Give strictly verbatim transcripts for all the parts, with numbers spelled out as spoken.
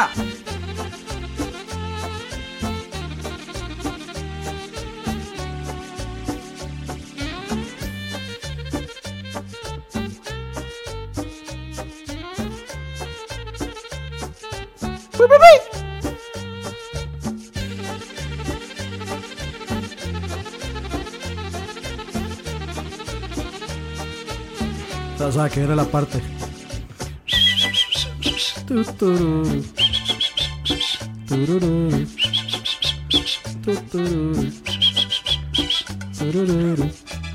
¡Ya! ¡Pi, pi, pi! O sea, que era la parte. Tutururu. Turururu. Tutururu. Turururu.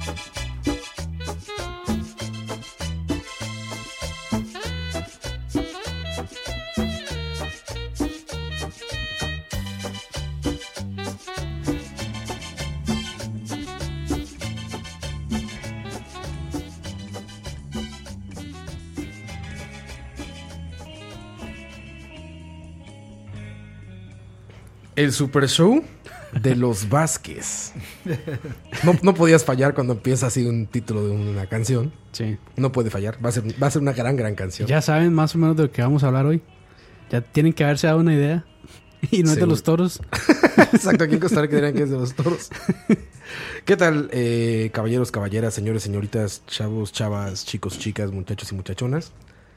El Super Show de los Vázquez. No, no podías fallar cuando empieza así un título de una canción. Sí. No puede fallar. Va a ser, va a ser una gran, gran canción. Ya saben más o menos de lo que vamos a hablar hoy. Ya tienen que haberse dado una idea. Y no es de los toros. Exacto, aquí en Costa Rica dirían que es de los toros. ¿Qué tal, eh, caballeros, caballeras, señores, señoritas, chavos, chavas, chicos, chicas, muchachos y muchachonas?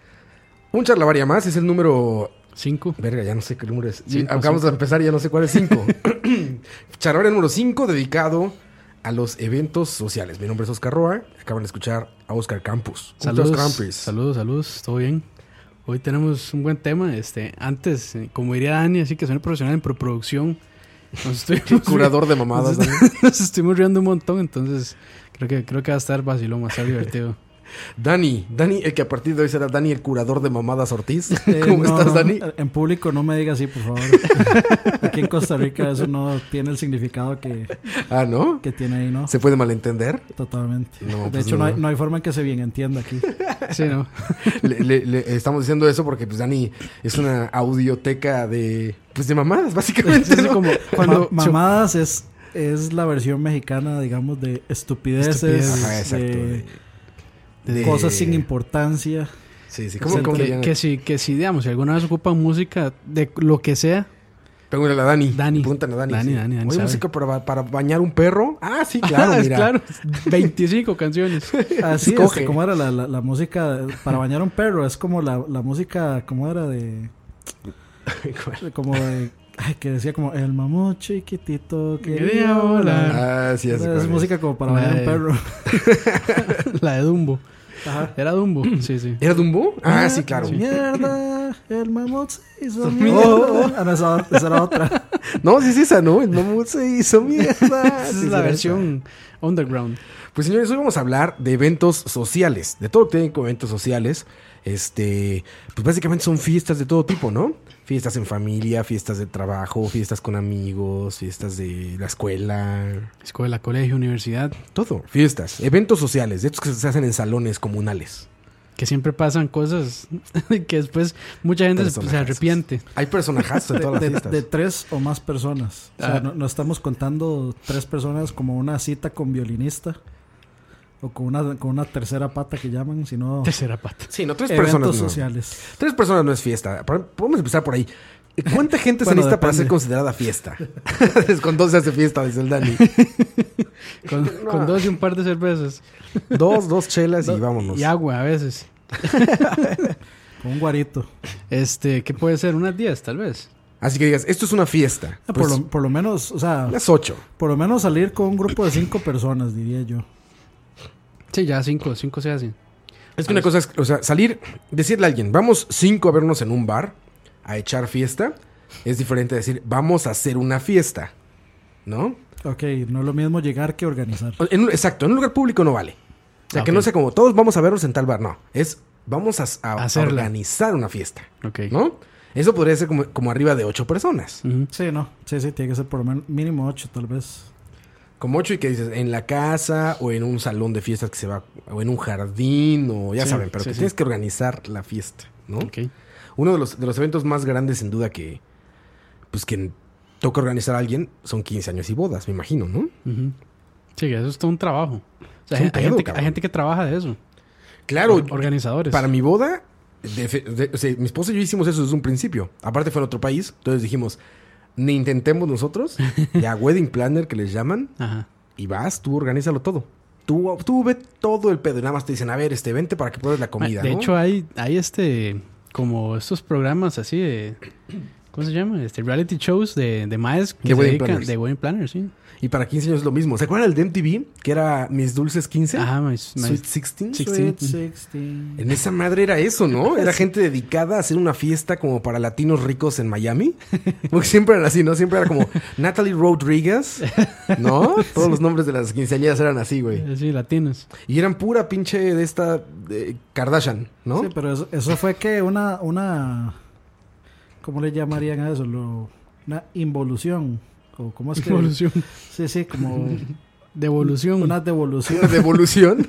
Un charlavaria más, es el número... Cinco. Verga, ya no sé qué número es. Cinco, Acabamos cinco. de empezar y ya no sé cuál es cinco. Charlavaria número cinco, dedicado a los eventos sociales. Mi nombre es Oscar Roa. Acaban de escuchar a Oscar Campos. Saludos, Oscar Campos. saludos, saludos. ¿Todo bien? Hoy tenemos un buen tema. Este, antes, eh, como diría Dani, así que soy profesional en preproducción. Nos estuvimos Curador de mamadas. Nos, ¿no? nos estuvimos riendo un montón, entonces creo que creo que va a estar vacilón, va a estar divertido. Dani, Dani, el que a partir de hoy será Dani, el curador de mamadas Ortiz. Eh, ¿Cómo no, estás, no, Dani? En público no me diga así, por favor. Aquí en Costa Rica eso no tiene el significado que, Ah, ¿no? que tiene ahí, ¿no? ¿Se puede malentender? Totalmente. No, de pues hecho, no. no. hay, no hay forma en que se bien entienda aquí. Sí, ¿no? Le, le- le estamos diciendo eso porque pues Dani es una audioteca de pues de mamadas, básicamente. Es ¿no? como cuando Ma- mamadas es, es la versión mexicana, digamos, de estupideces, Estupideces. Ajá, exacto. de, De- de de- cosas sin importancia. Sí, sí. O ¿Cómo, sea, cómo le que, llaman? que si, que si, digamos, si alguna vez ocupan música de lo que sea, Pregúntale a Dani. Dani. Pregúntale a Dani. Dani, sí. Dani, Dani Oye, sabe. música para, ba- para bañar un perro. Ah, sí, claro, mira. claro, veinticinco canciones. Así Escoge. es, como era la, la, la música para bañar a un perro, es como la, la música, como era de, como de, ay, que decía como el mamut chiquitito Quería quería volar. Ah, sí, ya sé Es, cuál es. música como para La bañar a un de- perro. La de Dumbo. Ajá. ¿Era Dumbo? Sí, sí. ¿Era Dumbo? Ah, sí, claro. Mierda, el mamut se hizo Oh, mierda. oh. Ah, no, esa, esa era otra. No, sí es esa, ¿no? El mamut se hizo mierda. Esa Sí, es sí, la era versión underground. esa. Pues señores, hoy vamos a hablar de eventos sociales. De todo lo que tienen como eventos sociales. Este, pues básicamente son fiestas de todo tipo, ¿no? Fiestas en familia, fiestas de trabajo, fiestas con amigos, fiestas de la escuela, Escuela, colegio, universidad. todo. Fiestas, eventos sociales, de estos que se hacen en salones comunales. Que siempre pasan cosas que después mucha gente se, se Personajazos. arrepiente. Hay personajazos en De, todas las de- fiestas. de tres o más personas. O sea, Ah. no, no estamos contando tres personas como una cita con violinista o con una, con una tercera pata que llaman, sino Tercera pata. Sí, no, tres eventos personas no. sociales. Tres personas no es fiesta. Por- Podemos empezar por ahí. ¿Cuánta gente se Bueno, necesita para depende. ser considerada fiesta? Con dos se hace fiesta, dice el Dani. Con, con dos y un par de cervezas. Dos, dos chelas y vámonos. Y agua a veces. Con un guarito. Este, ¿qué puede ser? Unas diez, tal vez. Así que digas, esto es una fiesta. Ah, Pues, por, lo, por lo menos, o sea, unas ocho. por lo menos salir con un grupo de cinco personas, diría yo. Sí, ya cinco, cinco se hacen. Es que una cosa es, o sea, salir, decirle a alguien, vamos cinco a vernos en un bar a echar fiesta, es diferente a decir, vamos a hacer una fiesta, ¿no? Ok, no es lo mismo llegar que organizar. En un- exacto, en un lugar público no vale. O sea, Ah, que ok. no sea como, todos vamos a vernos en tal bar, no. Es, vamos a, a- a Hacerla. organizar una fiesta, Ok. ¿no? Eso podría ser como, como arriba de ocho personas. Ujú. Sí, no. Sí, sí, tiene que ser por lo menos mínimo ocho, tal vez. Como ocho y que dices, en la casa o en un salón de fiestas que se va, o en un jardín, o ya Sí, saben, pero sí, que sí. tienes que organizar la fiesta, ¿no? Ok. Uno de los, de los eventos más grandes, sin duda, que pues que toca organizar a alguien son quince años y bodas, me imagino, ¿no? Ujú. Sí, eso es todo un trabajo. O sea, Es un hay, hay pedo, gente, que- cabrón. hay gente que trabaja de eso. Claro, Or- organizadores. para mi boda, de, de, o sea, mi esposa y yo hicimos eso desde un principio. Aparte fue en otro país. Entonces dijimos, ni intentemos nosotros. Ya wedding planner que les llaman. Ajá. Y vas, tú organízalo todo. Tú, tú ve todo el pedo. Y nada más te dicen, a ver, este, vente para que pruebes la comida, De ¿no? hecho, hay, hay este... Como estos programas así de... ¿Cómo se llama? Este, reality shows de, de maes que De se wedding dedican... planners. De wedding planners, sí. Y para quince años es lo mismo. ¿Se acuerdan del de M T V? Que era Mis Dulces quince. Ajá, my, my- Sweet sixteen. Sixteen. Sweet sixteen. En esa madre era eso, ¿no? Era gente dedicada a hacer una fiesta como para latinos ricos en Miami. Porque siempre eran así, ¿no? Siempre era como Natalie Rodriguez, ¿no? Todos los nombres de las quinceañeras eran así, güey. Sí, latinos. Y eran pura pinche de esta de Kardashian, ¿no? Sí, pero eso, eso fue que una, una... ¿Cómo le llamarían a eso? Lo, una involución. ¿O cómo es que? Evolución. Sí, sí, como Devolución. una devolución. Una devolución.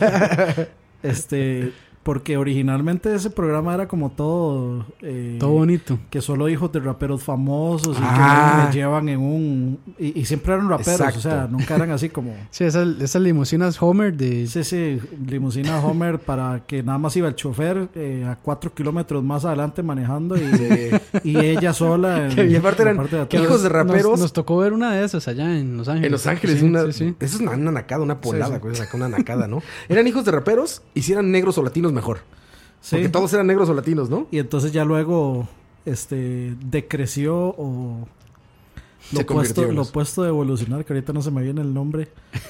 Este, porque originalmente ese programa era como todo... eh, Todo bonito. que solo hijos de raperos famosos y Ah. que me llevan en un... Y, y siempre eran raperos, Exacto. o sea, nunca eran así como... Sí, esas, esas limusinas Homer de... Sí, sí, limusina Homer para que nada más iba el chofer eh, a cuatro kilómetros más adelante manejando y, y ella sola. en- Y aparte en la eran parte de atrás. hijos de raperos. Nos, nos tocó ver una de esas allá en Los Ángeles. En Los Ángeles, Sí, una, sí, sí. eso es una, una nacada, una polada, Sí, sí. güey, o sea, una nacada, ¿no? Eran hijos de raperos y si eran negros o latinos mejor. Sí. Porque todos eran negros o latinos, ¿no? Y entonces ya luego este decreció o Se lo convirtió opuesto, en lo eso. opuesto de evolucionar, que ahorita no se me viene el nombre,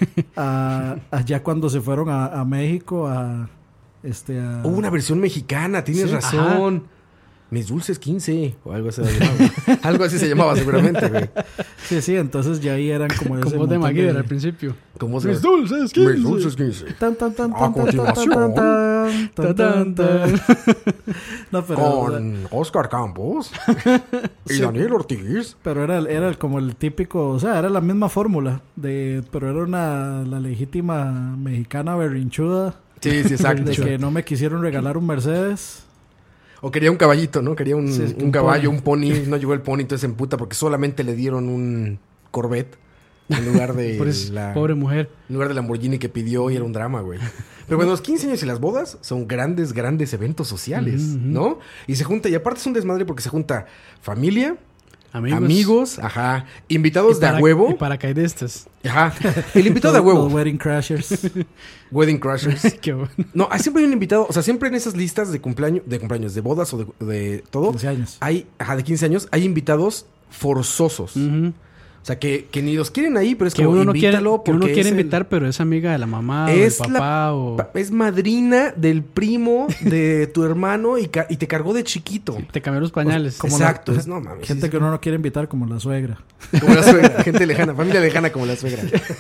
a, allá cuando se fueron a, a México a este a, Hubo una versión mexicana, tienes Sí. razón. Mis Dulces quince o algo así se llamaba. Algo así se llamaba seguramente, güey. sí, sí, entonces ya ahí eran como ese Con voz de montón MacGyver al principio. ¿Cómo se Mis llama? dulces, quince. Mis Dulces quince. Tan, tan, tan, A tan, tan, continuación, tan, tan, tan, tan, tan. No, pero, Con Oscar Campos y Sí. Daniel Ortiz. pero era, era como el típico, o sea, era la misma fórmula, de, pero era una la legítima mexicana berrinchuda, Sí, sí, exacto. de que no me quisieron regalar un Mercedes. O quería un caballito, ¿no? Quería un, Sí, es que un un caballo, pony. un pony. No llegó el pony, entonces se emputa porque solamente le dieron un Corvette en lugar de Por eso, la... pobre mujer. En lugar del Lamborghini que pidió y era un drama, güey. Pero bueno, los quince años y las bodas son grandes, grandes eventos sociales, Ujú, ujú. ¿no? Y se junta, y aparte es un desmadre porque se junta familia, Amigos. amigos, ajá, invitados Y de para- a huevo, Y paracaidistas. ajá, el invitado de a Los- huevo, los Wedding Crashers. wedding crashers. Qué bueno. No, hay siempre hay un invitado, o sea, siempre en esas listas de cumpleaños, de cumpleaños, de bodas o de, de todo, quince años. hay, ajá, de quince años, hay invitados forzosos. Ujú. O sea, que, que ni los quieren ahí, pero es Que como, uno no quiere, invítalo que uno porque quiere es el- invitar, pero es amiga de la mamá Es o del la papá o... Pa- Es madrina del primo de tu hermano y, ca- y te cargó de chiquito. Te cambió los pañales. Como Exacto, la- es no mames. Gente sí, que uno no quiere invitar como la suegra. sí. Como la suegra, gente lejana, familia lejana como la suegra.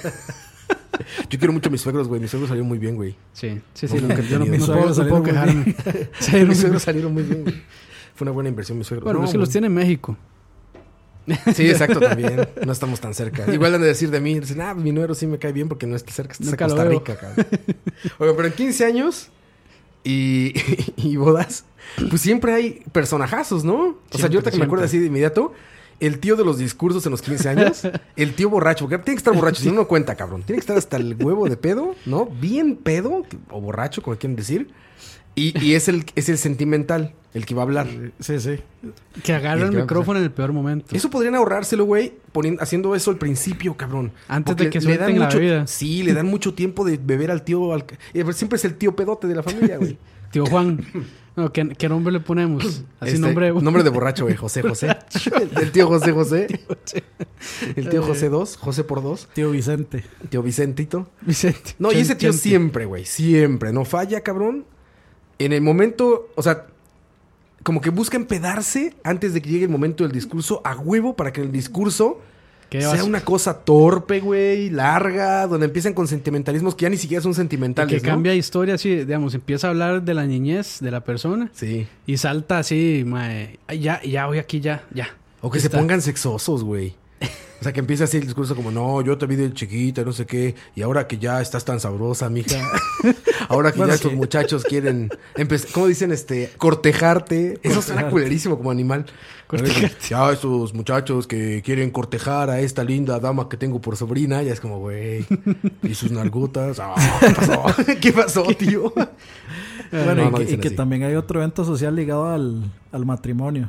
Yo quiero mucho a mis suegros, güey. Mis suegros salieron muy bien, güey. Sí, sí, sí. No, no, nunca he yo no, tenido. no Mis puedo, suegros no puedo salieron muy quejarme. Salieron Mis muy suegros salieron muy bien, güey. Fue una buena inversión, mis suegros. Bueno, No, es que los güey. tiene en México. Sí, exacto, también. No estamos tan cerca. Igual han de decir de mí, dicen, ah, mi nuero sí me cae bien porque no está cerca, está en Nunca lo Costa veo. Rica, cabrón. Oigan, pero en quince años y, y bodas, pues siempre hay personajazos, ¿no? O sea, Siempre, yo ahorita que me acuerdo siempre. así de inmediato, el tío de los discursos en los quince años, el tío borracho, porque tiene que estar borracho, si no, no cuenta, cabrón. Tiene que estar hasta el huevo de pedo, ¿no? Bien pedo, o borracho, como quieren decir. Y, y es, el, es el sentimental, el que va a hablar. Sí, sí. Que Y agarra el el que va a micrófono en el peor momento. Eso podrían ahorrárselo, güey, poniendo, haciendo eso al principio, cabrón. Antes Porque de que le dan suelten la mucho, bebida. Sí, le dan mucho tiempo de beber al tío. Al, eh, pero siempre es el tío pedote de la familia, güey. Tío Juan. No, ¿qué, qué nombre le ponemos? Así Este, nombre... nombre de borracho, güey. José José. El tío José José. El tío José dos. José por dos. Tío Vicente. Tío Vicentito. Vicente. No, y ese tío Chente. siempre, güey. Siempre. No falla, cabrón. En el momento... O sea... Como que busca empedarse antes de que llegue el momento del discurso a huevo para que el discurso ¿Qué sea vas- una cosa torpe, güey, larga, donde empiezan con sentimentalismos que ya ni siquiera son y sentimentales, que ¿no? cambia de historia así, digamos, empieza a hablar de la niñez de la persona Sí. y salta así, mae, "Ay, ya, ya voy aquí, ya, ya. O que Ya se está". pongan sexosos, güey. O sea, que empiece así el discurso como, no, yo te vi de chiquita, no sé qué, y ahora que ya estás tan sabrosa, mija, ahora que Bueno, ya estos sí. muchachos quieren, empezar, ¿cómo dicen? este Cortejarte. Eso suena Cortejarte. culerísimo como animal. Cortejarte. Ya estos muchachos que quieren cortejar a esta linda dama que tengo por sobrina, ya es como, güey, y sus nalgotas. Ah, ¿qué pasó? ¿Qué pasó, tío? Bueno, No, y, no que, y dicen que así. también hay otro evento social ligado al, al matrimonio.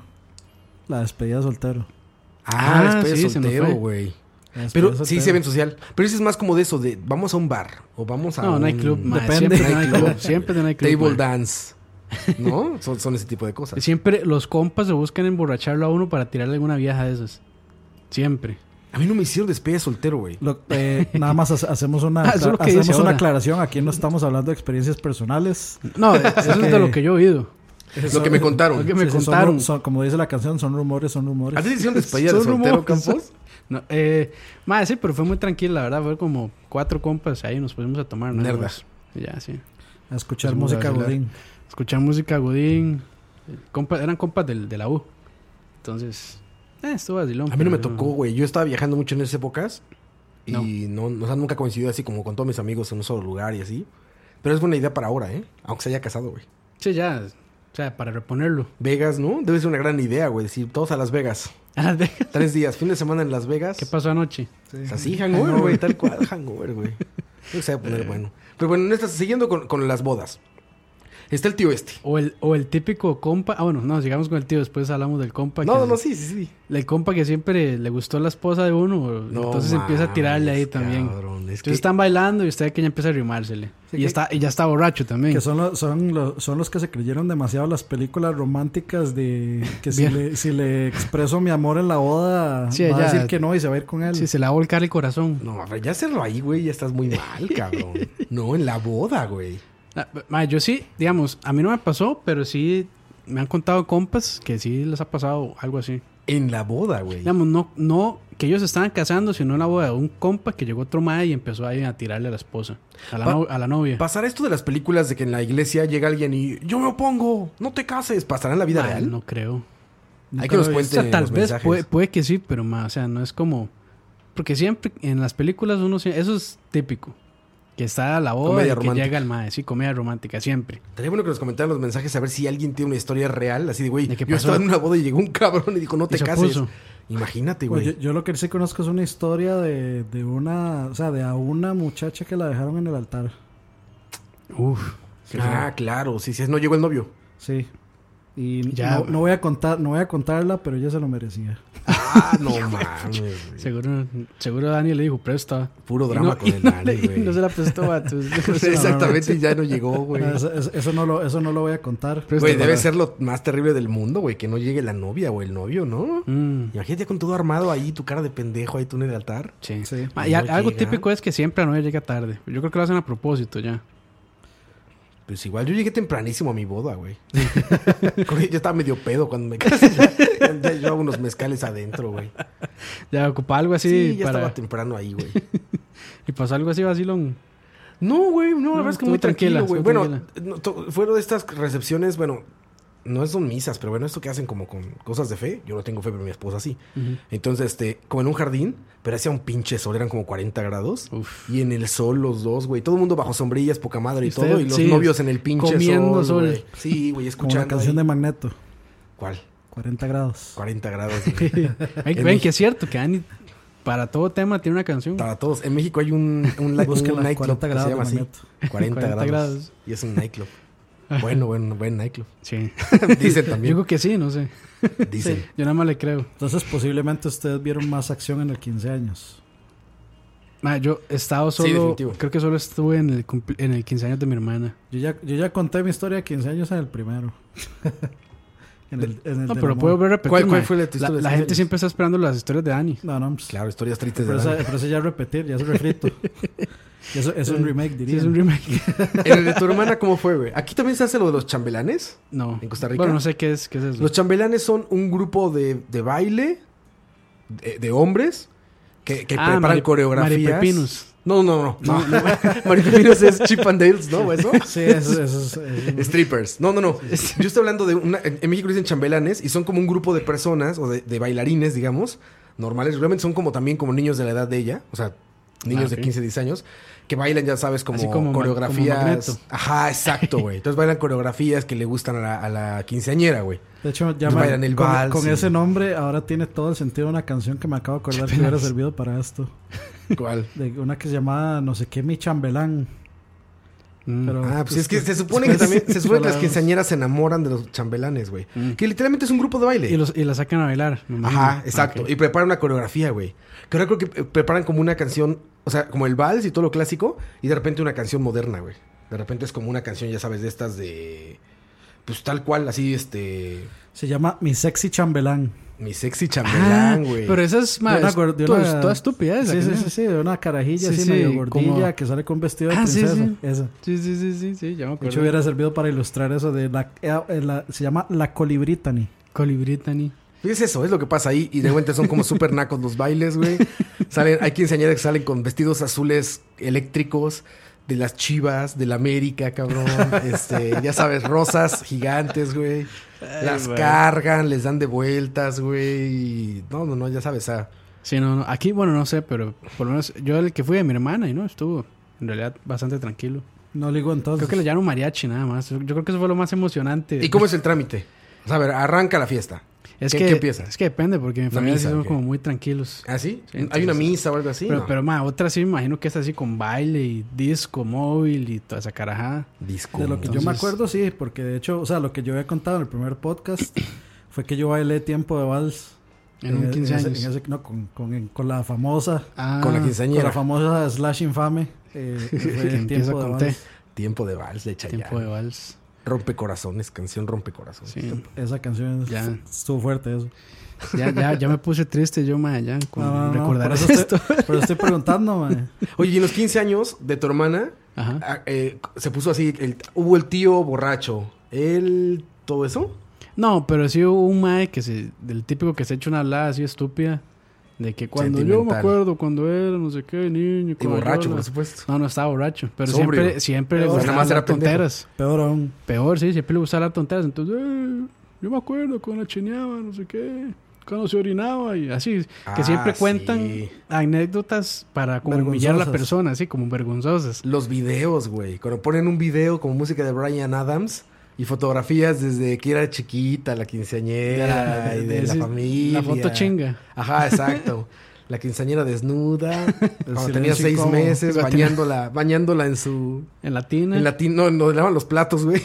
La despedida de soltero. Ah, Ah, despedida sí, de se nos soltero, fue. güey. La despedida Pero de sí, soltero. sí, evento social. Pero ese es más como de eso, de vamos a un bar o vamos a No, un nightclub, mae, Depende. siempre de Nightclub. nightclub, siempre de nightclub. table mae. dance, ¿no? son, son ese tipo de cosas. Siempre los compas se buscan emborracharlo a uno para tirarle alguna vieja de esas. Siempre. A mí no me hicieron despedida de soltero, güey. Lo- eh, nada más ha- hacemos una, Ah, eso es lo que hacemos dice una ahora. aclaración. Aquí no estamos hablando de experiencias personales. No, eso es de lo que yo he oído. Lo que me contaron. Lo que me Sí, sí, son contaron. ru- son- como dice la canción, son rumores, son rumores. ¿A ti te hicieron despedida de Son soltero, rumores. Campos? No, eh, mae, sí, pero fue muy tranquilo, la verdad. Fue como cuatro compas ahí nos pusimos a tomar. ¿no? Nerda. Y ya, sí. A escuchar Pues, música vamos a godín. Escuchar música Godín. Compas, eran compas del, de la U. Entonces, eh, estuvo vacilón. A mí no me pero tocó, güey. Yo estaba viajando mucho en esas épocas y no, no o sea, nunca coincidí así como con todos mis amigos en un solo lugar y así. Pero es buena idea para ahora, ¿eh? Aunque se haya casado, güey. Sí, ya. O sea, para reponerlo. Vegas, ¿no? Debe ser una gran idea, güey. Decir, todos a Las Vegas. Ah, de- Tres días, fin de semana en Las Vegas. ¿Qué pasó anoche? O sea, sí, hangover, güey. Tal cual, hangover, güey. Creo que se va a poner bueno. Pero bueno, en esta, siguiendo con, con las bodas. Está el tío este. O el, o el típico compa. Ah, bueno, no, sigamos con el tío. Después hablamos del compa. No, que no, es- no, sí, sí, sí. El compa que siempre le gustó la esposa de uno. No entonces empieza a tirarle ahí mames, también. cabrón, es Entonces que- están bailando y usted que ya empieza a rimársele. Sí, y, que- está, y ya está borracho también. Que son, los, son, los, son los que se creyeron demasiado las películas románticas de que si Bien. le, si le expreso mi amor en la boda, Sí, va a ya- decir que no y se va a ir con él. Sí, se le va a volcar el corazón. No, a ver, ya hacerlo ahí, güey, ya estás muy mal, cabrón. No, en la boda, güey. Ah, ma, yo sí, digamos, a mí no me pasó, pero sí me han contado compas que sí les ha pasado algo así. En la boda, güey. Digamos, no, no que ellos estaban casando, sino en la boda de un compa que llegó otro mae y empezó ahí a tirarle a la esposa, a la, Pa- no- a la novia. ¿Pasará esto de las películas de que en la iglesia llega alguien y yo me opongo, no te cases? ¿Pasará en la vida Ma, real? No creo. Hay que nos O cuenten sea, tal los vez mensajes. puede, puede que sí, pero ma, o sea, no es como... Porque siempre en las películas uno... sie- Eso es típico. Que está la boda Comedia y que romántica. llega el mae. Sí, comedia romántica, siempre. Estaría bueno que nos comentaran los mensajes a ver si alguien tiene una historia real. Así de, güey, ¿De yo qué pasó? estaba en una boda y llegó un cabrón y dijo, no Y te se cases. opuso. Imagínate, Pues güey. yo, yo lo que sí conozco es una historia de, de una, o sea, de a una muchacha que la dejaron en el altar. Uf. Ah, claro, sí, sí, no llegó el novio. Sí. Y Ya, no, no voy a contar, no voy a contarla, pero ella se lo merecía. Ah, no mames, güey. Seguro, seguro Daniel le dijo, presta. Puro Y drama no- con y el no Dani, le- güey. No se la prestó, vatos. Exactamente, y ya no llegó, güey. Ah, Eso, eso- eso no lo, eso no lo voy a contar. Presta Güey, debe para- ser lo más terrible del mundo, güey, que no llegue la novia o el novio, ¿no? Mm, Imagínate con todo armado ahí, tu cara de pendejo ahí tú en el altar. sí. Sí. Ma, y No al- algo llega. típico es que siempre la novia llega tarde. Yo creo que lo hacen a propósito ya. Pues igual yo llegué tempranísimo a mi boda, güey. Creo que yo estaba medio pedo cuando me casé. Ya, ya llevaba unos mezcales adentro, güey. Ya ocupaba algo así Sí, ya para... estaba temprano ahí, güey. Y pasó algo así vacilón. No, güey, no, la No, verdad es que estuvo muy tranquilo, tranquila, güey. estuvo Bueno, no, to- fueron de estas recepciones, bueno, no son misas, pero bueno, esto que hacen como con cosas de fe. Yo no tengo fe, pero mi esposa sí. Ujú. Entonces, este, como en un jardín, pero hacía un pinche sol, eran como cuarenta grados. Uf. Y en el sol los dos, güey. Todo el mundo bajo sombrillas, poca madre y, Y ustedes, todo. Y los sí, novios en el pinche comiendo sol, sol. güey. Sí, güey, Como escuchando la canción ahí. de Magneto, ¿Cuál? cuarenta grados. cuarenta grados. güey. Ven, En ven México- que es cierto que Dani, para todo tema, tiene una canción. Para todos. En México hay un, un, li- Búsquenla, un nightclub cuarenta que se grados llama de así. Magneto. cuarenta, cuarenta grados. grados. Y es un nightclub. Bueno, bueno, buen nightclub. Sí. Dicen Yo también. digo que sí, no sé. Dicen. Yo nada más le creo. Entonces posiblemente ustedes vieron más acción en el quince años. Ma, yo he estado Sí, solo... definitivo. creo que solo estuve en el, cumpl- en el quince años de mi hermana. Yo ya, yo ya conté mi historia de quince años en el primero. en el, en el No, del pero amor. puedo ver repetir. ¿Cuál- cuál ma. fue la tu La, historia de la quince gente años? siempre está esperando las historias de Dani. No, no, pues, Claro, historias tristes pero, de ese, Dani. pero ese ya es repetir, ya es refrito. Y eso es un remake, Sí, diría. es un remake. ¿En el de tu hermana cómo fue, güey? ¿Aquí también se hace lo de los chambelanes? No. ¿En Costa Rica? Bueno, no sé qué es, qué es eso. Los chambelanes son un grupo de, de baile de, de hombres que, que Ah, preparan Mari- coreografías. Maripepinos. No, no, no. no, no. Maripepinos es Chip and Dales, ¿no? ¿Eso? Sí, eso, eso es... eso- Strippers. No, no, no. Yo estoy hablando de una... En en México le dicen chambelanes y son como un grupo de personas o de, de bailarines, digamos, normales. Realmente son como también como niños de la edad de ella. O sea, niños Ah, ok. de quince, diez años. Que bailan, ya sabes, como, Así como ma- coreografías. como Magneto. Ajá, exacto, güey. Entonces bailan coreografías que le gustan a la, a la quinceañera, güey. De hecho, ya Nos me- bailan el con, vals con y- ese nombre ahora tiene todo el sentido de una canción que me acabo de acordar que hubiera servido para esto. ¿Cuál? De una que se llamaba no sé qué, Mi Chambelán. Mm. Pero, Ah, pues es que se supone que también, se supone que las quinceañeras se enamoran de los chambelanes, güey. Mm. Que literalmente es un grupo de baile. Y, los, y la sacan a bailar. me imagino. Ajá, exacto. Ah, ok. Y preparan una coreografía, güey. Que ahora creo que eh, preparan como una canción, o sea, como el vals y todo lo clásico, y de repente una canción moderna, güey. De repente es como una canción, ya sabes, de estas de... Pues tal cual, así, este... se llama Mi Sexy Chambelán. Mi sexy Ah, chambelán, güey. pero esa es más. De una gor- de toda, una- toda estúpida esa. Sí, sí, ¿no? sí, sí, de una carajilla Sí, así sí, medio gordilla como- que sale con vestido de Ah, sí, princesa. sí. Esa. Sí, sí, sí, sí, sí, ya me De acuerdo. hecho, hubiera servido para ilustrar eso de la, eh, eh, la- se llama La Colibritani. Colibritani. Es eso, es lo que pasa ahí. Y de repente son como súper nacos los bailes, güey. Salen, hay quinceañeras que salen con vestidos azules eléctricos de las Chivas, del América, cabrón. Este, ya sabes, rosas gigantes, güey. Las güey. cargan, les dan de vueltas, güey. y- No, no, no, ya sabes, ah. Sí, no, no. Aquí, bueno, no sé, pero por lo menos yo el que fui de mi hermana y no, estuvo en realidad bastante tranquilo. No digo entonces. Creo que le llaman mariachi nada más. Yo creo que eso fue lo más emocionante. ¿Y cómo es el trámite? O sea, a ver, arranca la fiesta. Es ¿Qué- que, qué empieza? Es que depende, porque mi La familia sí misa, son ¿o qué? como muy tranquilos. ¿Ah, sí? Sí, ¿Hay entonces- una misa o algo así? pero, no? pero, ma, otra sí me imagino que es así con baile y disco móvil y toda esa carajada. Disco. De lo que yo me Entonces- acuerdo, sí, porque de hecho, o sea, lo que yo había contado en el primer podcast fue que yo bailé tiempo de vals. En un quince ese- años. en ese- no, con, con, con la famosa, Ah, Con la con quinceañera. la famosa Slash Infame. Eh, fue que empieza tiempo de con T. vals. Tiempo de vals de Chayanne. Tiempo de vals. Rompecorazones, canción rompecorazones. Sí. Esa canción Ya. fu- estuvo fuerte eso. Ya, ya, ya me puse triste yo, ma, ya, con No, no, no, recordar por eso esto. estoy, pero estoy preguntando, man. Oye, y en los quince años de tu hermana, Ajá. ah, eh, se puso así, el- hubo el tío borracho. ¿Él, todo eso? No, pero sí hubo un mae que se, del típico que se echa una hablada así estúpida, de que cuando yo me Sentimental. acuerdo cuando era no sé qué niño. Y cuando borracho, yo la- por supuesto. No, no estaba borracho, pero Sobrio. siempre, siempre le Pero gustaba nada más era hablar pendejo. tonteras. Peor aún. Peor, sí, siempre le gustaba hablar tonteras. Entonces, eh, yo me acuerdo cuando la chineaba, no sé qué, cuando se orinaba y así. Que Ah, siempre cuentan sí. anécdotas para como humillar a la Vergonzosas. persona, así como vergonzosas. Los videos, güey. Cuando ponen un video como música de Bryan Adams y fotografías desde que era chiquita, la quinceañera y de la Sí, familia. La foto chinga. Ajá, exacto. La quinceañera desnuda, cuando silencio tenía seis incómodo. meses, Cuando tenía- bañándola, bañándola en su... En la tina. En la tin- no, no, le lavan los platos, güey.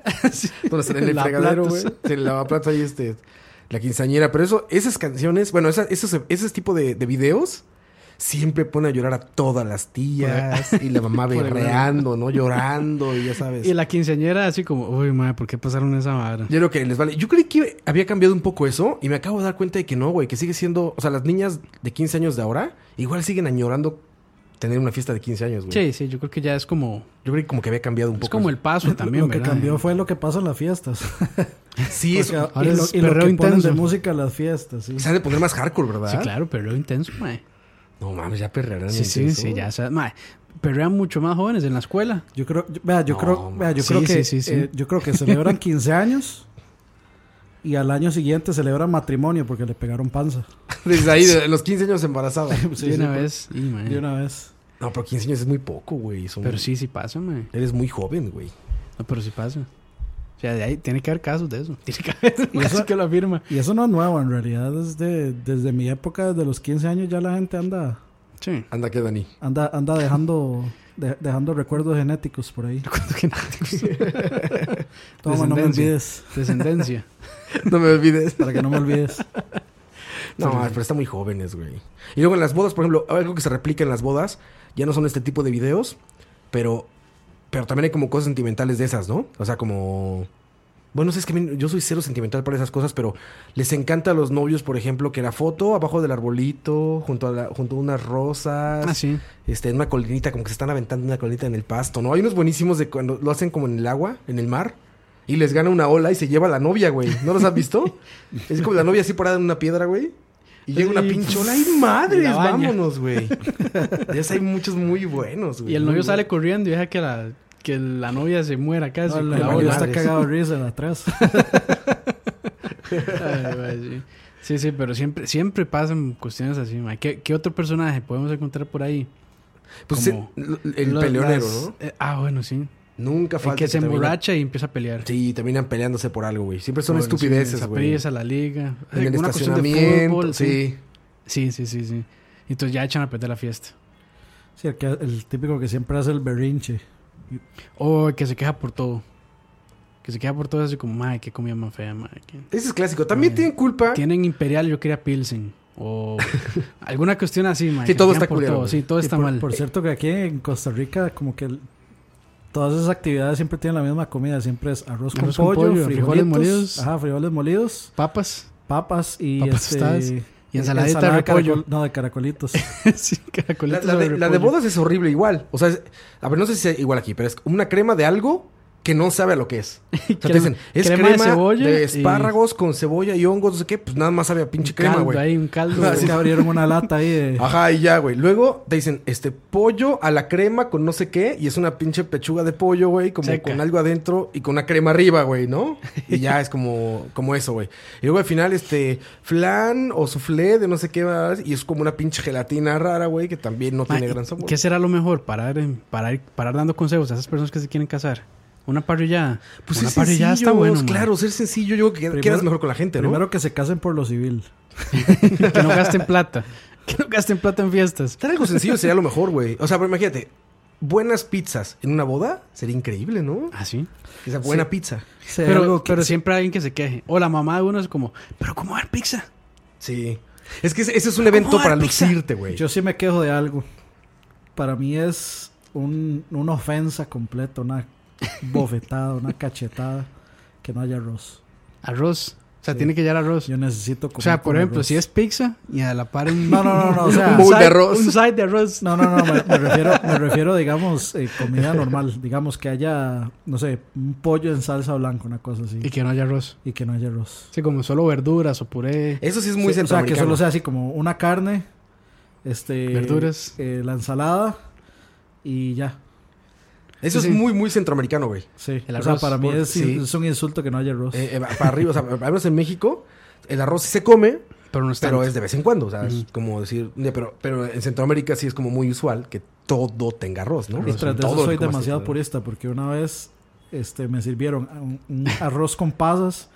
Donde se en el fregadero, güey. Lavaplatos. Se le lava platos ahí, este... La quinceañera. Pero eso, esas canciones... Bueno, esa- esos, ese tipo de, de videos... Siempre pone a llorar a todas las tías. Y la mamá Por el- berreando, ¿no? Llorando, y ya sabes. Y la quinceañera así como, uy, madre, ¿por qué pasaron esa vara? Yo creo que les vale. Yo creí que había cambiado un poco eso. Y me acabo de dar cuenta de que no, güey. Que sigue siendo... O sea, las niñas de quince años de ahora... Igual siguen añorando tener una fiesta de quince años, güey. Sí, sí, yo creo que ya es como... Yo creo que como que había cambiado un Es poco. como eso. el paso también, Lo que ¿verdad? cambió fue lo que pasa en las fiestas. Sí, Porque- eso. ahora y lo, es y lo perreo que ponen intenso. de música en las fiestas. Sí. Se han de poner más hardcore, ¿verdad? Sí, claro, pero intenso, mae. No mames, ya perrearán. Sí, sí, intenso. sí, ya, o sea, mae. Pero eran mucho más jóvenes en la escuela. Yo creo, yo- vea, yo No, creo, vea, yo sí, creo que, sí, sí, sí. eh, yo creo que celebran quince años y al año siguiente celebran matrimonio porque le pegaron panza. Desde ahí, de los quince años embarazada. Sí, de sí, una por- vez. Y, mae. De una vez. No, pero quince años es muy poco, güey. Son- Pero sí, sí pasa, mae. Eres muy joven, güey. No, pero sí pasa. O sea, de ahí tiene que haber casos de eso. Tiene que haber Y casos eso- que lo afirma. Y eso no es nuevo, en realidad. Desde, desde mi época, desde los quince años, ya la gente anda, Sí. Anda, que Dani. anda, anda dejando, de- dejando recuerdos genéticos por ahí. Recuerdo que Toma, no me Descendencia. olvides. Descendencia. No me olvides. Para que no me olvides. No, pero están muy jóvenes, güey. Y luego en las bodas, por ejemplo, algo que se replica en las bodas, ya no son este tipo de videos, pero, pero también hay como cosas sentimentales de esas, ¿no? O sea, como... Bueno, no sé, es que a mí- yo soy cero sentimental para esas cosas, pero les encanta a los novios, por ejemplo, que la foto abajo del arbolito, junto a, la, junto a unas rosas, Ah, sí. este, en una colinita, como que se están aventando una colinita en el pasto, ¿no? Hay unos buenísimos de cuando lo hacen como en el agua, en el mar, y les gana una ola y se lleva a la novia, güey. ¿No los has visto? Es como la novia así parada en una piedra, güey. Y llega una Sí. pinche ola. ¡Ay, madres! Y la baña. Vámonos, güey. De esos hay muchos muy buenos, güey. Y el Muy novio buenos. sale corriendo y deja que la, que la novia se muera casi. No, con la la vale novia ola. está madres. cagado de risa de atrás. Ay, mae, sí. Sí, sí, pero siempre, siempre pasan cuestiones así, mae. ¿Qué, ¿Qué otro personaje podemos encontrar por ahí? Pues como el, el Lo- peleonero, las- ¿no? eh, ah, bueno, sí. Nunca El falta. que se termina- emborracha y empieza a pelear. Sí, terminan peleándose por algo, güey. Siempre son Por- estupideces, sí, güey. desaparece a la liga. En el Una cuestión de estacionamiento. fútbol, sí. Sí, sí, sí, sí. Entonces ya echan a perder la fiesta. Sí, el, que- el típico que siempre hace el berrinche. O que se queja por todo. Que se queja por todo así como, madre, qué comida más fea, madre. ¿Qué? Ese es clásico. También eh, tienen culpa. Tienen Imperial, yo quería Pilsen. O alguna cuestión así, madre. Sí, todo está culero. Todo. Sí, todo está por, mal. Por cierto que aquí en Costa Rica como que el, todas esas actividades siempre tienen la misma comida. Siempre es arroz, arroz con, con pollo, pollo frijoles molidos. Ajá, frijoles molidos. Papas. Papas y Papas este... Y ensaladita ensalada de pollo. Caracol, no, de caracolitos. Sí, caracolitos. La, la, de, la de bodas es horrible igual. O sea, es, a ver, no sé si es igual aquí, pero es una crema de algo que no sabe a lo que es. O sea, te dicen, es crema, crema de, cebolla de espárragos y... con cebolla y hongos, no sé qué. Pues nada más sabe a pinche crema, güey. Ahí, un caldo. Así que abrieron una lata ahí de... Ajá, y ya, güey. Luego te dicen, este, pollo a la crema con no sé qué. Y es una pinche pechuga de pollo, güey. Como Seca. Con algo adentro y con una crema arriba, güey, ¿no? Y ya es como, como eso, güey. Y luego al final, este, flan o soufflé de no sé qué más. Y es como una pinche gelatina rara, güey, que también no Ma, tiene gran sabor. ¿Qué será lo mejor? Parar, parar, parar dando consejos a esas personas que se quieren casar. Una parrillada. Pues una es parrillada sencillo, está bueno. Claro, man. Ser sencillo, yo creo que primero, quedas mejor con la gente, ¿no? Primero que se casen por lo civil. Que no gasten plata. Que no gasten plata en fiestas. Tal algo sencillo sería lo mejor, güey. O sea, pero imagínate, buenas pizzas en una boda sería increíble, ¿no? Ah, sí. Esa buena sí. pizza. Sí, pero pero siempre hay alguien que se queje. O la mamá de uno es como, ¿pero cómo dar pizza? Sí. Es que ese es un evento para pizza? lucirte, güey. Yo sí me quejo de algo. Para mí es un, una ofensa completa, una bofetada, una cachetada, que no haya arroz. Arroz. O sea, sí. Tiene que llevar arroz. Yo necesito comer. O sea, por ejemplo, arroz. si es pizza y a la par un... No, no, no, no. O sea, un, side, de arroz. un side de arroz. No, no, no. Me, me refiero, me refiero, digamos, eh, comida normal. Digamos que haya, no sé, un pollo en salsa blanca, una cosa así. Y que no haya arroz. Y que no haya arroz. Sí, como solo verduras o puré. Eso sí es muy sí, centroamericano. O sea, que solo sea así como una carne, este... verduras. Eh, la ensalada y ya. Eso sí, es sí. muy, muy centroamericano, güey. Sí. El arroz, o sea, para mí por, es, sí. es un insulto que no haya arroz. Eh, eh, para arriba, o sea, al menos en México, el arroz sí se come, pero no es, pero es de vez en cuando. O sea, uh-huh. es como decir... Pero, pero en Centroamérica sí es como muy usual que todo tenga arroz, ¿no? Y tras de eso soy demasiado purista, porque una vez este, me sirvieron un, un arroz con pasas.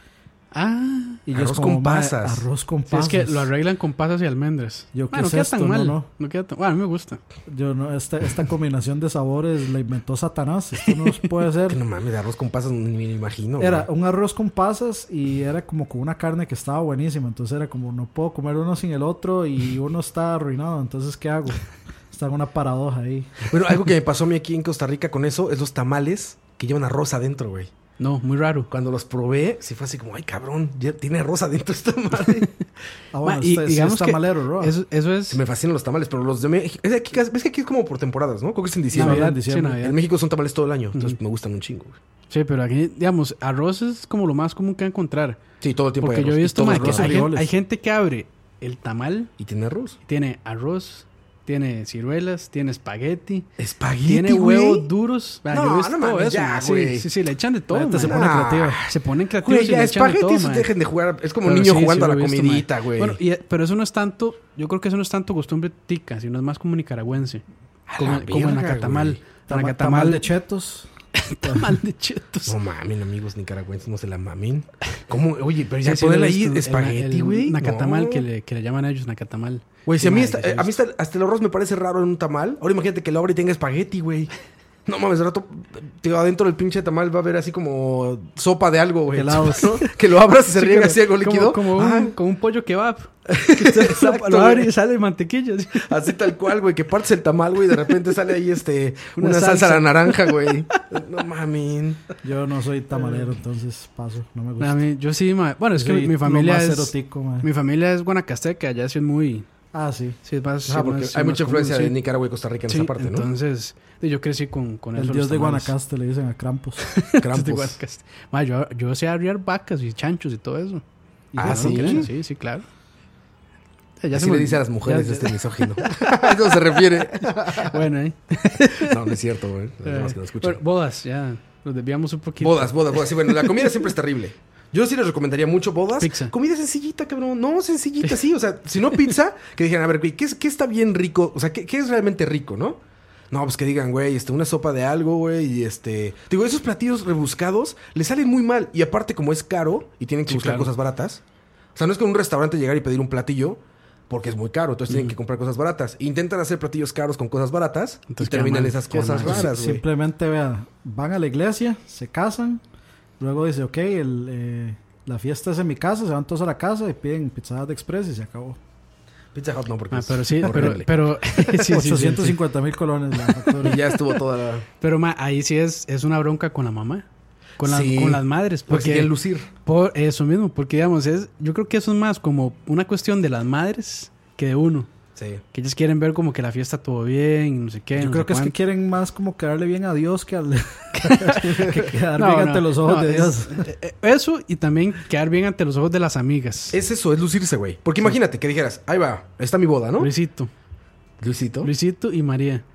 Ah, y yo arroz como, con pasas. Arroz con sí, pasas. Es que lo arreglan con pasas y almendras. Yo bueno, qué no es queda esto, tan mal. No, no. no queda tan... Bueno, a mí me gusta. Yo no, esta, esta combinación de sabores la inventó Satanás. Esto no puede ser. Que no mames, de arroz con pasas ni me lo imagino. Era güey. un arroz con pasas y era como con una carne que estaba buenísima. Entonces era como, no puedo comer uno sin el otro y uno está arruinado. Entonces, ¿qué hago? Está en una paradoja ahí. Bueno, algo que me pasó a mí aquí en Costa Rica con eso es los tamales que llevan arroz adentro, güey. No, muy raro. Cuando los probé, sí fue así como, ay, cabrón, ya tiene arroz adentro esta madre. Ah, bueno, Ma, y este, digamos es tamalero, ¿no? Eso, eso es... Me fascinan los tamales, pero los de México... Es que aquí, ves que aquí es como por temporadas, ¿no? Creo que es en diciembre. Navidad, en diciembre. Sí, Navidad. En México son tamales todo el año, entonces uh-huh. me gustan un chingo, güey. Sí, pero aquí, digamos, arroz es como lo más común que encontrar. Sí, todo el tiempo Porque hay arroz. yo he visto, ma, que arroz, hay, gente, hay gente que abre el tamal... ¿Y tiene arroz? Tiene arroz... Tiene ciruelas, tiene espagueti. ¿Espagueti, tiene güey? huevos duros. No, yo he visto no todo mames, eso. ya, sí, güey. sí, sí, le echan de todo. Este se man. pone Ah, creativo. Se ponen creativos güey, y ya, le echan de todo, espagueti, man. dejen de jugar. Es como Pero un niño sí, jugando sí a la visto, comidita, man. güey. Bueno, y, pero eso no es tanto... Yo creo que eso no es tanto costumbre tica, sino es más como nicaragüense. Como, la como en verga, Acatamal. güey. En Tama, Acatamal tamal de chetos. tamal de chetos. No mamen, amigos nicaragüenses, no se la mamen. ¿Cómo? Oye, pero ya Sí, sí, ponen lo he ahí visto. espagueti, El- güey. el Nacatamal No. que, le, que le llaman a ellos Nacatamal. Güey, si a mí, Madre, está, sí, a mí sí. está, hasta el arroz me parece raro en un tamal. Ahora imagínate que lo abra y tenga espagueti, güey. No mames, de rato, tío, adentro del pinche tamal va a haber así como sopa de algo, güey. Helados. ¿No? Que lo abras y se Sí, riega como- así algo líquido. Como, como, Ah, un, como un pollo kebab. Que usted Exacto, lo abre güey. y sale mantequilla. así. así tal cual, güey. Que partes el tamal, güey. De repente sale ahí este... Una Una, salsa. salsa. a la naranja, güey. No mames. Yo no soy tamalero, entonces paso. No me gusta. A mí, yo sí, ma, bueno, es Yo que soy mi, mi lo familia más es... erótico, ma. Mi familia es guanacasteca, allá sí es muy... Ah, sí. Sí, es más, Ah, sí, porque más- hay más mucha común, influencia sí. de Nicaragua y Costa Rica en Sí, esa parte, ¿no? entonces sí, yo crecí con, con eso. El los dios de tamales. Guanacaste le dicen a Krampus. De Krampus. Guanacaste. Ma, yo, yo sé arriar vacas y chanchos y todo eso. Y Ah, no ¿sí? creen, Sí, sí, claro. O sea, ya Así se le me- dice a las mujeres ya- este misógino. A eso se refiere. Bueno, ¿eh? No, no es cierto, güey. Los demás que no escuchan. Bueno, bodas, ya. Nos desviamos un poquito. Bodas, bodas, bodas. Sí, bueno, la comida siempre es terrible. Yo sí les recomendaría mucho bodas. Pizza. Comida sencillita, cabrón. No, sencillita, sí. O sea, si no pizza, que dijeran, a ver, güey, ¿qué, es- qué está bien rico? O sea, ¿qué, qué es realmente rico, no? No, pues que digan, güey, este, una sopa de algo, güey, y este... Digo, esos platillos rebuscados les salen muy mal. Y aparte, como es caro y tienen que Sí, buscar claro. cosas baratas. O sea, no es que en un restaurante llegar y pedir un platillo porque es muy caro. Entonces tienen Mm. que comprar cosas baratas. Intentan hacer platillos caros con cosas baratas Entonces y terminan queda mal, esas queda cosas mal. raras, güey. Simplemente, vea, van a la iglesia, se casan, luego dice, ok, el, eh, la fiesta es en mi casa, se van todos a la casa y piden Pizza Hut Express y se acabó. Pizza Hut no, porque Ah, es pero sí, pero, horrible. pero sí, sí, sí, ochocientos sí. cincuenta mil colones la factura. Y ya estuvo toda la... Pero ma, ahí sí es, es una bronca con la mamá. Con, las Sí. con las madres. Porque Porque quieren lucir. por eso mismo. Porque digamos, es, yo creo que eso es más como una cuestión de las madres que de uno. Sí. Que ellos quieren ver como que la fiesta todo bien y no sé qué. Yo no creo sé que es que cuánto. quieren más como quedarle bien a Dios que, al, que quedar No, bien no, ante los ojos no, de es- Dios. eh, Eso y también quedar bien ante los ojos de las amigas. Es eso, es lucirse, güey. Porque imagínate que dijeras, ahí va, está mi boda, ¿no? Luisito. Luisito. Luisito y María.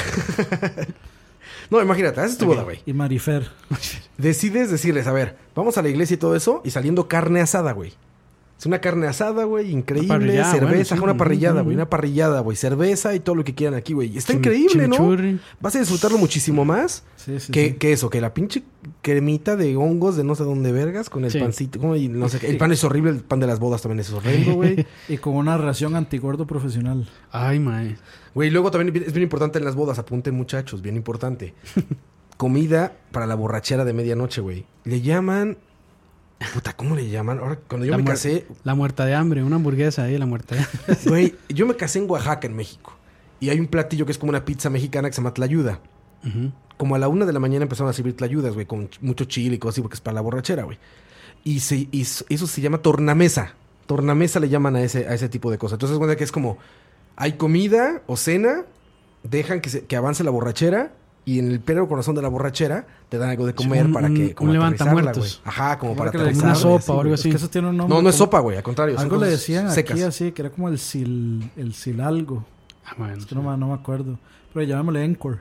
No, imagínate, haces tu boda, güey. Y Marifer. Decides decirles, a ver, vamos a la iglesia y todo eso, y saliendo carne asada, güey. Es una carne asada, güey, increíble, Una parrillada, cerveza, bueno, sí, una parrillada, ujú, güey, ujú. una parrillada, güey, cerveza y todo lo que quieran aquí, güey. Está Chim- increíble, ¿no? chimichurri. Vas a disfrutarlo muchísimo más Sí, sí, que, sí. que eso, que la pinche cremita de hongos de no sé dónde vergas con el Sí. pancito, como y no sé qué. El pan es horrible, el pan de las bodas también es horrendo, güey. Y con una ración antigordo profesional. Ay, mae. Güey, luego también es bien importante en las bodas, apunten muchachos, bien importante. Comida para la borrachera de medianoche, güey. Le llaman... Puta, ¿cómo le llaman? Ahora, cuando yo La me muer- casé... La muerta de hambre. Una hamburguesa ahí, la muerta de hambre. Güey, yo me casé en Oaxaca, en México. Y hay un platillo que es como una pizza mexicana que se llama tlayuda. Ujú. Como a la una de la mañana empezaron a servir tlayudas, güey, con ch- mucho chile y cosas así, porque es para la borrachera, güey. Y, se, y s- eso se llama tornamesa. Tornamesa le llaman a ese, a ese tipo de cosas. Entonces, es cuenta que es como... Hay comida o cena, dejan que, se, que avance la borrachera... Y en el pero corazón de la borrachera te dan algo de comer Un- para un- que como un aterrizarla, levantamuertos. güey. Ajá, como ¿Cómo para era que le aterrizarla. Una llamaban? sopa o algo Es así. que eso tiene un nombre. No, no es como- sopa, güey, al contrario. son Algo le cosas decían secas. aquí así, que era como el sil, el sil algo. Ah, bueno, Es que sí. no, me- no me acuerdo. Pero llamémosle Encore.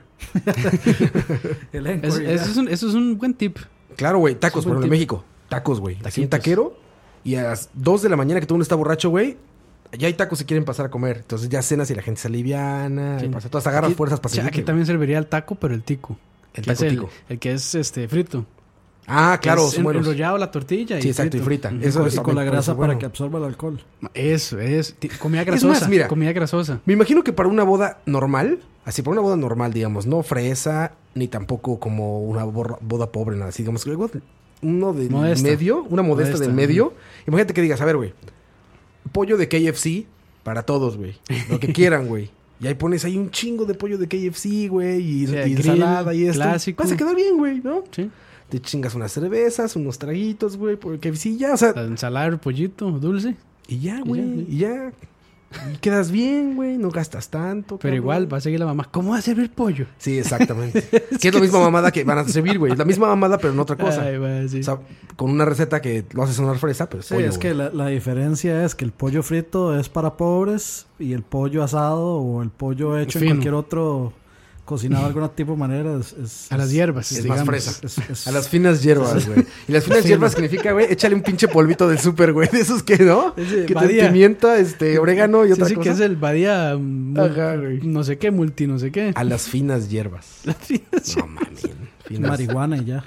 El Encore. Es- ya. eso, es un, eso es un buen tip. Claro, güey, tacos, Es un por buen ejemplo, en tip. México. Tacos, güey. Aquí Taquitos. un taquero y a las dos de la mañana que todo el mundo está borracho, güey, ya hay tacos que quieren pasar a comer. Entonces ya cenas y la gente se aliviana. Sí. Y pasa, todas agarras Aquí- fuerzas para o sea, seguirle, aquí güey. también serviría el taco, pero el tico. El Que es taco el, tico. el que es este frito. Ah, claro, Es son en- buenos. enrollado la tortilla. Sí, exacto, y frita. Ujú. Eso Y es con la también grasa por eso para bueno. que absorba el alcohol. Eso, es. ti- Comida Es grasosa. más, mira. Comida grasosa. Me imagino que para una boda normal, así para una boda normal, digamos, no fresa, ni tampoco como una borra- boda pobre, nada así, digamos, que algo- uno del Modesta. medio, una modesta, Modesta, del medio. Imagínate que digas, a ver, güey, pollo de K F C para todos, güey, lo que quieran, güey. Y ahí pones ahí un chingo de pollo de K F C, güey, y, Sí, y grill, ensalada y esto. clásico. Vas a quedar bien, güey, ¿no? Sí. Te chingas unas cervezas, unos traguitos, güey, por el K F C, ya, o sea, La ensalada, el pollito, dulce. y ya, y güey, ya, sí. y ya. Y quedas bien, güey, no gastas tanto. Pero cabrón. igual va a seguir la mamá. ¿Cómo va a servir pollo? Sí, exactamente. que es la misma mamada que van a servir, güey. Es la misma mamada, pero en otra cosa. Ay, va, sí. O sea, con una receta que lo hace sonar fresa, pero es Sí, pollo, es que güey. la, la diferencia es que el pollo frito es para pobres y el pollo asado o el pollo hecho en Fino. cualquier otro cocinado de algún tipo de manera es, es- A las es- hierbas, es digamos. más fresa. es- es- A las finas hierbas, güey. Y las finas Fino. hierbas significa, güey, échale un pinche polvito del súper, güey. De esos que, ¿no? Ese que badía. tiene pimienta, este, orégano y Sí, otra sí, cosa. que es el badía. mm, Ajá, güey. No sé qué, multi, no sé qué. A las finas hierbas. Las finas. No, mames. Finas. marihuana y ya.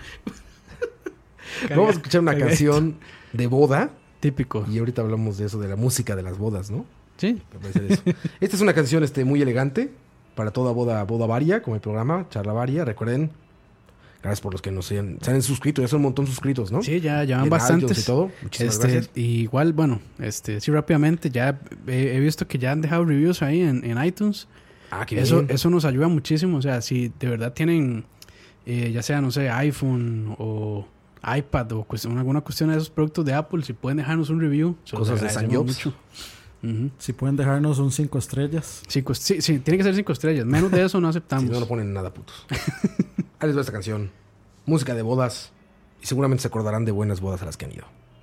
Vamos a escuchar una Cagadito. canción de boda. Típico. Y ahorita hablamos de eso, de la música de las bodas, ¿no? Sí. Me parece eso. Esta es una canción este, muy elegante para toda boda, boda varia, como el programa, charla varia. Recuerden, gracias por los que nos se han, se han suscrito, ya son un montón suscritos, ¿no? Sí, ya, ya Y van en bastantes. iTunes y todo. Muchísimas Este, gracias. y igual, bueno, este, sí, rápidamente, ya he, he visto que ya han dejado reviews ahí en, en iTunes. Ah, qué Eso, bien. eso nos ayuda muchísimo. O sea, si de verdad tienen, eh, ya sea, no sé, iPhone o iPad o cuestión- alguna cuestión de esos productos de Apple, si pueden dejarnos un review. se los Cosas de San agradecemos Jobs. mucho. Ujú. Si pueden dejarnos un cinco estrellas. Cinco- sí, sí, tiene que ser cinco estrellas. Menos de eso no aceptamos. Si no, no ponen nada, putos. Ahí les va esta canción. Música de bodas. Y seguramente se acordarán de buenas bodas a las que han ido.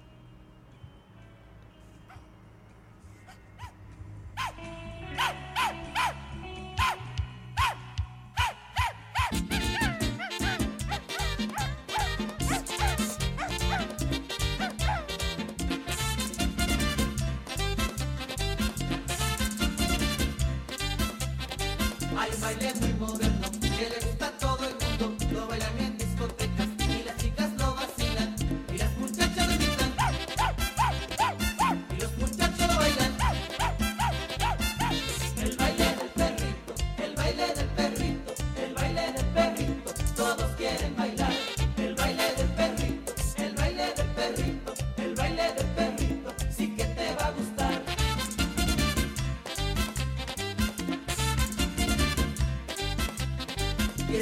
Hay un baile muy moderno que le gusta a todo el mundo. Lo bailan en discotecas y las chicas lo vacilan. Y las muchachas lo gritan y los muchachos lo bailan.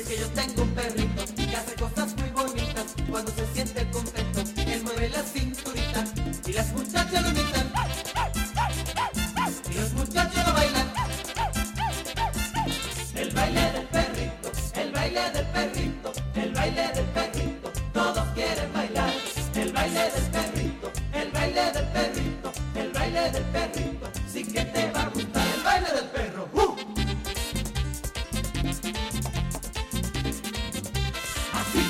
es que yo tengo un perrito que hace cosas muy bonitas. Cuando se siente contento, él mueve la cinturita y las muchachas lo imitan. Y los muchachos lo bailan. El baile del perrito, el baile del perrito, el baile del perrito, todos quieren bailar. El baile del perrito, el baile del perrito, el baile del perrito, sí que te va a gustar el baile del perro. ¡Uh! Así.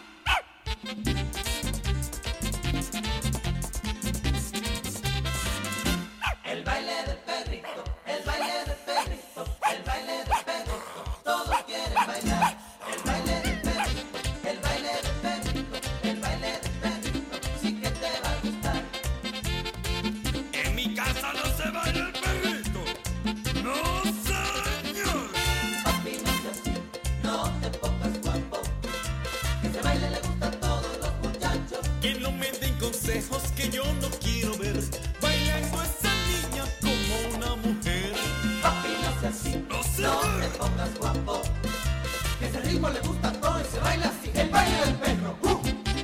El baile del perrito, el baile del perrito, el baile del perrito, todos quieren bailar. El baile del perrito, el baile del perrito, el baile del perrito, sí que te va a gustar. En mi casa no se baila el perrito. No, señor. Papi, no seas así, no te pongas guapo, que ese baile le gusta a todos los muchachos. Que no me den consejos que yo no quiero ver. Bailando esa niña como una mujer. Papi, no seas así, No, no señor. te pongas guapo, que ese ritmo le gusta a todos y se baila así. El baile del perro. ¡Uh!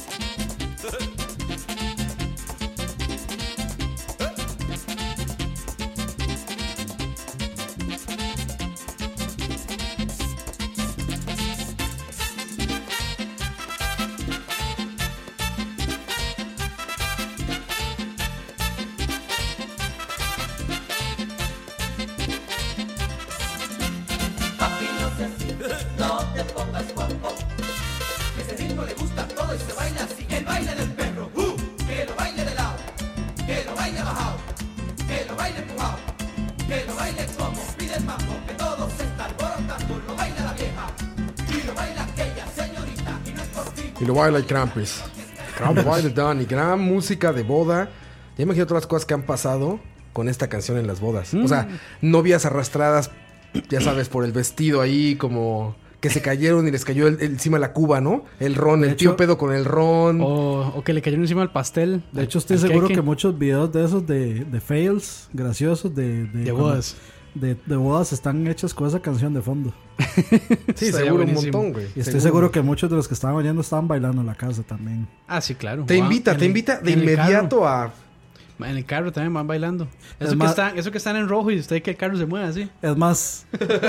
Papi, no seas así, no te pongas guapo, que ese ritmo le gusta a todo y se baila así. El baile del perro, ¡uh! Que lo baile de lado, que lo baile bajado, que lo baile empujado, que lo baile como pide el mambo, que todos se están alborotando. Lo baila la vieja y lo baila aquella señorita y no es por ti. Y lo baila el Krampus. Lo baila el Donny. Gran música de boda. Ya imagino todas las cosas que han pasado con esta canción en las bodas. O sea, novias arrastradas, ya sabes, por el vestido ahí, como que se cayeron y les cayó el- el- encima la cuba, ¿no? El ron, el tío hecho- pedo con el ron. O, o que le cayeron encima el pastel. De hecho, estoy al seguro queque. que muchos videos de esos de, de fails graciosos de, de, De cuando- bodas. de, de bodas están hechos con esa canción de fondo. Sí, Estaría seguro un buenísimo. montón, güey. Y estoy seguro que muchos de los que estaban oyendo estaban bailando en la casa también. Ah, sí, claro. Te Wow. invita, En te el- invita de en el inmediato a... carro. En el carro también van bailando. Eso, que, más- están, eso que están en rojo y usted que el carro se mueve así. Es más,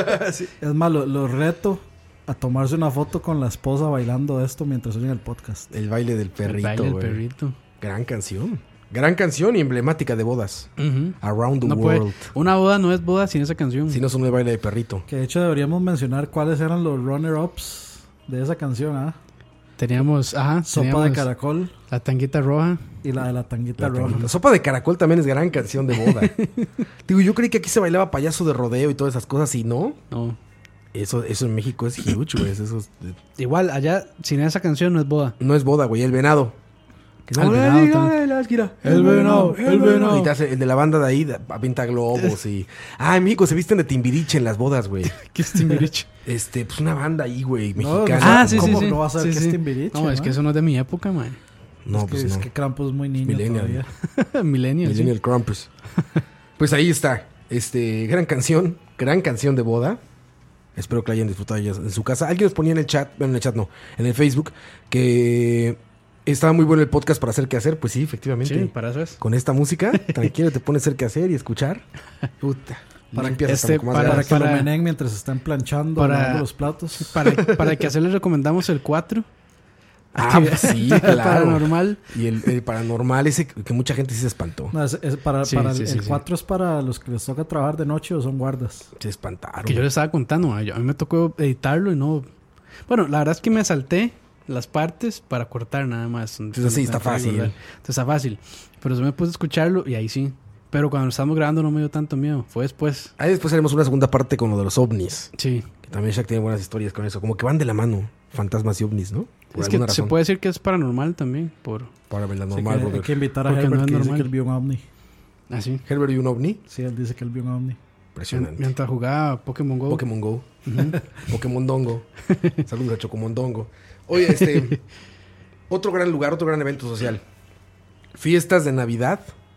es más, lo, lo reto a tomarse una foto con la esposa bailando esto mientras oyen el podcast. El baile del El perrito, baile del güey. perrito. Gran canción. Gran canción y emblemática de bodas. Ujú. Around the No puede- world. una boda no es boda sin esa canción. Si no son el baile de perrito. Que de hecho deberíamos mencionar cuáles eran los runner-ups de esa canción, ¿ah? Teníamos, ajá, Sopa teníamos de caracol la tanguita roja. y la de la tanguita La, roja. tanguita. Sopa de caracol también es gran canción de boda. Digo, yo creí que aquí se bailaba payaso de rodeo y todas esas cosas y no. No. Eso, eso en México es huge, güey. Eso es- Igual, allá, sin esa canción no es boda. no es boda, güey. El venado. Que Ah, el no, venado "Ay, también. ay, la esquina". El venado, el venado. Y te hace- el de la banda de ahí da- avienta globos y... Ah, en México se visten de Timbiriche en las bodas, güey. ¿Qué es Timbiriche? Este, pues una banda ahí, güey, No, mexicana. Ah, sí, sí, ¿Cómo sí. no vas a ver Sí, que sí. es Timbiriche? No, es ¿no? que eso no es de mi época, man. No, es que, pues es no. que Krampus es muy niño Millennial. todavía. Millennial. sí. Millennial Krampus. Pues ahí está. Este, gran canción. Gran canción de boda. Espero que la hayan disfrutado ellas en su casa. Alguien nos ponía en el chat, bueno, en el chat no, en el Facebook, que estaba muy bueno el podcast para hacer qué hacer. Pues sí, efectivamente. Sí, para eso es. Con esta música, tranquilo, te pones a hacer qué hacer y escuchar. Puta. Para Limpias que- hasta este, con más para- Para ganas. que para- lo meneen mientras están planchando, para- lavando los platos. Para, para que hacer les recomendamos el cuatro. Ah, pues sí, claro. Paranormal. Y el, el paranormal ese que mucha gente sí se espantó. No, es, es para, Sí, para sí, el, sí, el sí. cuatro es para los que les toca trabajar de noche o son guardas. Se espantaron. Que yo les estaba contando, man. Yo- a mí me tocó editarlo y no... Bueno, la verdad es que me salté las partes para cortar nada más. Entonces sí, está fácil. Entonces está fácil. Pero yo me puse a escucharlo y ahí sí. Pero cuando lo estábamos grabando no me dio tanto miedo. Fue después. Ahí después haremos una segunda parte con lo de los ovnis. Sí. Que también Shaq tiene buenas historias con eso. Como que van de la mano. Fantasmas y ovnis, ¿no? Por Es que alguna se razón. puede decir que es paranormal también. Por... Para ver la Así normal, que porque hay que invitar a porque Herbert no es que dice normal. que él vio un ovni. Así. Herbert y un ovni. Sí, él dice que él vio un ovni. Impresionante. Mientras jugaba Pokémon Go. Pokémon Go. Pokémon Dongo. Saludos a Chocomondongo. Oye, este... otro gran lugar, otro gran evento social. Fiestas de Navidad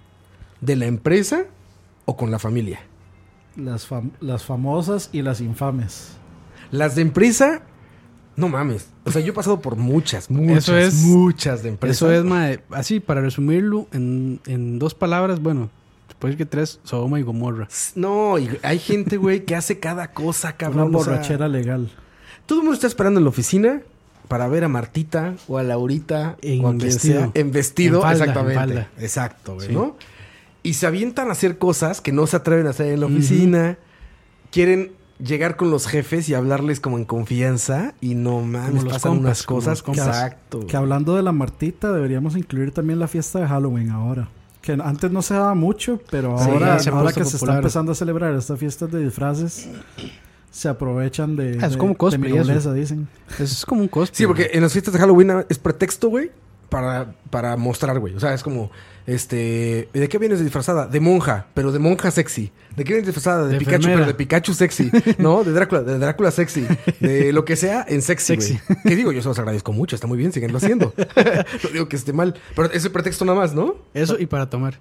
de la empresa o con la familia. Las, fam- las famosas y las infames. Las de empresa, No mames. O sea, yo he pasado por muchas, muchas, Eso es- muchas de empresas. Eso es, mae, así, para resumirlo en, en dos palabras, bueno, se puede decir que tres, Sodoma y Gomorra. No, y hay gente, güey, que hace cada cosa, Una cabrón. o sea, borrachera legal. todo el mundo está esperando en la oficina para ver a Martita o a Laurita En o a quien vestido. sea. En vestido, En falda, exactamente. en falda. Exacto, güey, Sí. ¿no? Y se avientan a hacer cosas que no se atreven a hacer en la oficina. Quieren llegar con los jefes y hablarles como en confianza. Y no mames, los pasan compas, unas como cosas. los compas. Exacto. Que hablando de la Martita, deberíamos incluir también la fiesta de Halloween ahora. Que antes no se daba mucho, pero Sí, ahora, se ha ahora puesto que se está popular. empezando a celebrar estas fiestas de disfraces, se aprovechan de, Ah, es de- como cosplay, de mi eso. nobleza, dicen. Eso es como un cosplay. Sí, porque en las fiestas de Halloween es pretexto, güey, para, para mostrar, güey. O sea, es como, este, ¿de qué vienes disfrazada? De monja, pero de monja sexy. ¿De qué vienes disfrazada? De, De Pikachu, enfermera. pero de Pikachu sexy. ¿No? De Drácula, de Drácula sexy. De lo que sea en sexy, Sexy. güey. Que digo, yo se los agradezco mucho, está muy bien, síguenlo haciendo. No digo que esté mal, pero ese pretexto nada más, ¿no? Eso y para tomar.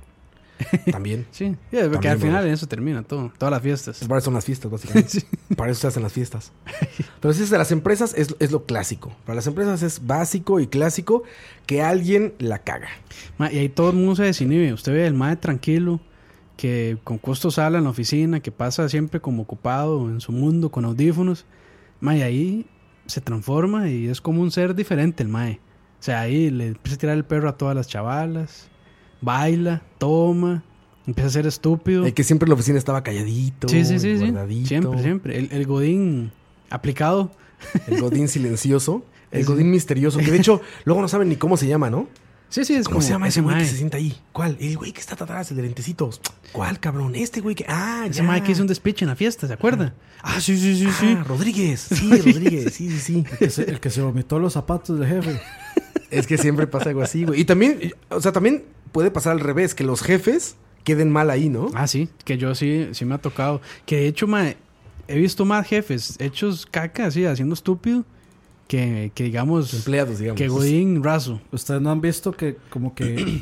También. Sí, sí, porque También, al final bro. en eso termina todo. Todas las fiestas. Para eso son las fiestas, básicamente. Para eso se hacen las fiestas. Entonces, de las empresas es, es lo clásico. Para las empresas es básico y clásico que alguien la caga. Ma, y ahí todo el mundo se desinhibe. Usted ve el mae tranquilo, que con costo sala en la oficina, que pasa siempre como ocupado en su mundo con audífonos. Ma, y ahí se transforma y es como un ser diferente el mae. O sea, ahí le empieza a tirar el perro a todas las chavalas, baila, toma, empieza a ser estúpido. El que siempre en la oficina estaba calladito, Sí, sí, sí, sí. guardadito. Siempre, siempre. El, el godín aplicado. El godín silencioso. El Es- godín misterioso. Que de hecho, luego no saben ni cómo se llama, ¿no? Sí, sí, es ¿Cómo como se llama ese güey que mae. se sienta ahí? ¿Cuál? El güey que está atrás, el de lentecitos. ¿Cuál, cabrón? Este güey que... Ah, Ese ya. mae que hizo un despiche en la fiesta, ¿se acuerda? Ah, sí, sí, sí, sí. Ah, Rodríguez. Sí, Rodríguez. Sí, sí, sí. El que se, el que se vomitó los zapatos del jefe. Es que siempre pasa algo así, güey. Y también, o sea, también puede pasar al revés, que los jefes queden mal ahí, ¿no? Ah, sí, que yo sí, sí me ha tocado. Que de hecho, mae, he visto más jefes hechos caca, así, haciendo estúpido, que, que digamos, Empleados, digamos. que godín raso. Ustedes no han visto que como que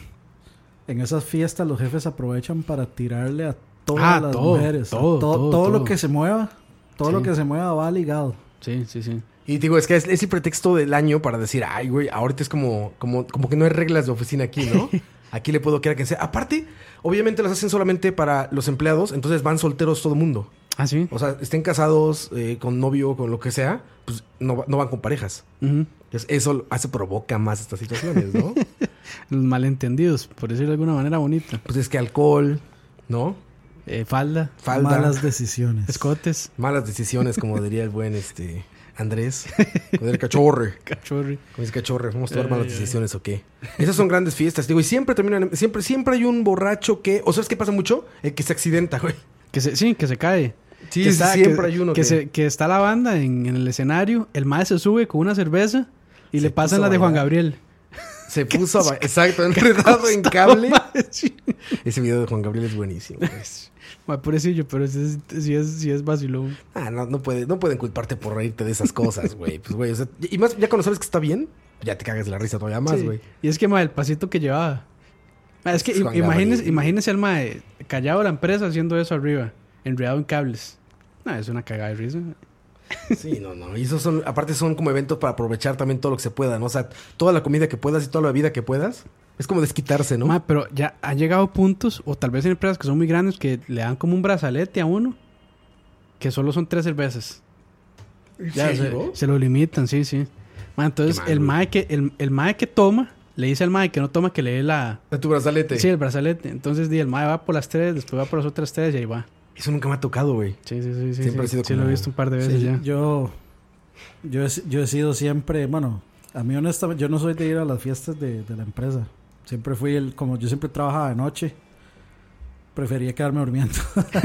en esas fiestas los jefes aprovechan para tirarle a todas Ah, las todo, mujeres. a todo, to- todo, todo lo todo. que se mueva, todo Sí. lo que se mueva va ligado. Sí, sí, sí. Y digo, es que es, es el pretexto del año para decir, ay, güey, ahorita es como, como, como que no hay reglas de oficina aquí, ¿no? Aquí le puedo quedar a quien sea. Aparte, obviamente las hacen solamente para los empleados, entonces van solteros todo el mundo. Ah, sí. O sea, estén casados, eh, con novio, con lo que sea, pues no, va- no van con parejas. Ujú. Entonces, eso hace, provoca más estas situaciones, ¿no? Los malentendidos, por decirlo de alguna manera bonita. Pues es que alcohol, ¿no? Eh, falda, Falda, Malas malas, decisiones. escotes, decisiones, como diría el buen este Andrés. Con el cachorre. cachorri. Como dice cachorre, ¿vamos a tomar Ay, malas ay. decisiones o qué? Esas son grandes fiestas, digo, y siempre terminan, siempre, siempre hay un borracho que, o sabes qué pasa mucho, el que se accidenta, güey. Que se, sí, que se cae. Sí, Que está- siempre que- hay uno que, que, se, que está la banda en, en el escenario, el mae se sube con una cerveza y Se le pasan puso la a de Juan bailar. Gabriel. se puso a ba- exacto, enredado en cable. Sí. Ese video de Juan Gabriel es buenísimo, güey. Mae, pobrecillo, pero sí es, sí es, sí es vacilón. Ah, no, no, puede, no pueden culparte por reírte de esas cosas, güey. Pues, güey, o sea, y más, ya cuando sabes que está bien, ya te cagas de la risa todavía más, Sí. güey. Y es que, mae, el pasito que llevaba. Mae, es que Es Juan im- imagínese, Gabriel. imagínese al mae callado de la empresa haciendo eso arriba, enredado en cables. No, es una cagada de risa. Sí, no, no. Y esos son, aparte son como eventos para aprovechar también todo lo que se pueda, ¿no? O sea, toda la comida que puedas y toda la vida que puedas. Es como desquitarse, ¿no? Mae, pero ya han llegado puntos, o tal vez en empresas que son muy grandes, que le dan como un brazalete a uno, que solo son tres cervezas. Ya, se, serio? se lo limitan, sí, sí. Mae, entonces, Qué mal, el, güey. mae que, el, el mae que toma, le dice al mae que no toma que le dé la... De tu brazalete. Sí, el brazalete. Entonces, di, el mae va por las tres, después va por las otras tres y ahí va. Eso nunca me ha tocado, güey. Sí, sí, sí. sí Siempre sí. ha sido Sí, lo como- he visto un par de veces Sí, ya. yo, yo, he, yo he sido siempre, bueno, a mí honestamente, yo no soy de ir a las fiestas de, de la empresa. Siempre fui el, como yo siempre trabajaba de noche, prefería quedarme durmiendo.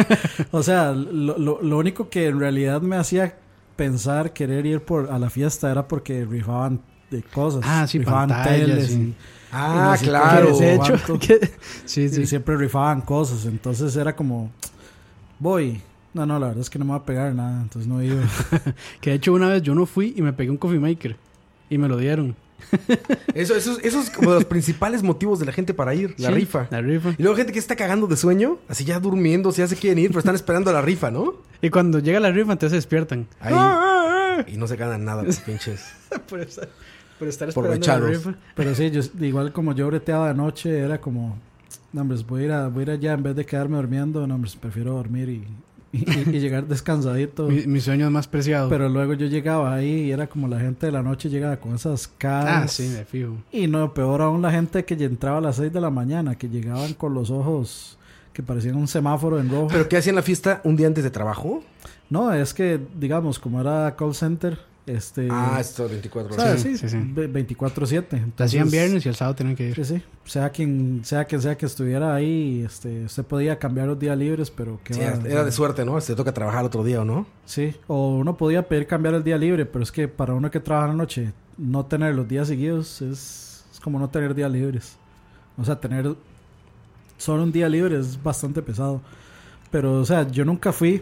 O sea, lo, lo, lo único que en realidad me hacía pensar querer ir por a la fiesta era porque rifaban de cosas. Ah, sí, rifaban pantallas, teles sí. y- Ah, no sé qué, claro. sí, de hecho, ¿cuánto? que- sí, y sí. siempre rifaban cosas. Entonces era como, voy. No, no, la verdad es que no me va a pegar nada, entonces no iba. Que de hecho una vez yo no fui y me pegué un coffee maker. Y me lo dieron. Eso, eso, es- eso es como de los principales motivos de la gente para ir, la Sí, rifa. La rifa. Y luego gente que está cagando de sueño, así ya durmiendo, si ya se quieren ir, pero están esperando la rifa, ¿no? Y cuando llega la rifa, entonces se despiertan. Ahí. Y no se ganan nada los pinches. por, estar, por estar Por esperando la rechados. rifa. Pero sí, yo, igual como yo breteaba de noche, era como, no, hombre, voy a ir, a, voy a ir allá en vez de quedarme durmiendo, no, hombre, prefiero dormir y, y, y- y llegar descansadito. Mi, mi sueño es más preciado. Pero luego yo llegaba ahí y era como la gente de la noche llegaba con esas caras. ah, sí, me fijo. Y no, peor aún la gente que ya entraba a las seis de la mañana, que llegaban con los ojos que parecían un semáforo en rojo. ¿Pero qué hacían la fiesta un día antes de trabajo? No, es que, digamos, como era call center, este... Ah, esto veinticuatro horas. ¿sabes? sí, Sí, sí, sí. ve- veinticuatro siete. Lo Entonces, hacían viernes y el sábado tenían que ir. Sí, sí. Sea quien sea que sea que estuviera ahí, este, usted podía cambiar los días libres, pero que Sí, era de suerte, ¿no? Se toca trabajar otro día, ¿o no? Sí, o uno podía pedir cambiar el día libre, pero es que para uno que trabaja en la noche, no tener los días seguidos es, es como no tener días libres. O sea, tener solo un día libre es bastante pesado. Pero, o sea, yo nunca fui,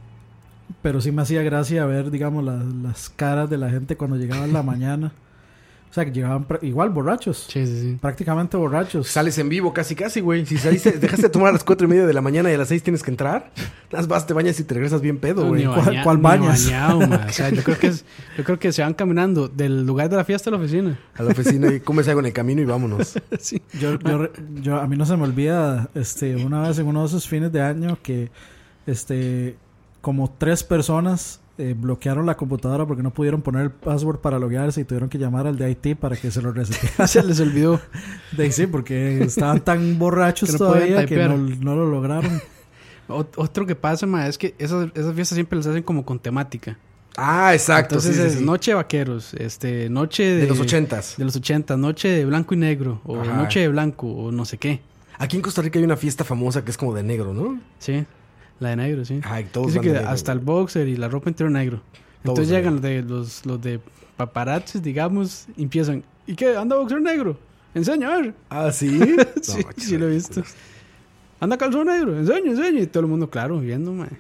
pero sí me hacía gracia ver, digamos, la- las caras de la gente cuando llegaba en la mañana. O sea, que llegaban pra- igual borrachos, Sí, sí, sí. prácticamente borrachos. Sales en vivo casi, casi, güey. Si saliste, dejaste de tomar a las cuatro y media de la mañana y a las seis tienes que entrar, las vas, te bañas y te regresas bien pedo, No, güey. ni ¿Cuál- baña- cuál ni bañas? bañado, ma. O sea, yo creo que es, yo creo que se van caminando del lugar de la fiesta a la oficina. A la oficina y comes algo en el camino y vámonos. Sí. Yo, yo, re- yo, a mí no se me olvida, este, una vez en uno de esos fines de año que, este, como tres personas eh, bloquearon la computadora porque no pudieron poner el password para loguearse y tuvieron que llamar al de I T para que se lo reseteara. Se les olvidó. De ahí sí, porque estaban tan borrachos Que no podían todavía que typear. no, no lo lograron. Ot- Otro que pasa, ma, es que esas, esas fiestas siempre las hacen como con temática. Ah, exacto. Entonces sí, sí, es sí. noche de vaqueros, este, noche de, De los ochentas. de los ochenta, noche de blanco y negro, o Ajá. noche de blanco, o no sé qué. Aquí en Costa Rica hay una fiesta famosa que es como de negro, ¿no? Sí, la de negro, sí. Ay, todos Dice van que de negro, hasta el güey. boxer y la ropa interior negro. Todos Entonces de llegan los de, los, los de paparazzis, digamos, y empiezan. ¿Y qué? ¿Anda boxer negro? Enseña, a ver. Ah, ¿sí? Sí, sí lo he visto. ¿Anda calzón negro? Enseña, enseña. Y todo el mundo, claro, viendo, man.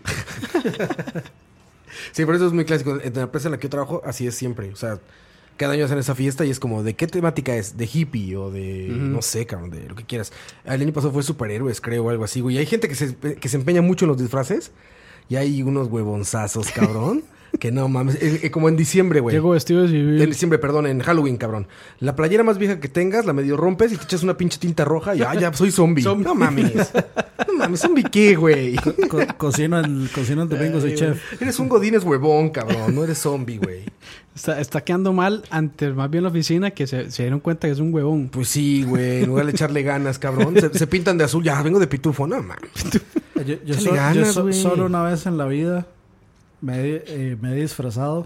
Sí, pero eso es muy clásico. En la empresa en la que yo trabajo, así es siempre. O sea, cada año hacen esa fiesta y es como, ¿de qué temática es? ¿De hippie o de, Ujú. no sé, cabrón, de lo que quieras? El año pasado fue superhéroes, creo, o algo así, güey. Y hay gente que se, que se empeña mucho en los disfraces y hay unos huevonzazos, cabrón, que no mames. Eh, eh, como en diciembre, güey. Llego vestido de civil. En diciembre, perdón, en Halloween, cabrón. La playera más vieja que tengas, la medio rompes y te echas una pinche tinta roja y, ah, ya soy zombie. Zombie. No mames. No mames, ¿zombie qué, güey? Co- cocino el, cocino el domingo, soy chef. Eres un godines huevón, cabrón. No eres zombie, güey. Está, está quedando mal ante más bien la oficina que se, se dieron cuenta que es un huevón. Pues sí, güey. En lugar de echarle ganas, cabrón. Se, se pintan de azul. Ya, vengo de pitufo. No, mames. Yo, yo, Échale so- yo ganas, so- güey. solo una vez en la vida me, he- eh, me he disfrazado.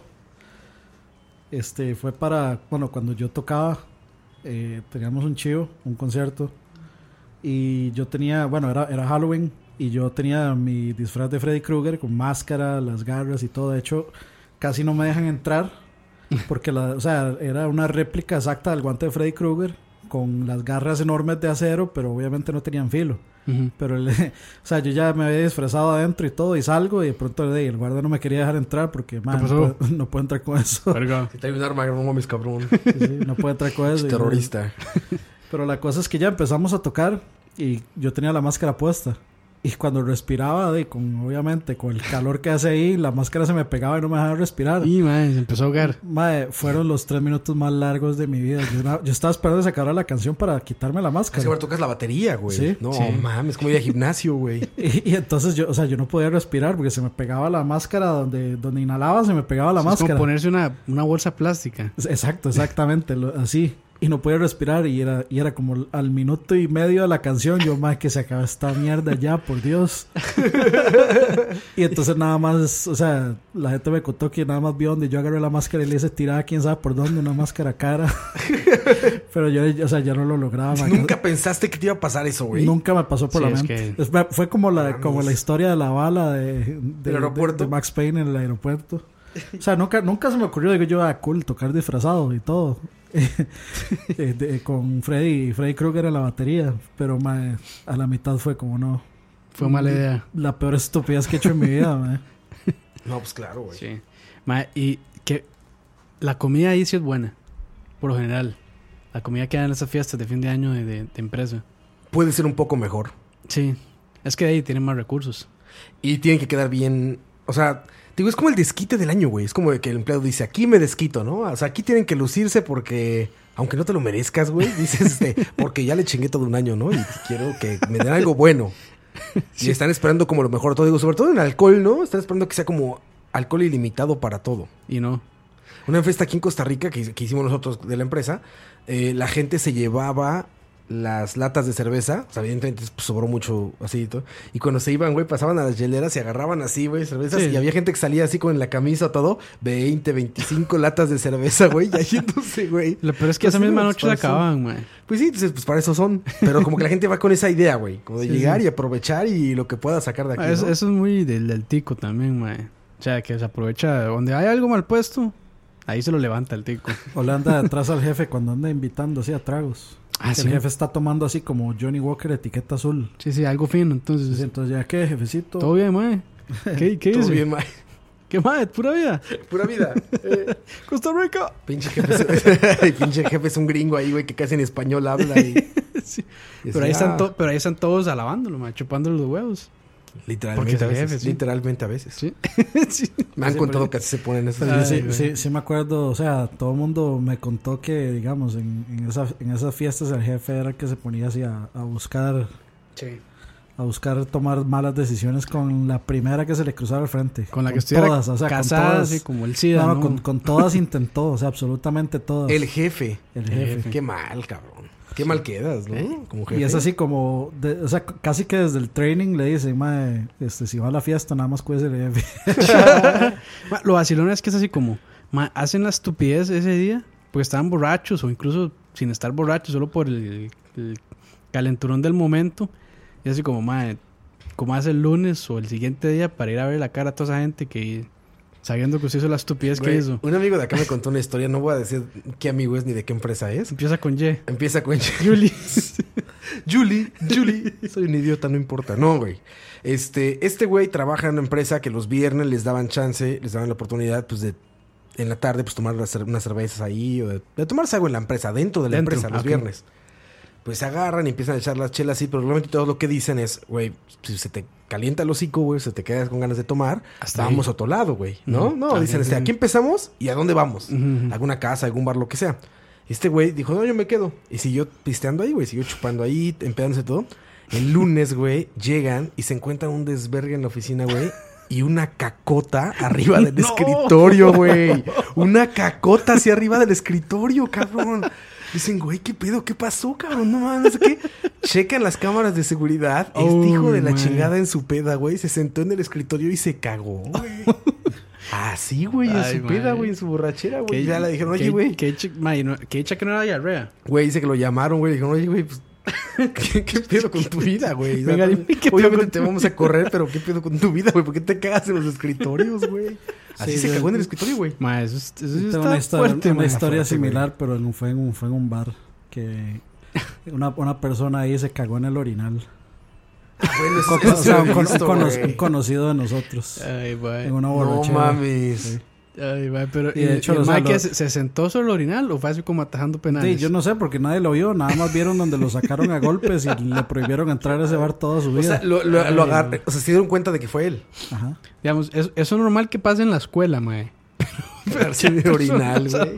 Este fue para, bueno, cuando yo tocaba, eh, teníamos un chivo, un concierto, y yo tenía, bueno, era, era Halloween, y yo tenía mi disfraz de Freddy Krueger con máscara, las garras y todo. De hecho, casi no me dejan entrar, porque la, o sea, era una réplica exacta del guante de Freddy Krueger, con las garras enormes de acero, pero obviamente no tenían filo. Ujú. Pero, el- o sea, yo ya me había disfrazado adentro y todo, y salgo, y de pronto de ahí, el guardia no me quería dejar entrar porque, man, no, pasó? puedo, no puedo entrar con eso. Verga. Si trae un arma, no mames, cabrón. Sí, sí, no puedo entrar con eso. y- Terrorista. Pero la cosa es que ya empezamos a tocar y yo tenía la máscara puesta. Y cuando respiraba, de, con, obviamente, con el calor que hace ahí, la máscara se me pegaba y no me dejaba respirar. Y, man, se empezó a ahogar. Mae, fueron los tres minutos más largos de mi vida. Yo, na- yo estaba esperando que se acabara la canción para quitarme la Es máscara. que ahora tocas la batería, güey. Sí. No Sí. mames, como ir a gimnasio, güey. Y, y entonces yo, o sea, yo no podía respirar porque se me pegaba la máscara donde, donde inhalaba, se me pegaba la Es como máscara. ponerse una, una bolsa plástica. Exacto, exactamente, lo- así. Y no podía respirar y era, y era como al minuto y medio de la canción, yo, más que se acaba esta mierda ya, por Dios. Y entonces nada más, o sea, la gente me contó que nada más vio donde yo agarré la máscara y le hice tirar quién sabe por dónde, una máscara cara. Pero yo, o sea, ya no lo lograba. ma. Nunca pensaste que te iba a pasar eso, güey. Nunca me pasó por Sí, la es mente. que- Es- Fue como la, Mames. como la historia de la bala de, de- Del aeropuerto. de- de Max Payne en el aeropuerto. O sea, nunca, nunca se me ocurrió, digo yo, ah, cool, tocar disfrazado y todo. Eh, de- con Freddy, Freddy Krueger en la batería. Pero ma, a la mitad fue como no. Fue mala idea. La peor estupidez que he hecho en mi vida, ma. No, pues claro, güey. Sí. Ma, y que la comida ahí sí es buena. Por lo general. La comida que dan en esas fiestas de fin de año de, de- de empresa. Puede ser un poco mejor. Sí. Es que ahí tienen más recursos. Y tienen que quedar bien. O sea, Digo, es como el desquite del año, güey. Es como que el empleado dice, aquí me desquito, ¿no? O sea, aquí tienen que lucirse porque, aunque no te lo merezcas, güey, dices, este, porque ya le chingué todo un año, ¿no? Y quiero que me den algo bueno. Sí. Y están esperando como lo mejor de todo. Digo, sobre todo en alcohol, ¿no? Están esperando que sea como alcohol ilimitado para todo. Y no. Una fiesta aquí en Costa Rica que, que hicimos nosotros de la empresa, eh, la gente se llevaba las latas de cerveza, o sea, evidentemente pues, sobró mucho así y todo, y cuando se iban, güey, pasaban a las hieleras y agarraban así, güey, cervezas, sí. Y había gente que salía así con la camisa o todo, veinte, veinticinco latas de cerveza, güey, ya yéndose, güey. Lo peor es que esa misma noche se acababan, güey. Pues sí, entonces, pues para eso son, pero como que la gente va con esa idea, güey, como de sí, llegar sí. y aprovechar y lo que pueda sacar de aquí, eso, ¿no? Eso es muy del, del tico también, güey. O sea, que se aprovecha donde hay algo mal puesto, ahí se lo levanta el tico. O le anda detrás al jefe cuando anda invitando así a tragos. Ah, el ¿sí? jefe está tomando así como Johnny Walker etiqueta azul. Sí, sí, algo fino, entonces. Sí, entonces ya, ¿qué, jefecito? Todo bien, mae. ¿Qué, qué dice? Todo bien, mae. ¿Qué, mae? Pura vida. Pura vida. Eh, Costa Rica. Pinche jefe, es, pinche jefe es un gringo ahí, güey, que casi en español habla. Y, sí. y pero, ahí están to, pero ahí están todos alabándolo, mae, chupándole los huevos. Literalmente a veces, jefe, sí. Literalmente a veces. Sí. sí. Me han sí, contado que así se ponen esas cosas. Sí, sí, sí me acuerdo, o sea, todo el mundo me contó que, digamos, en, en, esa, en esas fiestas el jefe era el que se ponía así a, a buscar, sí. a buscar tomar malas decisiones con la primera que se le cruzara al frente. Con la con que estuviera todas, o sea, casada, con todas, así como el SIDA, no, ¿no? Con, con todas intentó, o sea, absolutamente todas. El jefe. El jefe. El jefe. Qué mal, cabrón. Qué mal quedas, ¿no? ¿Eh? Como jefe. Y es así como, de, o sea, casi que desde el training le dicen, mae, este, si va a la fiesta, nada más cuídese el jefe. Lo vacilón es que es así como, ma, hacen la estupidez ese día, porque estaban borrachos o incluso sin estar borrachos, solo por el, el calenturón del momento. Y así como, mae, como hace el lunes o el siguiente día para ir a ver la cara a toda esa gente que... Sabiendo que usted hizo la estupidez Güey, que hizo. Un amigo de acá me contó una historia. No voy a decir qué amigo es ni de qué empresa es. Empieza con Y. Empieza con Y. Julie. Julie, Julie. Soy un idiota, no importa. No, güey. Este, este güey trabaja en una empresa que los viernes les daban chance, les daban la oportunidad, pues, de en la tarde, pues, tomar unas cervezas ahí, o de, de tomarse algo en la empresa, dentro de la dentro, empresa, los okay. viernes. Pues se agarran y empiezan a echar las chelas así, pero realmente todo lo que dicen es, güey, si se te calienta el hocico, güey, se te quedas con ganas de tomar, hasta vamos a otro lado, güey, ¿no? Uh-huh. No, ah, dicen, este, aquí empezamos y ¿a dónde vamos? Uh-huh. ¿Alguna casa, algún bar, lo que sea? Este güey dijo, no, yo me quedo. Y siguió pisteando ahí, güey, siguió chupando ahí, empedándose todo. El lunes, güey, llegan y se encuentran un desvergue en la oficina, güey. Y una cacota arriba del no. escritorio, güey. Una cacota hacia arriba del escritorio, cabrón. Dicen, güey, ¿qué pedo? ¿Qué pasó, cabrón? No mames, ¿qué? Checan las cámaras de seguridad. Oh, este hijo de la man. chingada en su peda, güey, se sentó en el escritorio y se cagó, güey. Ah, sí, güey, en Ay, su man. peda, güey, en su borrachera, güey. Ya le dijeron, oye, güey. ¿Qué hecha que no era diarrea? Güey, dice que lo llamaron, güey. Dijeron, oye, güey, pues... ¿Qué, ¿Qué pedo con tu vida, güey? Venga, dime, ¿qué obviamente te vamos a correr, pero ¿qué pedo con tu vida, güey? ¿Por qué te cagas en los escritorios, güey? Así sí, se cagó en el escritorio, güey. Ma, eso, eso, eso está una historia, fuerte, una ma. historia fuerte, similar, güey. Pero no fue en un, fue en un bar que una, una persona ahí se cagó en el orinal. Ah, bueno, eso, con, eso o sea, un, visto, cono, un conocido de nosotros. Ay, güey. En una borrachera. No mames. Sí. Ay, güey, pero y de hecho, ¿el o sea, Mike lo... se, se sentó sobre el orinal o fue así como atajando penales? Sí, yo no sé porque nadie lo vio, nada más vieron donde lo sacaron a golpes y le prohibieron entrar a ese bar toda su vida. O sea, lo, lo, lo agarré, o sea, se dieron cuenta de que fue él. Ajá. Digamos, es, eso es normal que pase en la escuela, mae. Pegarse en el orinal, güey.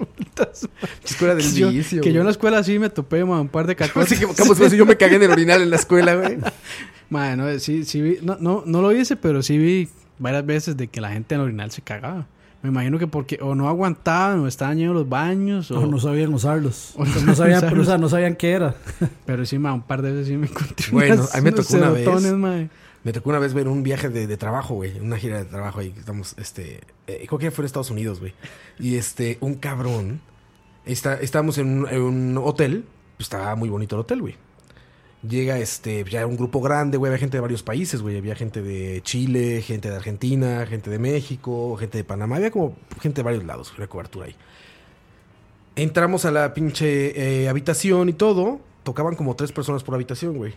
Escuela del yo, vicio. Que yo en la escuela sí me topé, mae, un par de cacotas. Así que como si yo me cagué en el orinal en la escuela, güey. Mae, no, sí, sí vi, no, no, no lo hice, pero sí vi varias veces de que la gente en el orinal se cagaba. Me imagino que porque o no aguantaban o estaban llenos los baños o, o no sabían usarlos. O no sabían, pero, o sea, no sabían qué era. Pero sí, ma, un par de veces sí me encontré. Bueno, a mí me tocó una vez. Ma. Me tocó una vez ver un viaje de, de trabajo, güey. Una gira de trabajo ahí. Estamos, este... Eh, creo que fue en Estados Unidos, güey. Y este, un cabrón... Está, estábamos en un, en un hotel. Pues estaba muy bonito el hotel, güey. Llega este, ya un grupo grande, güey, había gente de varios países, güey, había gente de Chile, gente de Argentina, gente de México, gente de Panamá, había como gente de varios lados, una cobertura ahí. Entramos a la pinche eh, habitación y todo, tocaban como tres personas por habitación, güey.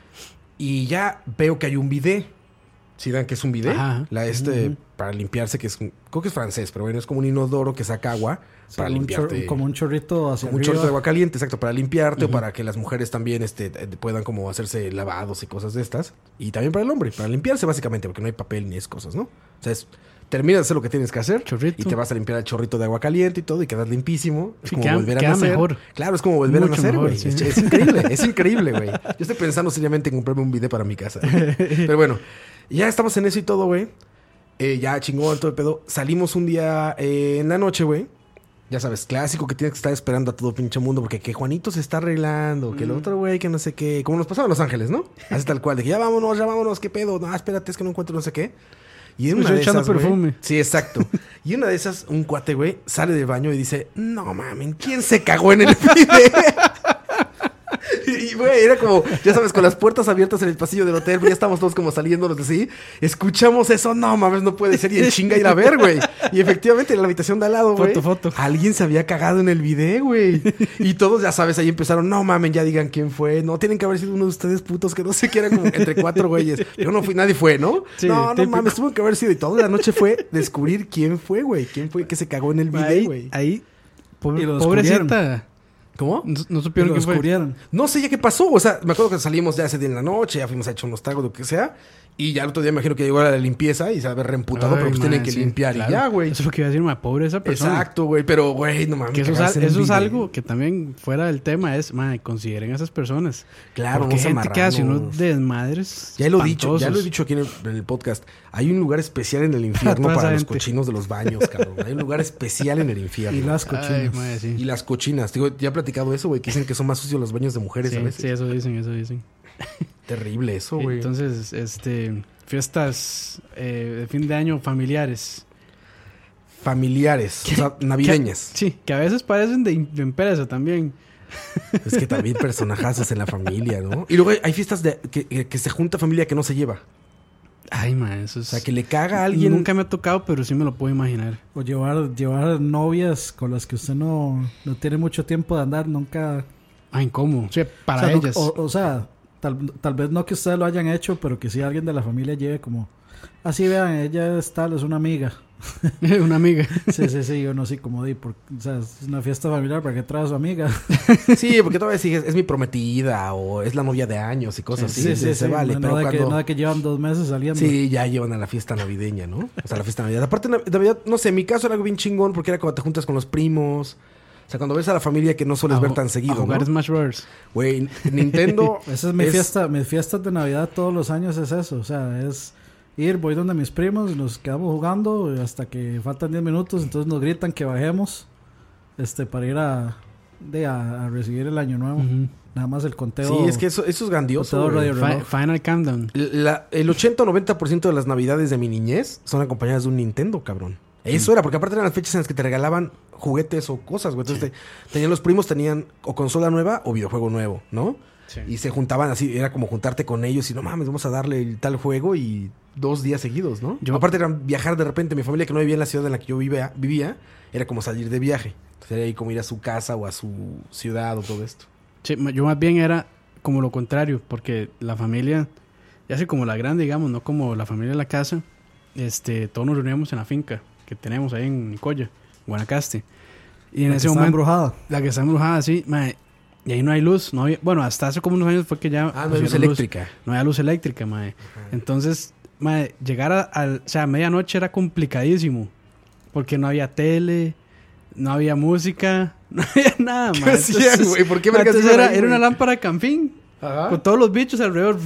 Y ya veo que hay un bidet. ¿Sí dan que es un bidet? Ajá. La este, Uh-huh. para limpiarse, que es, creo que es francés, pero bueno, es como un inodoro que saca agua. Sí, para un limpiarte. chor- como un chorrito hacia Como un arriba. chorrito de agua caliente, exacto, para limpiarte Uh-huh. o para que las mujeres también este, puedan como hacerse lavados y cosas de estas. Y también para el hombre, para limpiarse básicamente, porque no hay papel ni es cosas, ¿no? O sea, es terminas de hacer lo que tienes que hacer Chorrito. y te vas a limpiar el chorrito de agua caliente y todo y quedas limpísimo. Es Sí, como queda- volver a queda nacer. mejor. Claro, es como volver Mucho a nacer, mejor, güey. sí. Es, es increíble, es increíble, güey. Yo estoy pensando seriamente en comprarme un bidet para mi casa. Pero bueno, ya estamos en eso y todo, güey. Eh, ya chingón, todo el pedo. Salimos un día eh, en la noche, güey. Ya sabes, clásico que tienes que estar esperando a todo pinche mundo porque que Juanito se está arreglando, que el otro güey que no sé qué, como nos pasaba en Los Ángeles, ¿no? Así tal cual, de que ya vámonos, ya vámonos, qué pedo, no, espérate, es que no encuentro no sé qué. Y en Me una estoy de echando esas, güey- perfume. Sí, exacto. Y una de esas, un cuate, güey, sale del baño y dice, no mamen, ¿quién se cagó en el pide? Y, güey, era como, ya sabes, con las puertas abiertas en el pasillo del hotel, ya estamos todos como saliéndonos así. Escuchamos eso, no mames, no puede ser. Y en chinga ir a ver, güey. Y efectivamente, en la habitación de al lado, güey. Foto, foto. Alguien se había cagado en el video, güey. Y todos, ya sabes, ahí empezaron, no mamen, ya digan quién fue. No, tienen que haber sido uno de ustedes putos que no sé qué, era como entre cuatro güeyes. Yo no fui, nadie fue, ¿no? Sí, no, no típico. mames, tuvo que haber sido. Y toda la noche fue descubrir quién fue, güey. Quién fue que se cagó en el video, Ahí, güey. ahí pobre- Y lo pobrecita. ¿Cómo? No, no Y supieron lo quién fue. descubrieron. No sé ya qué pasó. O sea, me acuerdo que salimos ya ese día en la noche, ya fuimos a echar unos tragos, lo que sea. Y ya el otro día me imagino que llegó a la limpieza y se había reemputado, Ay, pero pues mae, tienen que sí, limpiar claro. y ya, güey. Eso es lo que iba a decir, ma, pobre esa persona. Exacto, güey. Pero, güey, no mames. Que eso es, cagarse al- en eso un es video. algo que también fuera del tema es, ma, consideren a esas personas. Claro, Porque no se hay gente que hace marranos. unos desmadres. Ya lo he dicho, ya lo he espantosos. dicho aquí en el, en el podcast. Hay un lugar especial en el infierno Toda para esa los gente. cochinos de los baños, cabrón. Hay un lugar especial en el infierno. Y las Ay, cochinas. ma, sí. Y las cochinas. Digo, ya he platicado eso, güey, que dicen que son más sucios los baños de mujeres Sí, a veces. sí, eso dicen, eso dicen. Terrible eso, güey. Entonces, este, fiestas eh, de fin de año familiares. Familiares, o sea, navideñas. Que- sí, que a veces parecen de, de empresa también. Es que también personajazos en la familia, ¿no? Y luego hay, hay fiestas de, que, que- que se junta familia que no se lleva. Ay, ma, eso es... O sea, que le caga a alguien. Nunca me ha tocado, pero sí me lo puedo imaginar. O llevar, llevar novias con las que usted no, no tiene mucho tiempo de andar, nunca... Ay, ¿cómo? Sí, para o sea, no- ellas. o, o sea, tal, tal vez no que ustedes lo hayan hecho, pero que sí alguien de la familia lleve como... Así vean, ella es tal, es una amiga. Una amiga. Sí, sí, sí, yo no sé cómo di, por, o sea, es una fiesta familiar, ¿para qué trae a su amiga? Sí, porque todavía sí es, es mi prometida o es la novia de años y cosas Sí, así. sí, se, sí, se sí, vale. no, pero de que, cuando... no de que llevan dos meses saliendo. Sí, ya llevan a la fiesta navideña, ¿no? O sea, la fiesta navideña. Aparte, Nav- Navidad, no sé, en mi caso era algo bien chingón porque era cuando te juntas con los primos. O sea, cuando ves a la familia que no sueles A ver ju- tan a seguido, jugar ¿no? Smash Bros. Güey, Nintendo... Esa es mi fiesta, mis fiestas de Navidad todos los años es eso, o sea, es ir, voy donde mis primos y nos quedamos jugando hasta que faltan diez minutos, entonces nos gritan que bajemos este para ir a, de, a, a recibir el año nuevo. Ujú. Nada más el conteo. Sí, es que eso, eso es grandioso. Todo güey. radio Fi- reloj. Final Countdown. La- el ochenta o noventa por ciento de las navidades de mi niñez son acompañadas de un Nintendo, cabrón. Eso era, porque aparte eran las fechas en las que te regalaban juguetes o cosas, güey. Entonces, te- tenían los primos, tenían o consola nueva o videojuego nuevo, ¿no? Sí. Y se juntaban así, era como juntarte con ellos y no mames, vamos a darle el tal juego y dos días seguidos, ¿no? Yo- Aparte era viajar de repente, mi familia que no vivía en la ciudad en la que yo vivía, vivía era como salir de viaje. Entonces era ahí como ir a su casa o a su ciudad o todo esto. Sí, ma- yo más bien era como lo contrario, porque la familia, ya sé como la grande, digamos, no como la familia de la casa, este, todos nos reuníamos en la finca que tenemos ahí en Nicoya, Guanacaste. Y en La que ese está momento, embrujada. la que está embrujada, sí, mae, y ahí no hay luz, no había, bueno, hasta hace como unos años fue que ya Ah, no hay luz pusieron eléctrica. no había luz eléctrica, mae. Entonces, mae, llegar a, al- o sea, a medianoche era complicadísimo, porque no había tele, no había música, no había nada, ¿Qué mae. hacían, Entonces- güey? ¿Por qué mae, vergas entonces iban era, ahí, era una güey? lámpara de campín, Ajá. con todos los bichos alrededor.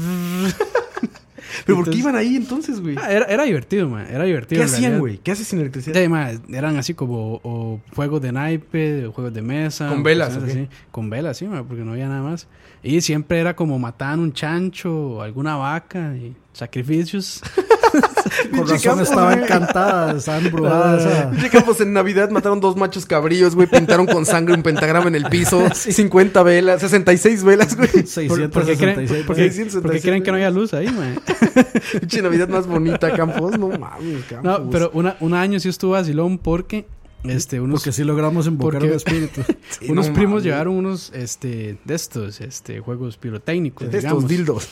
¿Pero por qué Entonces- iban ahí entonces, güey? Ah, era, era divertido, mae, era divertido. ¿Qué en hacían, realidad. güey? ¿Qué haces sin electricidad? Sí, mae, eran así como o juegos de naipe, o juegos de mesa. ¿Con o velas, cosas o qué? así. Con velas, sí, mae, porque no había nada más. Y siempre era como mataban un chancho o alguna vaca y sacrificios. Con Pinche razón Campos, estaba güey. encantada, estaba embrujada esa. Pinche Campos en Navidad mataron dos machos cabríos, güey. Pintaron con sangre un pentagrama en el piso. cincuenta velas, sesenta y seis velas, güey. ¿Por, por qué creen, seiscientos sesenta y seis. por qué- seiscientos por qué sesenta y seis, creen que no güey. había luz ahí, mae? Pinche Navidad más bonita, Campos. No mames, Campos. No, pero una, un año sí estuvo vacilón porque este, unos, Porque sí logramos invocar porque- un espíritu. Sí, unos no primos mames. llevaron unos este, de estos este, juegos pirotécnicos. De estos digamos. dildos.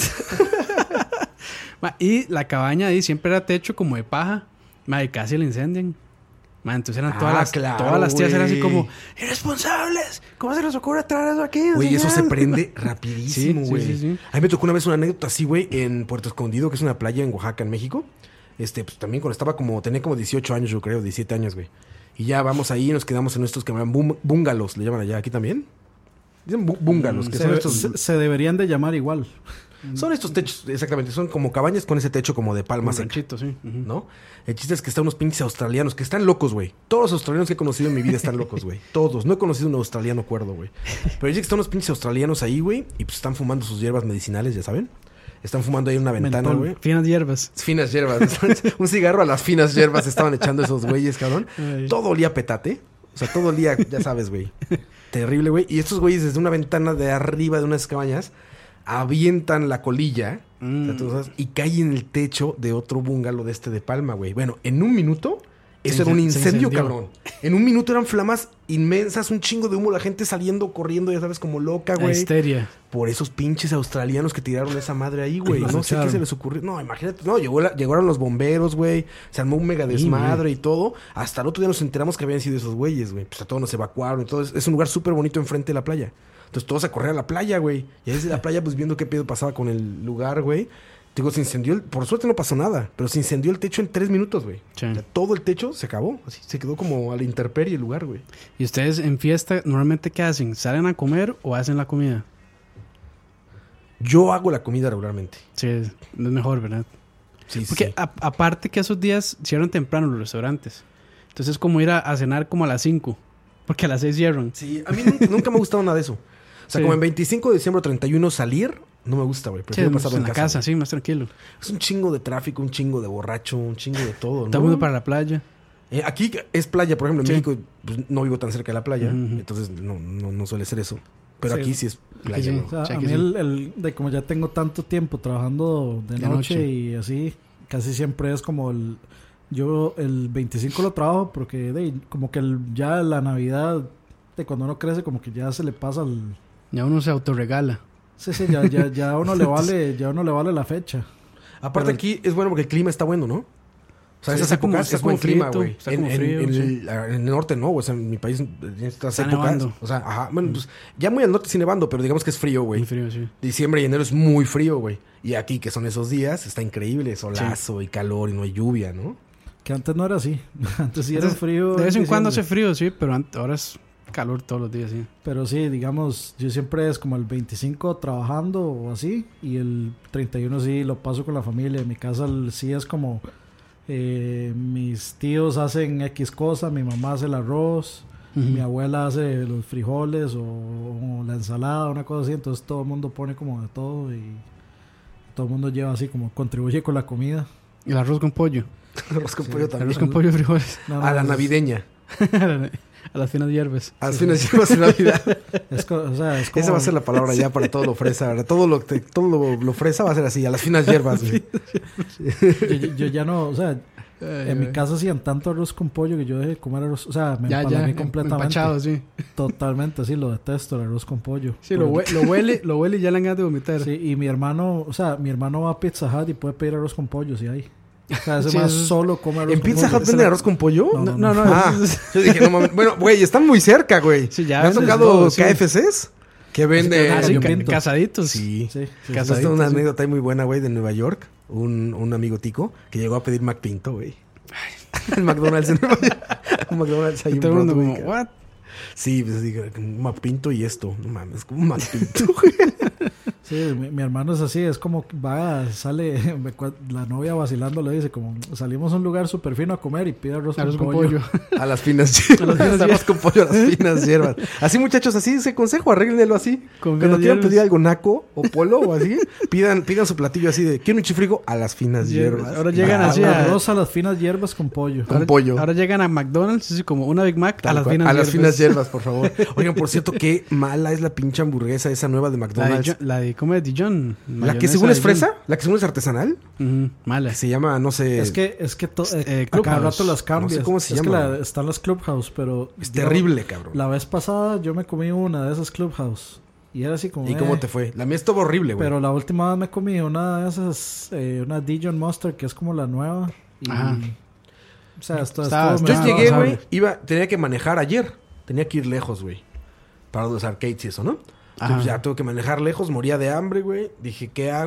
Ma, y la cabaña ahí siempre era techo como de paja. Ma, y casi la incendian. Ma, entonces eran todas, Ah, las, claro, todas las tías eran así güey. como irresponsables. ¿Cómo se les ocurre traer eso aquí? Güey, eso se enseñar?" prende rapidísimo, Sí, sí, güey. sí, sí. A mí me tocó una vez una anécdota así, güey, en Puerto Escondido, que es una playa en Oaxaca, en México. Este, pues también cuando estaba como, tenía como dieciocho años, yo creo, diecisiete años, güey. Y ya vamos ahí y nos quedamos en estos que llaman bung- bungalows, le llaman allá, aquí también. Dicen bu- bungalows, que Se, son estos... se- se deberían de llamar igual. Son estos techos, exactamente, son como cabañas con ese techo como de palma Un seca, ranchito, sí. Ujú. ¿no? El chiste es que están unos pinches australianos que están locos, güey. Todos los australianos que he conocido en mi vida están locos, güey. Todos. No he conocido un australiano cuerdo, güey. Pero dice que están unos pinches australianos ahí, güey, y pues están fumando sus hierbas medicinales, ya saben. Están fumando ahí en una ventana, Mentol. güey. Finas hierbas. Finas hierbas. Un cigarro a las finas hierbas estaban echando esos güeyes, cabrón. Ay. Todo olía a petate. O sea, todo olía, ya sabes, güey. Terrible, güey. Y estos güeyes desde una ventana de arriba de unas cabañas avientan la colilla Mm. o sea, tú sabes, y cae en el techo de otro bungalow de este de Palma, güey. Bueno, en un minuto, eso Se era un incen- se incendio, incendió. cabrón. En un minuto eran flamas inmensas, un chingo de humo, la gente saliendo, corriendo, ya sabes, como loca, La güey. histeria. Por esos pinches australianos que tiraron esa madre ahí, güey. Los No sé qué echaron. se les ocurrió. No, imagínate. No, llegó la- llegaron los bomberos, güey. Se armó un mega desmadre y todo. Hasta el otro día nos enteramos que habían sido esos güeyes, güey. Pues a todos nos evacuaron y todo. Es, es un lugar súper bonito enfrente de la playa. Entonces todos a correr a la playa, güey. Y desde la playa, pues viendo qué pedo pasaba con el lugar, güey. Digo, se incendió. El, por suerte no pasó nada. Pero se incendió el techo en tres minutos, güey. Sí. O sea, todo el techo se acabó. Así, se quedó como a la intemperie el lugar, güey. ¿Y ustedes en fiesta normalmente qué hacen? ¿Salen a comer o hacen la comida? Yo hago la comida regularmente. Sí, es es mejor, ¿verdad? Sí, sí, Porque sí. a- aparte que esos días cierran temprano los restaurantes. Entonces es como ir a, a cenar como a las cinco. Porque a las seis cierran. Sí, a mí nunca, nunca me ha gustado nada de eso. O sea, Sí. como en veinticinco de diciembre o treinta y uno salir, no me gusta, güey. Sí, Prefiero pues, pasarlo en la casa, sí, más tranquilo. güey. Es un chingo de tráfico, un chingo de borracho, un chingo de todo, ¿no? Todo el mundo para la playa. Eh, aquí es playa, por ejemplo, en Sí. México pues, no vivo tan cerca de la playa, Ujú, ujú. entonces no, no, no suele ser eso. Pero Sí. aquí sí es playa, sí. ¿no? O sea, Sí, a que mí sí. el, el- de como ya tengo tanto tiempo trabajando de, De noche, noche. y así, casi siempre es como el... Yo el veinticinco lo trabajo porque de, como que el- ya la Navidad, de cuando uno crece, como que ya se le pasa el... Ya uno se autorregala. Sí, sí, ya, ya, ya a uno le vale, ya a uno le vale la fecha. Aparte Pero- aquí es bueno porque el clima está bueno, ¿no? O sea, Sí, esas está como- épocas está es buen como clima, frito, güey. está En, como en- frío, en sí. el, en el norte no, o sea, en mi país, en estas Está épocas. nevando. O sea, ajá, bueno, pues ya muy al norte sí nevando, pero digamos que es frío, güey. Muy frío, sí. Diciembre y enero es muy frío, güey. Y aquí, que son esos días, está increíble, solazo y calor y no hay lluvia, ¿no? Que antes no era así. Antes sí era Entonces, frío. De vez en cuando hace diciembre. frío, sí, pero ant- ahora es calor todos los días, sí. Pero sí, digamos, yo siempre es como el veinticinco trabajando o así, y el treinta y uno sí lo paso con la familia. En mi casa el- sí es como eh, mis tíos hacen X cosa, mi mamá hace el arroz, Ujú. mi abuela hace los frijoles o, o la ensalada, una cosa así. Entonces todo el mundo pone como de todo y todo el mundo lleva así como contribuye con la comida. El arroz con pollo. Arroz con pollo El también. arroz con pollo y frijoles. No, no, A la es- navideña. A las finas hierbas. A las finas hierbas de Navidad. Es, co- o sea, es como, Esa va a ser la palabra ya para todo lo fresa. ¿verdad? Todo lo que todo lo, lo fresa va a ser así, a las finas hierbas, güey. yo, yo- yo ya no, o sea, en mi casa hacían tanto arroz con pollo que yo dejé de comer arroz, o sea, me Ya, empalagué ya, completamente. empachado, sí. Totalmente, sí, lo detesto, el arroz con pollo. Sí, lo, Por- hue- lo huele, lo huele y ya le han ganas de vomitar. Sí, y mi hermano, o sea, mi hermano va a Pizza Hut y puede pedir arroz con pollo si hay. O sea, ese Sí, más eso es- solo come arroz ¿En con Pizza pollo. Hut venden arroz con pollo? No, No, no, no. Ah, es- yo dije, no mames. Bueno, güey, están muy cerca, güey. Sí, ya ¿Me han venden tocado todo, sí. K F Cs? Que vende... Ah, sí, Gallo ca- pinto. casaditos. Sí. Sí, sí, Esta Casaditos, es una sí. anécdota ahí muy buena, güey, de Nueva York. Un, un amigo tico que llegó a pedir McPinto, güey. El McDonald's en Nueva York. Un McDonald's ahí en Todo el mundo Broadway, como, cara. ¿what? Sí, pues así, un McPinto y esto. No mames, como un McPinto, güey. Sí, mi, mi hermano es así, es como que va, sale, me cua- la novia vacilando le dice como, salimos a un lugar súper fino a comer y pide arroz, Arroz con con pollo. pollo. A las finas hierbas. finas Arroz con pollo a las finas hierbas. Así, muchachos, así ese consejo, arréglenlo así. Con Cuando finas quieran hierbas. pedir algo naco o polo o así, pidan, pidan su platillo así de, quiero un chifrigo a las finas Hierbas. hierbas. Ahora llegan Ah, así Al a- arroz a las finas hierbas con pollo. Con Ahora- pollo. Ahora llegan a McDonald's, así como una Big Mac a Tal las cual. finas a las hierbas. finas hierbas, por favor. Oigan, por cierto, qué mala es la pinche hamburguesa esa nueva de La de, McDonald's. Jo- la de ¿cómo es? Dijon. La que según es fresa, la que según es artesanal, Mala. que se llama, no sé, Es que, es que to- eh, eh, a cada Clubhouse. rato las cambias. No sé cómo se es llama. que la- están las Clubhouse, pero... es digamos, terrible, cabrón. La vez pasada yo me comí una de esas Clubhouse. Y era así como... ¿Y cómo eh, te fue? La mía estuvo horrible, güey. Pero la última vez me comí una de esas... Eh, una Dijon Mustard, que es como la nueva. Y, Ajá. o sea, esto, Estaba- estuvo Yo Ah, llegué, sabe. güey, iba, tenía que manejar ayer. Tenía que ir lejos, güey. Para los arcades y eso, ¿no? Ajá. Entonces ya tuve que manejar lejos, moría de hambre, güey. Dije, ¿qué hago?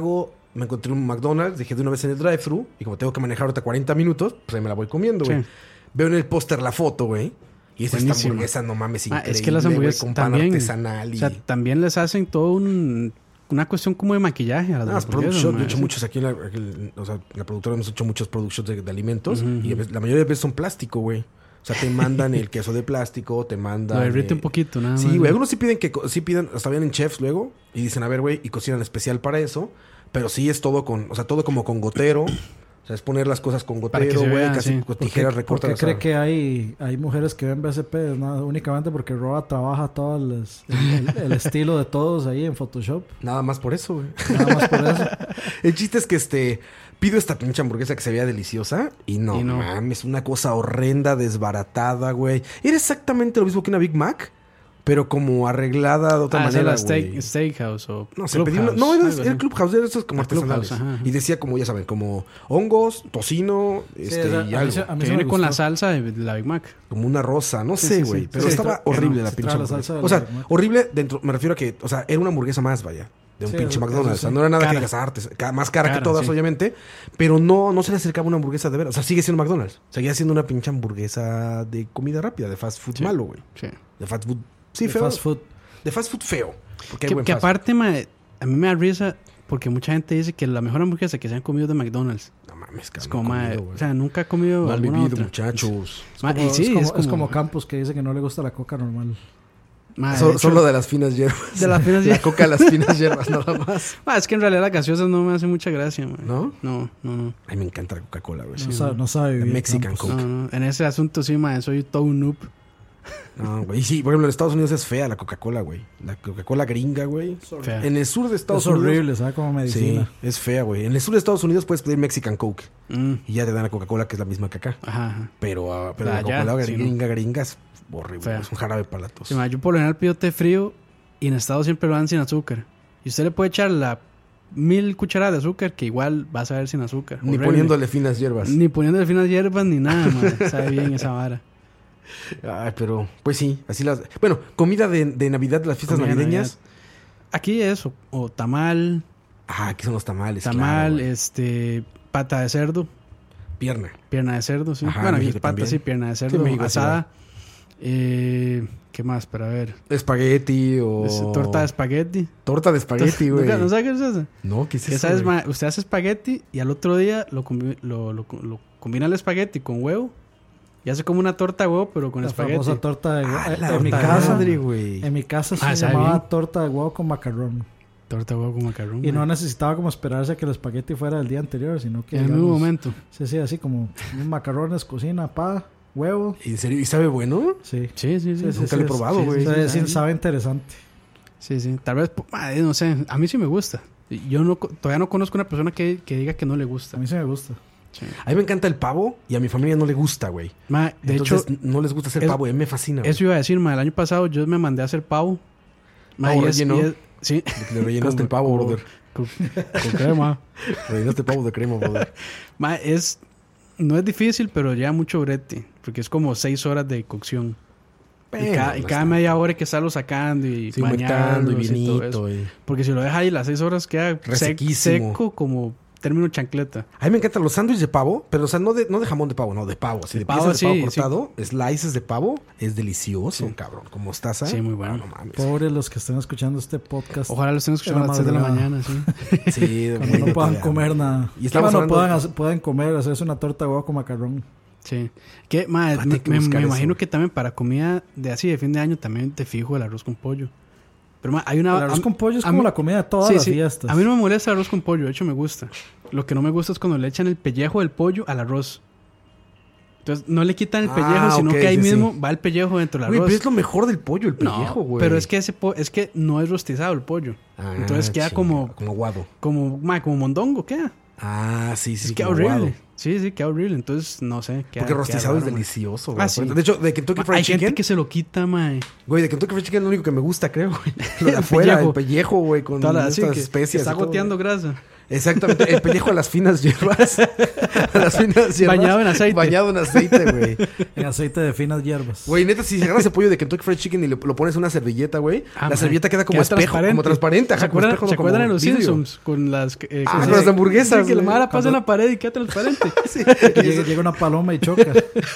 me encontré un McDonald's, dejé de una vez en el drive-thru, y como tengo que manejar ahorita cuarenta minutos, pues ahí me la voy comiendo, güey. Sí. Veo en el póster la foto, güey. Y es esta Buenísimo. hamburguesa, no mames, Ah, increíble, es que las hamburguesas güey, con pan también, artesanal y... o sea, también les hacen todo un, una cuestión como de maquillaje a las Ah, es product hamburguesas, shot. ma, Yo he hecho sí. muchos aquí en la, aquí en- o sea, en la productora hemos hecho muchos product shots de, de alimentos. Ujú, Y a veces- la mayoría de veces son plástico, güey. O sea, te mandan el queso de plástico, te mandan... Lo derrite eh, un poquito, nada más. Sí, güey. Algunos sí piden que... co- Sí piden... Hasta vienen chefs luego. Y dicen, a ver, güey, y cocinan especial para eso. Pero sí es todo con... O sea, todo como con gotero. O sea, es poner las cosas con Para que gotero, se güey. vea, Casi sí. con ¿Por tijeras qué, recortan. por qué cree que hay, hay mujeres que ven B S P? Nada, únicamente porque Roa trabaja todo el, el- el estilo de todos ahí en Photoshop. Nada más por eso, güey. Nada más por eso. El chiste es que este... Pido esta pinche hamburguesa que se veía deliciosa. Y no, Y no. mames, una cosa horrenda, desbaratada, güey. Era exactamente lo mismo que una Big Mac. Pero como arreglada de otra Ah, esa manera, era steak, güey. Steakhouse o No, se pedía una- Clubhouse, no, era, algo era así. Clubhouse, era esos como Ah, Clubhouse, artesanales. ajá, ajá. Y decía como, ya saben, como hongos, tocino, este, esa- y a mí algo. se- a mí Que se me viene con la gustó. salsa de la Big Mac. Como una rosa, no Sí, sé, sí, güey. sí. Pero Sí, estaba tra- horrible no, la sí pinche trae la hamburguesa. salsa de O la sea, Big Mac. horrible dentro, me refiero a que, o sea, era una hamburguesa más, vaya. De un Sí, pinche eso- McDonald's. eso O sea, sí. no era nada Cara. que digas artes, ca- más cara, Cara, que todas, sí. obviamente. Pero no, no se le acercaba una hamburguesa de veras. O sea, sigue siendo McDonald's. Seguía siendo una pinche hamburguesa de comida rápida, de fast food Sí. malo, güey. Sí. De fast food. Sí, De feo. fast food. De fast food feo. Porque hay Que, buen que fast food. aparte, ma, a mí me da risa porque mucha gente dice que la mejor hamburguesa que se han comido es de McDonald's. No mames, Es cabrón. como, ma, comido, güey. o sea, nunca he comido Mal alguna vivido, otra. muchachos. Ma, Como- y sí, es, como, es es como, como Campos que dice que no le gusta la coca normal. ma, de So- hecho, Solo de las finas hierbas. de las finas La hierbas. coca de las finas hierbas, nada más. ma, es que en realidad las gaseosas no me hacen mucha gracia, ma. ¿No? No, no, no. A mí me encanta la Coca-Cola, güey. No, sabe, no sabe The vivir. Mexican Campos. Coke. No, no. En ese asunto sí, ma, soy todo un noob. No, güey. Y sí, por ejemplo, en Estados Unidos es fea la Coca-Cola, güey. La Coca-Cola gringa, güey. Fea. En el sur de Estados Es Unidos. horrible, sabe como Sí, medicina. es fea, güey. En el sur de Estados Unidos puedes pedir Mexican Coke. Mm, Y ya te dan la Coca-Cola, que es la misma que acá. Ajá, ajá. Pero, ah, pero Ah, la ya, Coca-Cola sí, ¿no? gringa, gringa es horrible. Fea. Es un jarabe para la tos. Sí, ma, yo por lo general pido té frío y en Estados siempre lo dan sin azúcar. Y usted le puede echar la mil cucharadas de azúcar que igual va a saber sin azúcar. Ni Horrible. poniéndole finas hierbas. Ni poniéndole finas hierbas ni nada, ma. Sabe bien esa vara. Ay, pero, pues sí, así las. Bueno, comida de, de Navidad, de las fiestas Comida de navideñas. Aquí eso, o tamal, Ah, aquí son los tamales. tamal, claro, güey. este, pata de cerdo, Pierna. pierna de cerdo, sí. Ajá, bueno, aquí México pata, también. sí, pierna de Sí, cerdo, México es asada. Eh, ¿Qué más? Para ver. Espagueti o. Es torta de espagueti. Torta de espagueti, güey. ¿No, ¿No sabes qué es eso? No, ¿qué es Que eso? sabes, güey? ma, usted hace espagueti y al otro día lo, combi- lo, lo, lo combina el espagueti con huevo y hace como una torta de huevo, pero con La espagueti. famosa torta de Ah, huevo. la En mi torta casa, madre, güey. en mi casa se Ah, sabe llamaba bien. torta de huevo con macarrón. Torta de huevo con macarrón. Y ma. no necesitaba como esperarse a que el espagueti fuera del día anterior, sino que en el mismo digamos, momento. Sí, sí, así como un macarrones, cocina, pa, huevo. ¿En serio? ¿Y sabe bueno? Sí. Sí, sí, sí. Sí, sí, Nunca sí, lo he es- probado, sí, güey. O sea, sí, sí, sabe. sabe interesante. Sí, sí. Tal vez, ma, no sé. A mí sí me gusta. Yo no, co- todavía no conozco una persona que, que diga que no le gusta. A mí sí me gusta. Sí. A mí me encanta el pavo y a mi familia no le gusta, güey. Ma, de Entonces, hecho, no les gusta hacer es- pavo. Y a mí me fascina, güey. eso iba a decir, ma, el año pasado yo me mandé a hacer pavo. Ma, Pavo y es- relleno. y es- sí. Le rellenaste Con- el pavo, con- brother. Con, con crema. Rellenaste el pavo de crema, brother. Ma, es, no es difícil, pero lleva mucho brete. Porque es como seis horas de cocción. y Bueno, cada, y no cada está- media hora hay que estarlo sacando y Sí, humectando y bañarlos y todo eso. vinito. y- Porque si lo deja ahí las seis horas queda sec- Resequísimo. seco como término chancleta. A mí me encantan los sándwiches de pavo, pero o sea, no de, no de jamón de pavo, no, de pavo. Así De de, pavo, piezas de pavo sí, cortado, slices de pavo, es delicioso, Sí. cabrón. Como mostaza. Sí, muy bueno. No, no mames. Pobres los que estén escuchando este podcast. Ojalá lo estén escuchando a En las la seis de la madrugada. mañana, sí. Sí, de Cuando no muy puedan de comer hambre. nada. Y estamos Bueno, hablando- puedan, hacer- pueden comer, hacerse una torta de huevo con macarrón. Sí. Que, ma, Fíjate, me, hay que me- buscar me eso. imagino que también para comida de así de fin de año también te fijo el arroz con pollo. Pero ma, hay una... El arroz a- con pollo es a como mí- la comida de todas sí, las sí. fiestas. A mí no me molesta el arroz con pollo, de hecho me gusta. Lo que no me gusta es cuando le echan el pellejo del pollo al arroz. Entonces no le quitan el Ah, pellejo, sino ok, que ahí sí, mismo sí. va el pellejo dentro del Güey, arroz. pero es lo mejor del pollo, el No, pellejo, güey. pero es que ese po- es que no es rostizado el pollo. Ah, Entonces queda chinga, como Como guado. como ma, como mondongo queda. Ah, sí, sí. Es sí, que como horrible. guado. Sí, sí, queda horrible. Entonces no sé. queda- Porque queda rostizado es raro, ma. delicioso, Ah, güey. sí. De hecho, de Kentucky Ma, Fried hay Chicken. gente que se lo quita, mae. Güey, de Kentucky Fried Chicken es lo único que me gusta, creo, güey. Lo de El afuera, pellejo. el pellejo, güey, con Toda la- así estas que- especias. que está y todo, goteando güey. grasa. Exactamente, el pellejo a las finas hierbas. A las finas hierbas. Bañado en aceite. Bañado en aceite, güey. En aceite de finas hierbas. Güey, neta, si agarras ese pollo de Kentucky Fried Chicken y le- lo pones en una servilleta, güey, Ah, la man. servilleta queda como Queda espejo, transparente. como transparente. Ajá, ¿Se como acuerdan, espejo, ¿se como acuerdan de los vidrio. Simpsons? Con las, eh, que Ah, se- con las hamburguesas, Sí, que la güey. madre la pasa en Cuando- la pared y queda transparente. Sí, Que llega, llega una paloma y choca.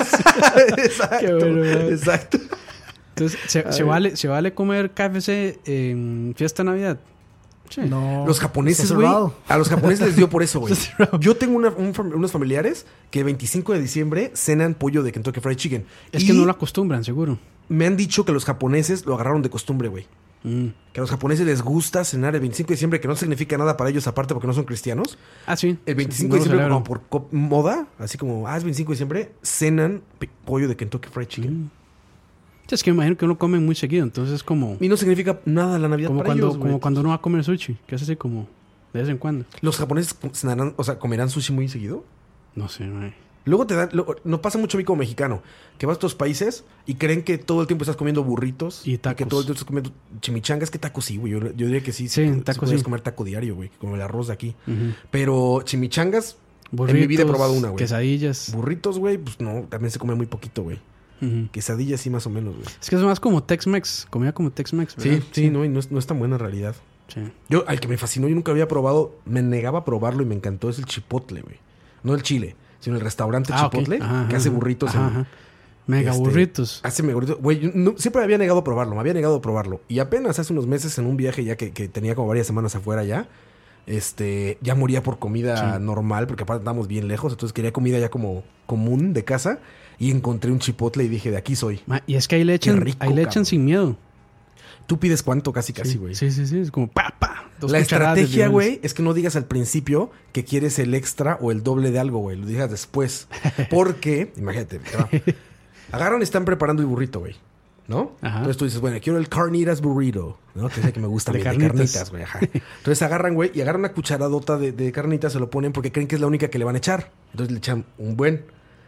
exacto. Qué bueno, güey. Exacto. Entonces, ¿se, se vale, ¿se vale comer K F C en fiesta de Navidad? Sí. No. Los japoneses, está güey. cerrado. A los japoneses les dio por eso, güey. Está cerrado. Yo tengo una- un fam- unos familiares que veinticinco de diciembre cenan pollo de Kentucky Fried Chicken. Es Y que no lo acostumbran, seguro. me han dicho que los japoneses lo agarraron de costumbre, güey. Mm. Que a los japoneses les gusta cenar el veinticinco de diciembre, que no significa nada para ellos aparte porque no son cristianos. Ah, sí. El veinticinco No de lo diciembre, celebran. como por co- moda, así como, ah, es veinticinco de diciembre, cenan pi- pollo de Kentucky Fried Chicken. Mm. Sí, es que me imagino que uno come muy seguido, entonces es como, Y no significa nada la Navidad como, para cuando, ellos, güey. como cuando uno va a comer sushi, que es así como de vez en cuando. Los japoneses cenarán, o sea, comerán sushi muy seguido. No sé, mae. Luego te dan, luego- nos pasa mucho a mí como mexicano, que vas a otros países y creen que todo el tiempo estás comiendo burritos Y tacos. que todo el tiempo estás comiendo chimichangas, que tacos sí, güey. Yo, yo diría que sí, Sí, sí, tacos puedes sí. comer taco diario, güey, como el arroz de aquí. Ujú. Pero chimichangas, Burritos, en mi vida he probado una, güey. quesadillas. Burritos, güey, pues no, también se come muy poquito, güey. Ujú. Quesadillas sí más o menos, güey. Es que es más como Tex-Mex, comida como Tex-Mex, ¿verdad? Sí, sí, no, y no es, no es tan buena en realidad. Sí. Yo, al que me fascinó, yo nunca había probado, me negaba a probarlo y me encantó, es el chipotle, güey. No el chile, sino el restaurante Ah, ok. Chipotle, Ajá, que ajá, hace ajá. burritos Ajá, en, ajá. Mega este, burritos. Hace mega burritos. Güey, yo no- siempre me había negado a probarlo, me había negado a probarlo. Y apenas hace unos meses en un viaje ya que, que tenía como varias semanas afuera ya, este, ya moría por comida Sí. normal, porque aparte estábamos bien lejos, entonces quería comida ya como común de casa. Y encontré un chipotle y dije, de aquí soy. Ma, y es que ahí le echan, rico, ahí le echan cabrón. sin miedo. Tú pides cuánto, casi, casi, Sí, güey. Sí, sí, sí. Es como pa, pa. dos La cucharadas de estrategia, niveles. güey, es que no digas al principio que quieres el extra o el doble de algo, güey. Lo digas después. Porque, imagínate, te va. Agarran y están preparando el burrito, güey. ¿No? Ajá. Entonces tú dices, bueno, quiero el carnitas burrito, ¿no? Que es el que me gusta a De mí, de carnitas. carnitas, güey. Ajá. Entonces agarran, güey, y agarran una cucharadota de, de carnitas, se lo ponen porque creen que es la única que le van a echar. Entonces le echan un buen.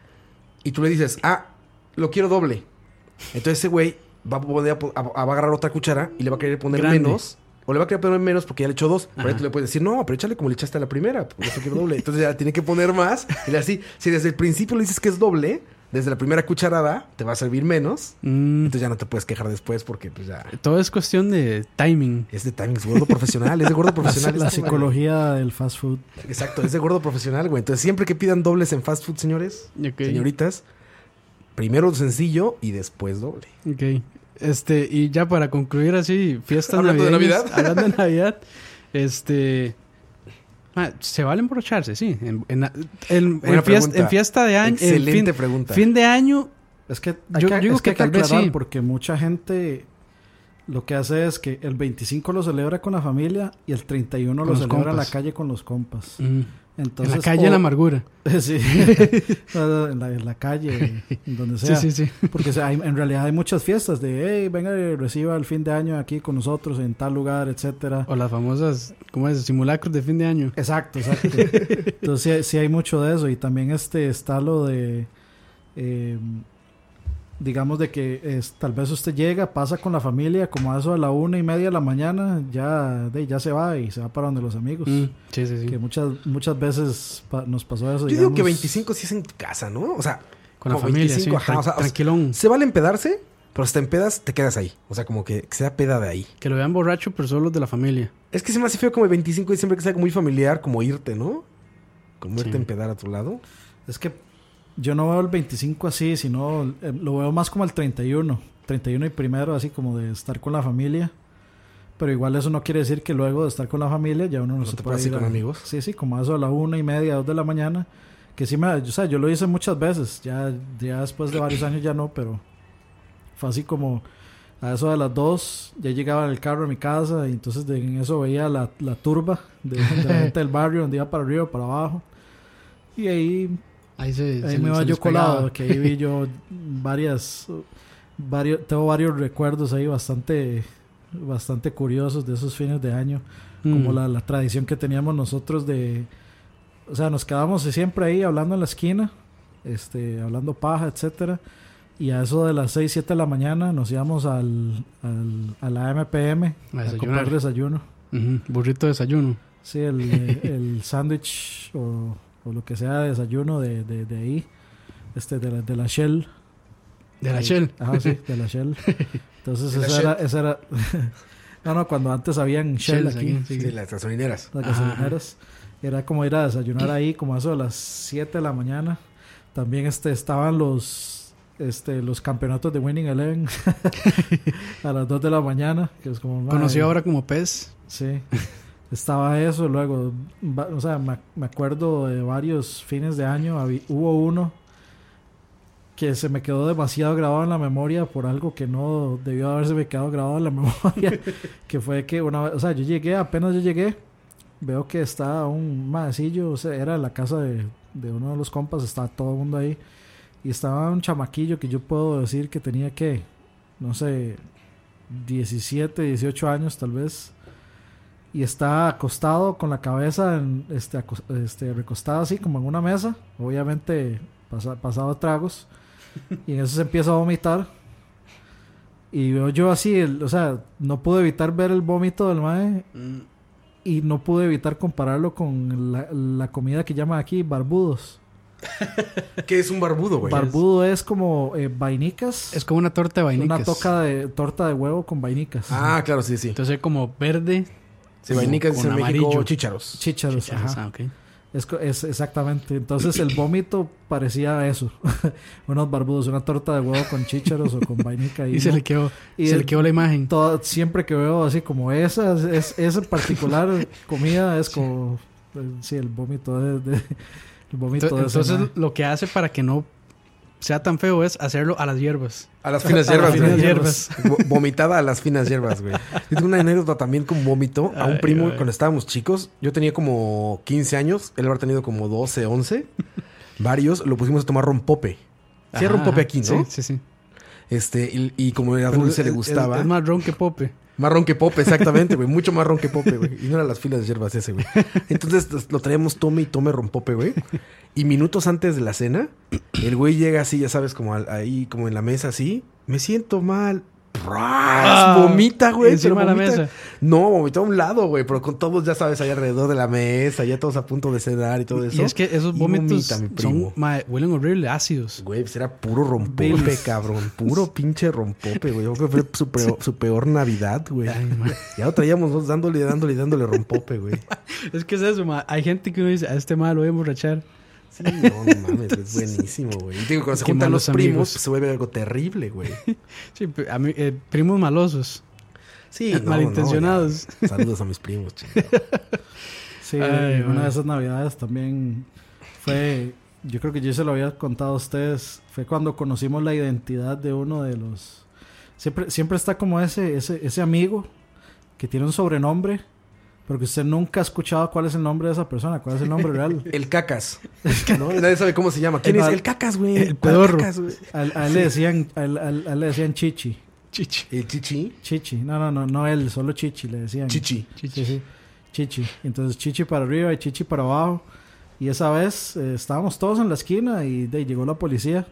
Y tú le dices, ah, lo quiero doble. Entonces ese güey va a, poner a, a- va a agarrar otra cuchara y le va a querer poner Grande. menos. O le va a querer poner menos porque ya le echó dos. Pero ahí Ajá. tú le puedes decir, no, pero échale como le echaste a la primera. Porque yo quiero doble. Entonces ya tiene que poner más. Y así, si desde el principio le dices que es doble, desde la primera cucharada te va a servir menos. Mm, Entonces ya no te puedes quejar después porque pues ya... todo es cuestión de timing. Es de timing, es gordo profesional, es de gordo La, profesional. la este, güey. psicología del fast food. Exacto, es de gordo profesional, güey. Entonces siempre que pidan dobles en fast food, señores, Ok. señoritas, primero sencillo y después doble. Ok. Este, y ya para concluir así, fiestas Hablando de navideñas, Navidad. hablando de Navidad, este... ah, se vale emborracharse, sí. En, en- en- Buena en fiesta, pregunta. en fiesta de año... en Excelente fin, pregunta. fin de año... Es que Yo- hay que, yo digo es que que hay que tal vez aclarar sí. porque mucha gente lo que hace es que el veinticinco lo celebra con la familia y el treinta y uno Con lo los celebra en la compas. calle con los compas. mm, Entonces, en la calle o- de la amargura. Sí. No, no, en, la, en la calle, en donde sea. Sí, sí, sí. Porque o sea, hay- en realidad hay muchas fiestas de, hey, venga y reciba el fin de año aquí con nosotros en tal lugar, etcétera. O las famosas, ¿cómo es? Simulacros de fin de año. Exacto, exacto. Entonces sí, hay- sí hay mucho de eso. Y también este está lo de, eh, digamos de que es, tal vez usted llega, pasa con la familia, como a eso a la una y media de la mañana, ya, de, ya se va y se va para donde los amigos. Mm, sí, sí, sí. Que muchas muchas veces pa- nos pasó eso. Yo digo que digamos. veinticinco sí es en tu casa, ¿no? O sea, Con la como familia, veinticinco, sí. ajá, tran- o sea, o sea, tranquilón. se vale empedarse, pero si te empedas, te quedas ahí. O sea, como que, que sea peda de ahí. Que lo vean borracho, pero solo los de la familia. Es que se me hace feo como el veinticinco de diciembre que sea muy familiar, como irte, ¿no? Como irte Sí. a empedar a tu lado. Es que yo no veo el veinticinco así, sino eh, lo veo más como el treinta y uno. treinta y uno y primero, así como de estar con la familia. Pero igual eso no quiere decir que luego de estar con la familia ya uno no, No se te puede puedes ir ir con a- amigos. Sí, sí, como a eso a la una y media, dos de la mañana. Que sí me... O sea, yo lo hice muchas veces. Ya, ya después de varios años ya no, pero fue así como... A eso de las dos ya llegaba en el carro a mi casa y entonces de, en eso veía la, la turba de, de la gente del barrio, donde iba para arriba, para abajo. Y ahí Ahí se, Ahí se- me se va les yo colado, pegaba. que ahí vi yo varias, varios, tengo varios recuerdos ahí bastante, bastante curiosos de esos fines de año, como Mm. la, la tradición que teníamos nosotros de, o sea, nos quedábamos siempre ahí hablando en la esquina, este, hablando paja, etcétera, y a eso de las seis, siete de la mañana nos íbamos al, al a la M P M A a, desayunar. comprar desayuno. Ujú, burrito de desayuno. Sí, el, eh, el sándwich o, o lo que sea de desayuno de, de, de ahí, este, de la, de la Shell. De la Ahí. Shell. Ajá, sí, de la Shell. Entonces, De la esa Shell. era, esa era... no, no, cuando antes habían Shell Shells aquí, aquí, Sí, sí. las gasolineras. las Ajá. gasolineras. Era como ir a desayunar ahí, como a eso de las siete de la mañana. También este, estaban los... Este, los campeonatos de Winning Eleven a las dos de la mañana, que es como... Conocido madre, ahora como Pez. Sí, estaba eso, luego, va- o sea, me, me acuerdo de varios fines de año, habí- hubo uno que se me quedó demasiado grabado en la memoria por algo que no debió haberse me quedado grabado en la memoria, que fue que una vez, o sea, yo llegué, apenas yo llegué, veo que está un maecillo, o sea, era la casa de, de uno de los compas, estaba todo el mundo ahí, y estaba un chamaquillo que yo puedo decir que tenía que, no sé, diecisiete, dieciocho años tal vez, y está acostado con la cabeza en, este, acos- este, recostada así como en una mesa, obviamente pasa- pasado tragos, y en eso se empieza a vomitar, y veo yo así, el- o sea, no pude evitar ver el vómito del mae, y no pude evitar compararlo con la, la comida que llaman aquí barbudos. ¿Qué es un barbudo, güey? Barbudo es como eh, vainicas, Es como una torta de vainicas. una toca de, torta de huevo con vainicas. Ah, claro, sí, sí. Entonces como verde. Sí, vainicas con dicen en México amarillo. chícharos. Chícharos, ajá. Ah, ok. Es, co- es exactamente. Entonces el vómito parecía eso. Unos barbudos, una torta de huevo con chícharos o con vainica. Y se ¿no? le quedó, Y se el- le quedó la imagen. todo- siempre que veo así como esa, es, esa particular comida es como... eh, Sí, el vómito de... de- el vómito Ento- de ese Entonces mae. lo que hace para que no sea tan feo es hacerlo a las hierbas. A las finas A las hierbas, finas güey. hierbas. Vo- Vomitada a las finas hierbas, güey. Yo tengo una anécdota también con vómito. A un Ay, primo, güey. cuando estábamos chicos, yo tenía como quince años. Él habrá tenido como doce, once. Varios. Lo pusimos a tomar rompope. Sí, hay Ajá, rompope aquí, ¿no? Sí, sí, sí. Este, y, y como era Pero dulce, es- le es- gustaba. Es, más ron que pope. Más ron que pope, exactamente, güey. Mucho más ron que pope, güey. Y no eran las filas de hierbas ese, güey. Entonces pues, lo traíamos tome y tome rompope, güey. Y minutos antes de la cena, el güey llega así, ya sabes, como al- ahí, como en la mesa así. Me siento mal. ¡Pras! Ah, Vomita, güey. encima pero de la vomita- mesa. No, vomitó a un lado, güey. Pero con todos, ya sabes, ahí alrededor de la mesa. Ya todos a punto de cenar y todo eso. Y es que esos Y vómitos vomita, mi primo. son, mae, huelen horrible, ácidos. Güey, pues era puro rompope, Bilis. cabrón. Puro pinche rompope, güey. Yo creo que fue su peor, su peor Navidad, güey. Ay, mae. Ya lo traíamos dos dándole, dándole, dándole rompope, güey. Es que es eso, mae. Hay gente que uno dice, a este mae lo voy a emborrachar. Sí, no, no mames, es buenísimo, güey. Y te digo, cuando se Qué juntan malos los primos, amigos. pues, se vuelve algo terrible, güey. Sí, pe- a mí, eh, primos malosos. Sí, no, Malintencionados. no, ya. Saludos a mis primos, chico. Sí, Ay, una man. de esas navidades también fue, yo creo que yo se lo había contado a ustedes, fue cuando conocimos la identidad de uno de los... Siempre, siempre está como ese, ese, ese amigo que tiene un sobrenombre, pero que usted nunca ha escuchado cuál es el nombre de esa persona, cuál es el nombre real. El cacas. ¿No? Nadie sabe cómo se llama. ¿Quién El es? mal- El cacas, güey. el ¿Cuál pedorro. cacas, güey? A, él- a él le decían, a él, a él- a él le decían Chichi. Chichi. El chichi. Chichi, no, no, no, no él, solo Chichi le decían. Chichi. Sí, sí. Chichi. Entonces Chichi para arriba y Chichi para abajo. Y esa vez eh, estábamos todos en la esquina y de ahí llegó la policía.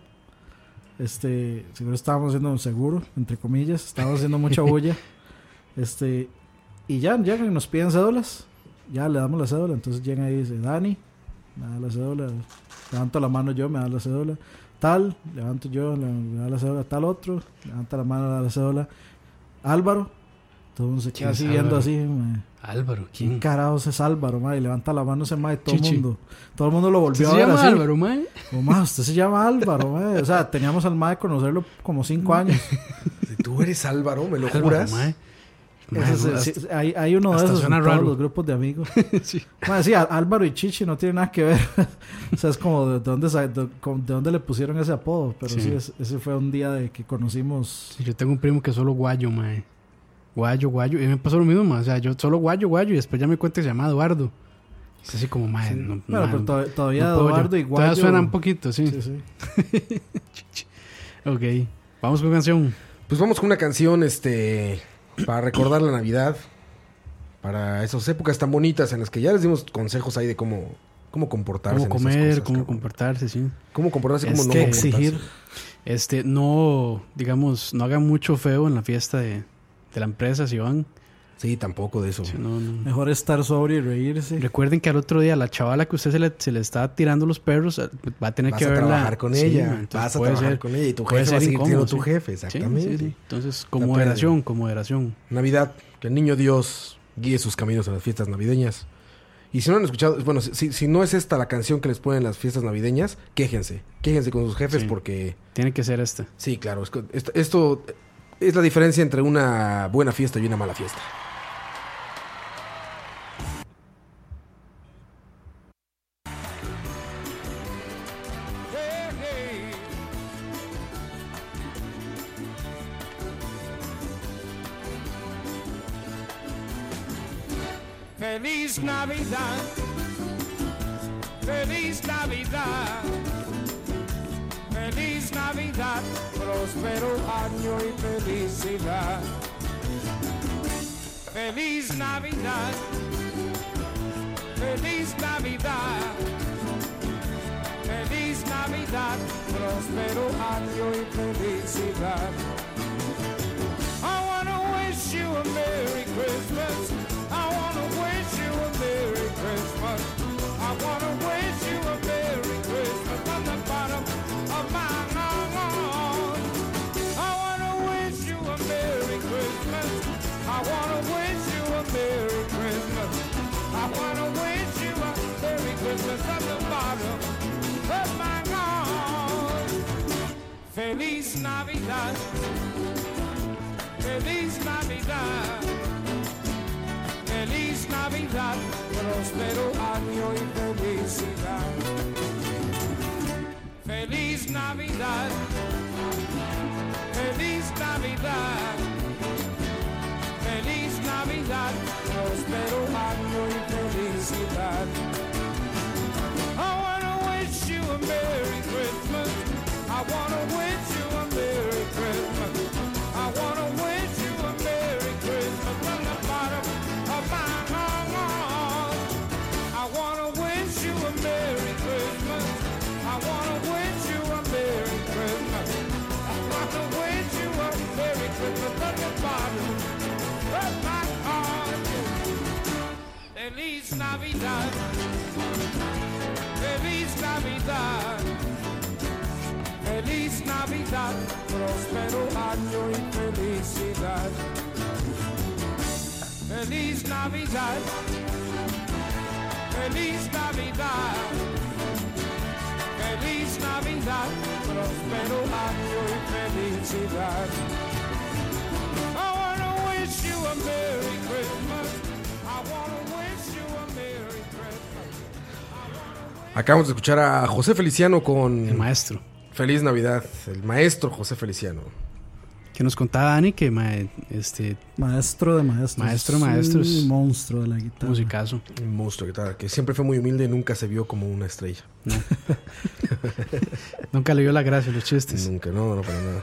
Este, seguro estábamos haciendo un seguro, entre comillas, estábamos haciendo mucha bulla. Este, y ya llegan y nos piden cédulas. Ya le damos la cédula, entonces llega ahí y dice, Dani, me da la cédula, levanto la mano yo, me da la cédula. Tal, levanto yo, le, me da la cédula, tal otro, levanta la mano, le da la cédula. Álvaro, todo el mundo se ¿Quién queda es así viendo Álvaro? así, mae. Álvaro, ¿Quién ¿quién? carajos es Álvaro, mae? Y levanta la mano ese mae, todo el Chichi. mundo. Todo el mundo lo ¿Usted volvió se a ver llama así. Álvaro, mae? Oh, mae, usted se llama Álvaro, mae. O sea, teníamos al mae conocerlo como cinco años. Si tú eres Álvaro, ¿me lo Álvaro, juras? mae. Mae, Ese es- hasta- sí, hay, hay uno de hasta esos en suena todos raro. los grupos de amigos. sí. Mae, sí, Á- Álvaro y Chichi no tienen nada que ver. O sea, es como de, de dónde, sa- de, con- de dónde le pusieron ese apodo. Pero sí, Sí. es- ese fue un día de que conocimos... Sí, yo tengo un primo que es solo guayo, mae. Guayo, guayo. Y me pasó lo mismo, mae. O sea, yo solo guayo, guayo. Y después ya me cuenta que se llama Eduardo. Es así como, mae. No, Bueno, mae, pero to- todavía no puedo yo. Eduardo y Guayo... Todavía suena un poquito, sí. Sí, sí. Ok. Vamos con canción. Pues vamos con una canción, este, para recordar la Navidad, para esas épocas tan bonitas en las que ya les dimos consejos ahí de cómo, cómo comportarse. Cómo en esas comer, cosas, cómo cabrón. comportarse, sí. Cómo comportarse, cómo Es no que comportarse. exigir. Este, no, digamos, no hagan mucho feo en la fiesta de, de la empresa si van. Sí, tampoco de eso. Sí, no, no. Mejor estar sobrio y reírse. Recuerden que al otro día la chavala que usted se le, se le está tirando los perros eh, va a tener Vas que a verla. trabajar con Sí, ella. entonces Vas a puede trabajar ser- con ella y tu puede jefe va a ser seguir siendo incómodo, tu sí. jefe, Sí, exactamente. sí, sí. Entonces, con Está moderación, con moderación. Navidad, que el niño Dios guíe sus caminos en las fiestas navideñas. Y si no han escuchado, bueno, si, si no es esta la canción que les ponen en las fiestas navideñas, quéjense. Quéjense con sus jefes Sí. porque... Tiene que ser esta. Sí, claro. Es que esto, esto es la diferencia entre una buena fiesta y una mala fiesta. Hey, hey. Feliz Navidad, feliz Navidad, feliz Navidad, próspero año y felicidad. Feliz Navidad, feliz Navidad. Feliz Navidad, próspero año y felicidad. I wanna wish you a Merry Christmas. I wanna wish you a Merry Christmas. I wanna wish you a Merry Christmas from the bottom of my heart. I wanna wish you a Merry Christmas. I wanna wish you a Merry Christmas. I wanna wish you a Merry Christmas from the bottom of my heart. Feliz Navidad, feliz Navidad, feliz Navidad, próspero año y felicidad. Feliz Navidad, feliz Navidad, feliz Navidad, próspero año y felicidad. I wanna wish you a Merry Christmas. I wanna wish you a Merry Christmas. I wanna wish you a Merry Christmas from the bottom of my heart. I wanna wish you a Merry Christmas. I wanna wish you a Merry Christmas. I wanna wish you a Merry Christmas from the bottom of my heart. Feliz Navidad. Feliz Navidad, feliz Navidad, próspero año y felicidad. Feliz Navidad, feliz Navidad, feliz Navidad, próspero año y felicidad. I wanna wish you a Merry Christmas. I wanna wish you a Merry Christmas. Acabamos de escuchar a José Feliciano con... El maestro. Feliz Navidad, el maestro José Feliciano. Que nos contaba Dani que mae, este Maestro de maestros. Maestro de maestros. Un monstruo de la guitarra. musicazo. Un monstruo de guitarra que siempre fue muy humilde y nunca se vio como una estrella. No. Nunca le dio la gracia a los chistes. Nunca, no, no, para nada.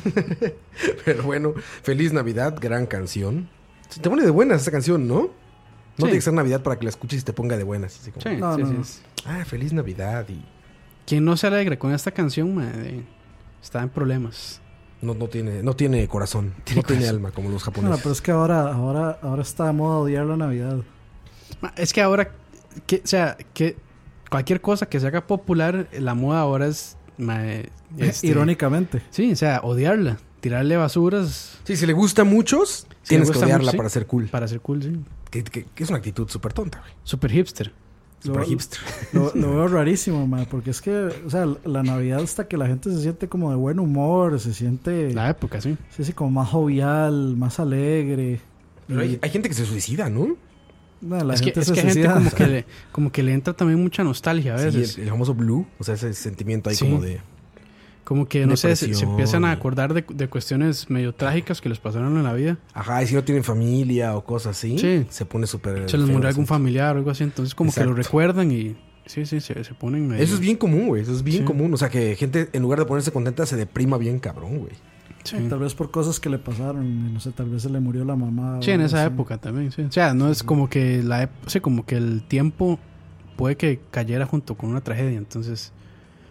Pero bueno, Feliz Navidad, gran canción. Te pone de buenas esa canción, ¿no? No Sí. tiene que ser Navidad para que la escuches y te ponga de buenas. Así como, Sí, No, sí, no, sí, no. sí. ah, Feliz Navidad. Y Quien no se alegra con esta canción, mae, de- está en problemas. no, no, tiene, no tiene corazón, no tiene alma como los Bueno, japoneses. pero es que ahora, ahora, ahora está de moda odiar la Navidad. Ma, Es que ahora, que, o sea, que cualquier cosa que se haga popular, la moda ahora es... mae, este, Irónicamente. Sí, o sea, odiarla. Tirarle basuras Sí, si le gusta a muchos, Si tienes le que gusta odiarla mucho, sí. para ser cool. para ser cool, sí. Que, que- que es una actitud súper tonta, güey. Super hipster. Súper Lo- hipster. Lo, lo veo rarísimo, ma, porque es que, o sea, la Navidad hasta que la gente se siente como de buen humor, se siente, La época, sí. sí, sí, como más jovial, más alegre. Pero hay, hay gente que se suicida, ¿no? No, la es que, gente es se que gente suicida. como que, le, como que le entra también mucha nostalgia a Sí, veces. el, el famoso blue, o sea, ese sentimiento ahí Sí. como de... Como que, no sé, se, se Depresión empiezan a y- acordar de, de cuestiones medio trágicas que les pasaron en la vida. Ajá, y si no tienen familia o cosas así, Sí. se pone súper... Se les feo murió el algún asunto. familiar o algo así. Entonces como que lo Exacto. recuerdan y... Sí, sí, se, se ponen medio... Eso es bien común, güey. Eso es bien Sí. común. O sea, que gente, en lugar de ponerse contenta, se deprima bien cabrón, güey. Sí. Tal vez por cosas que le pasaron, no sé, tal vez se le murió la mamá. o Sí, en algo esa así. época también, sí. O sea, no es como que la ep- sí, como que el tiempo puede que cayera junto con una tragedia, entonces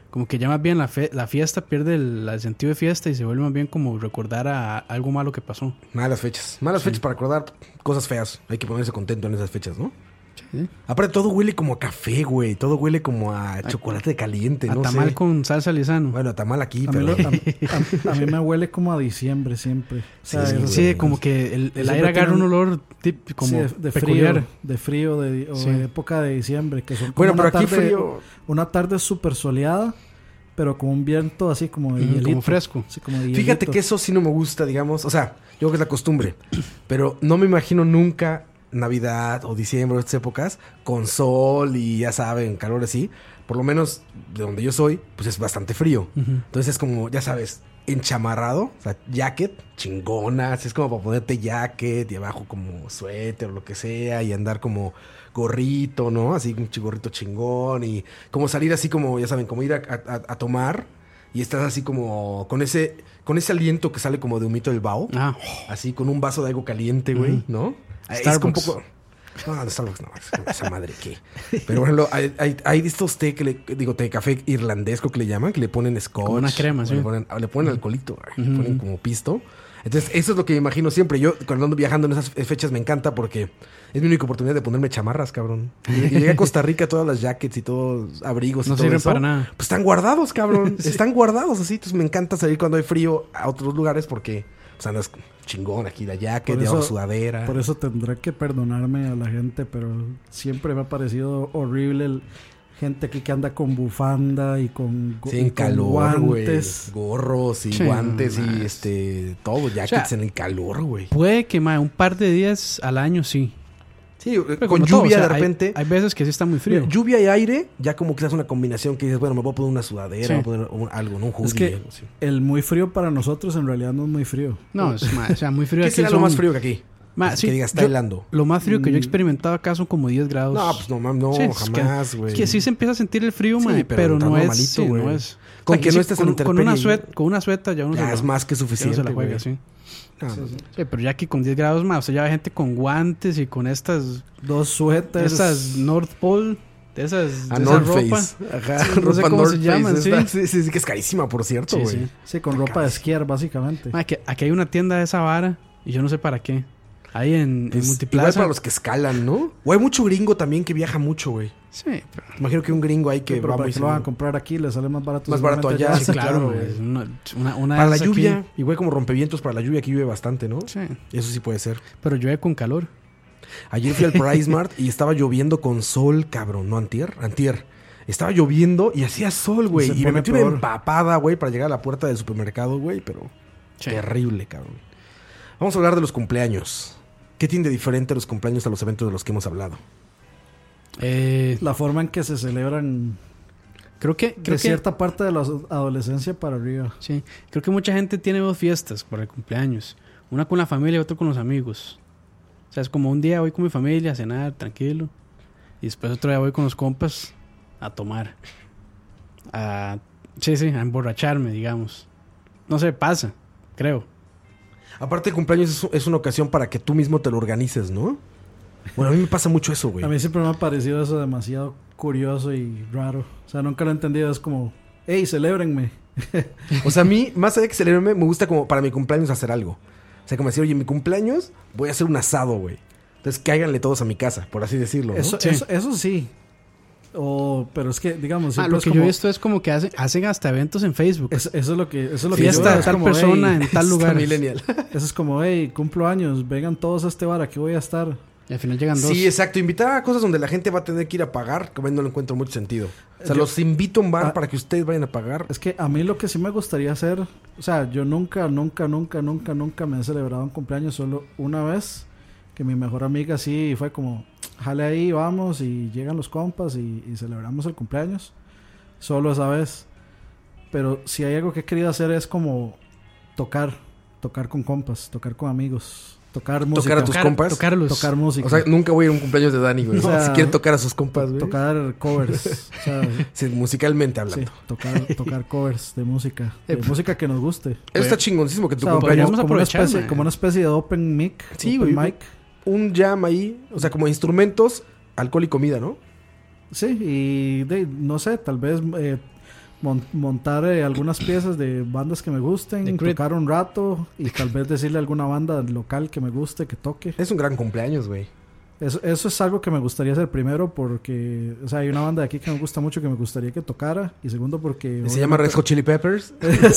Como que ya más bien la, fe- la fiesta pierde el, el sentido de fiesta y se vuelve más bien como recordar a algo malo que pasó. Malas fechas. Malas fechas para recordar cosas feas. Hay que ponerse contento en esas fechas, ¿no? Sí. Aparte, todo huele como a café, güey. Todo huele como a chocolate caliente, A no tamal sé. con salsa lisano. Bueno, a tamal aquí, A mí, pero... lo- a, a- a mí me huele como a diciembre siempre. O sea, Sí, es- güey. Sí, como que el, el Siempre aire agarra un tienen- olor tip, como sí, de, de peculiar. frío, de frío de, o Sí. de época de diciembre, que son como Bueno, una pero aquí tarde, frío... una tarde súper soleada, pero con un viento así como de Ujú, hielito. como fresco. Sí, como de Fíjate hielito. que eso sí no me gusta, digamos. O sea, yo creo que es la costumbre. Pero no me imagino nunca Navidad o diciembre o estas épocas con sol y ya saben, calor así. Por lo menos de donde yo soy, pues es bastante frío. Ujú. Entonces es como, ya sabes, enchamarrado, o sea, jacket, chingonas. Es como para ponerte jacket y abajo como suéter o lo que sea y andar como gorrito, ¿no? Así un chi- gorrito chingón y como salir así como, ya saben, como ir a, a- a tomar y estás así como con ese, con ese aliento que sale como de humito del vaho. Ah, Así con un vaso de algo caliente, güey, Ujú. ¿no? Es Starbucks. como un poco... No, no, Starbucks no, es- esa madre qué. Pero bueno, hay, hay, hay estos té que le... Digo, té café irlandés, creo que le llaman, que le ponen scotch. Como una crema, o sí. Le ponen, le ponen alcoholito, güey, le Ujú. ponen como pisto. Entonces, eso es lo que me imagino siempre. Yo, cuando ando viajando en esas fechas, me encanta porque es mi única oportunidad de ponerme chamarras, cabrón. Y llegué a Costa Rica, todas las jackets y todos abrigos y no todo sirven eso, para nada. pues están guardados, cabrón. Están guardados así. Entonces me encanta salir cuando hay frío a otros lugares porque pues andas chingón aquí, la jacket, Por de abajo eso- sudadera. Por eso tendré que perdonarme a la gente, pero siempre me ha parecido horrible el gente aquí que anda con bufanda y con, gu- Sí, y en con calor, güey. guantes. Gorros y Sí, guantes no y más. este todo, jackets O sea, en el calor, güey. Puede que ma, un par de días al año sí. Sí, Pero con como todo, lluvia o sea, de hay- repente. Hay, veces que sí está muy frío. Mira, lluvia y aire, ya como que es una combinación que dices, bueno, me voy a poner una sudadera, Sí. me voy a poner un- algo, ¿no? Un hoodie. Es que algo así. el muy frío para nosotros en realidad no es muy frío. No, es, ma, o sea, muy frío ¿Qué aquí será lo son- más frío que aquí? Ma, Así sí, que digas, está yo- helando. Lo más frío que yo he Mm. experimentado acá son como diez grados. No, pues no, mam, no, Sí, es que- jamás, güey. Es que sí se empieza a sentir el frío, Sí, ma, pero pero, no está es, normalito, sí, güey. no es. Con sea, que no sí, estés con, en con una intemperie, sueta, con una sueta ya uno Ya se es la- más que ya uno suficiente, se la juega, güey. sí. No, no, Sí, sí. Sí, pero ya aquí con diez grados más, o sea, ya hay gente con guantes y con estas Dos suéteres. estas North Pole, de esas, A de esa North ropa. Face. Ajá, Sí, no sé ropa cómo North se Face, llaman, esta- sí. sí. Sí, sí, que es carísima, por cierto, Sí, güey. sí. Sí, con ropa de esquiar, básicamente. Ma, que aquí hay una tienda de esa vara y yo no sé para qué. Ahí en, en Pues, igual Multiplaza. para los que escalan, ¿no? O hay mucho gringo también que viaja mucho, güey. Sí, pero- Imagino que un gringo ahí que Sí, pero va para muy que lo van a seguido. comprar aquí le sale más barato. Más barato seguramente allá, sí, sí, claro, claro, güey. güey. Una, una, una Para de la esas aquí- lluvia, igual como rompevientos para la lluvia, aquí llueve bastante, ¿no? Sí, Eso sí puede ser. pero llueve con calor. Ayer fui al Price Mart y estaba lloviendo con sol, cabrón. No, antier, antier. Estaba lloviendo y hacía sol, güey. Se Y me pone metí una peor. empapada, güey, para llegar a la puerta del supermercado, güey. Pero Sí. terrible, cabrón. Vamos a hablar de los cumpleaños. ¿Qué tiene de diferente los cumpleaños a los eventos de los que hemos hablado? Eh, La forma en que se celebran creo que, de creo que, cierta parte de la adolescencia para arriba. sí, creo que mucha gente tiene dos fiestas para el cumpleaños. Una con la familia y otra con los amigos. O sea, es como un día voy con mi familia a cenar, tranquilo. Y después otro día voy con los compas a tomar. A, sí, sí, a emborracharme, digamos. No sé, pasa, creo. Aparte, el cumpleaños es, es una ocasión para que tú mismo te lo organices, ¿no? Bueno, a mí me pasa mucho eso, güey. A mí siempre me ha parecido eso demasiado curioso y raro. O sea, nunca lo he entendido. Es como, hey, celébrenme. O sea, a mí, más allá de que celebrarme, me gusta como para mi cumpleaños hacer algo. O sea, como decir, oye, en mi cumpleaños voy a hacer un asado, güey. Entonces, cáiganle todos a mi casa, por así decirlo, ¿no? Eso, Sí. eso, eso sí. O, pero es que, digamos, Ah, siempre lo es que como, yo he visto es como que hacen, hacen hasta eventos en Facebook. es- eso es lo que, eso es lo que Fiesta yo veo, de es tal como, persona hey, en tal Está lugar. millennial. eso es como, hey, cumplo años, vengan todos a este bar, aquí voy a estar. Y al final llegan dos. Sí, exacto. Invitar a cosas donde la gente va a tener que ir a pagar, que a mí no le encuentro mucho sentido. O sea, Yo- los invito a un bar Ah. para que ustedes vayan a pagar. Es que a mí lo que sí me gustaría hacer, o sea, yo nunca, nunca, nunca, nunca, nunca me he celebrado un cumpleaños, solo una vez que mi mejor amiga sí fue como, jale ahí, vamos, y llegan los compas y, y celebramos el cumpleaños, solo esa vez. Pero si hay algo que he querido hacer es como tocar, tocar con compas, tocar con amigos, tocar música. Tocar a tus Tocar- compas. Tocarlos. Tocar música. O sea, nunca voy a ir a un cumpleaños de Dani, güey. O sea, si quieren tocar a sus compas, güey. tocar covers. O sea, Sí, musicalmente sí, hablando. tocar, tocar covers de música. De Eh, pues, música que nos guste. Eso está chingoncísimo que tu O sea, cumpleaños. podríamos como, una aprovechar, especie, man. como una especie de open mic. Sí, open güey. mic. Un jam ahí. O sea, como instrumentos, alcohol y comida, ¿no? Sí, y de, no sé, tal vez eh, mon- montar eh, algunas piezas de bandas que me gusten, The Creed. tocar un rato y tal vez decirle a alguna banda local que me guste que toque. Es un gran cumpleaños, güey. Eso, eso es algo que me gustaría hacer primero porque, o sea, hay una banda de aquí que me gusta mucho que me gustaría que tocara. Y segundo porque... ¿Se llama Red Hot Chili Peppers?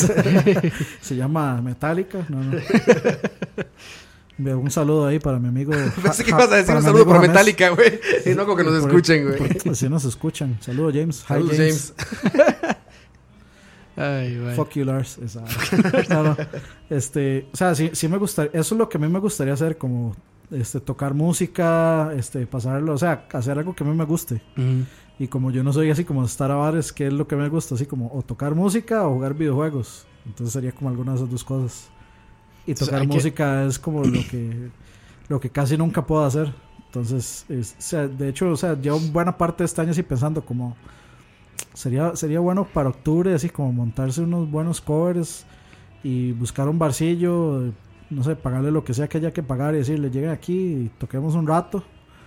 Se llama Metallica. No, no. Ve, un saludo ahí para mi amigo. Pensé que ibas a decir para un mi saludo amigo para James. Metallica, güey. Y no como que nos Por- escuchen, güey. por- Si nos escuchan. Saludos, James. Hi, Saludos, James. James. Ay, güey. Fuck you, Lars. Esa- no, no. Este, o sea, sí, sí me gustaría. Eso es lo que a mí me gustaría hacer, como este, tocar música, este, pasarlo, o sea, hacer algo que a mí me guste. Ujú. Y como yo no soy así como estar a bares, que es lo que me gusta, así como o tocar música o jugar videojuegos. Entonces sería como alguna de esas dos cosas. Y O sea, tocar hay que- música es como lo que lo que casi nunca puedo hacer. Entonces, es- o sea, de hecho, o sea, llevo buena parte de este año así pensando como sería sería bueno para octubre así como montarse unos buenos covers y buscar un barcillo, no sé, pagarle lo que sea que haya que pagar y decirle, lleguen aquí y toquemos un rato.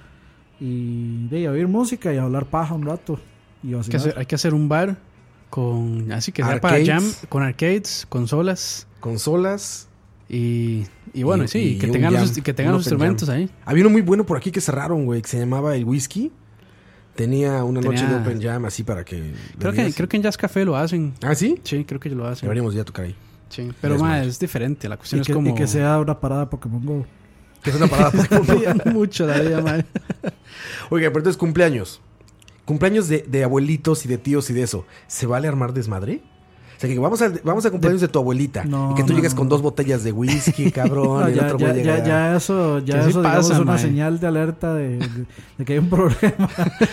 Y de ahí, oír música y hablar paja un rato. Y Hay que, vacilar. hacer, hay que hacer un bar con así que sea para Arcades. jam, con arcades, consolas Consolas. y, y bueno, Y- sí, y que un tengan jam, los, que tengan un los open instrumentos jam. ahí. Había uno muy bueno por aquí que cerraron, güey, que se llamaba El Whisky. Tenía una Tenía- noche de Open Jam así para que... Creo que, creo que en Jazz Café lo hacen. ¿Ah, sí? Sí, creo que lo hacen. Deberíamos ya tocar ahí. Sí, pero Es más más. es diferente. La Y cuestión que, es como y que sea una parada de Pokémon Go. Que es una parada. mucho la vida, madre. Oiga, pero entonces cumpleaños. Cumpleaños de, de abuelitos y de tíos y de eso. ¿Se vale armar desmadre? O sea, que vamos a, vamos a cumpleaños de tu abuelita. No, y que tú no, llegues no, con no. dos botellas de whisky, cabrón. No, y el ya, otro ya, güey ya, llega- ya eso, ya Que sí eso digamos, pasa, es una mae. señal de alerta de, de- de que hay un problema.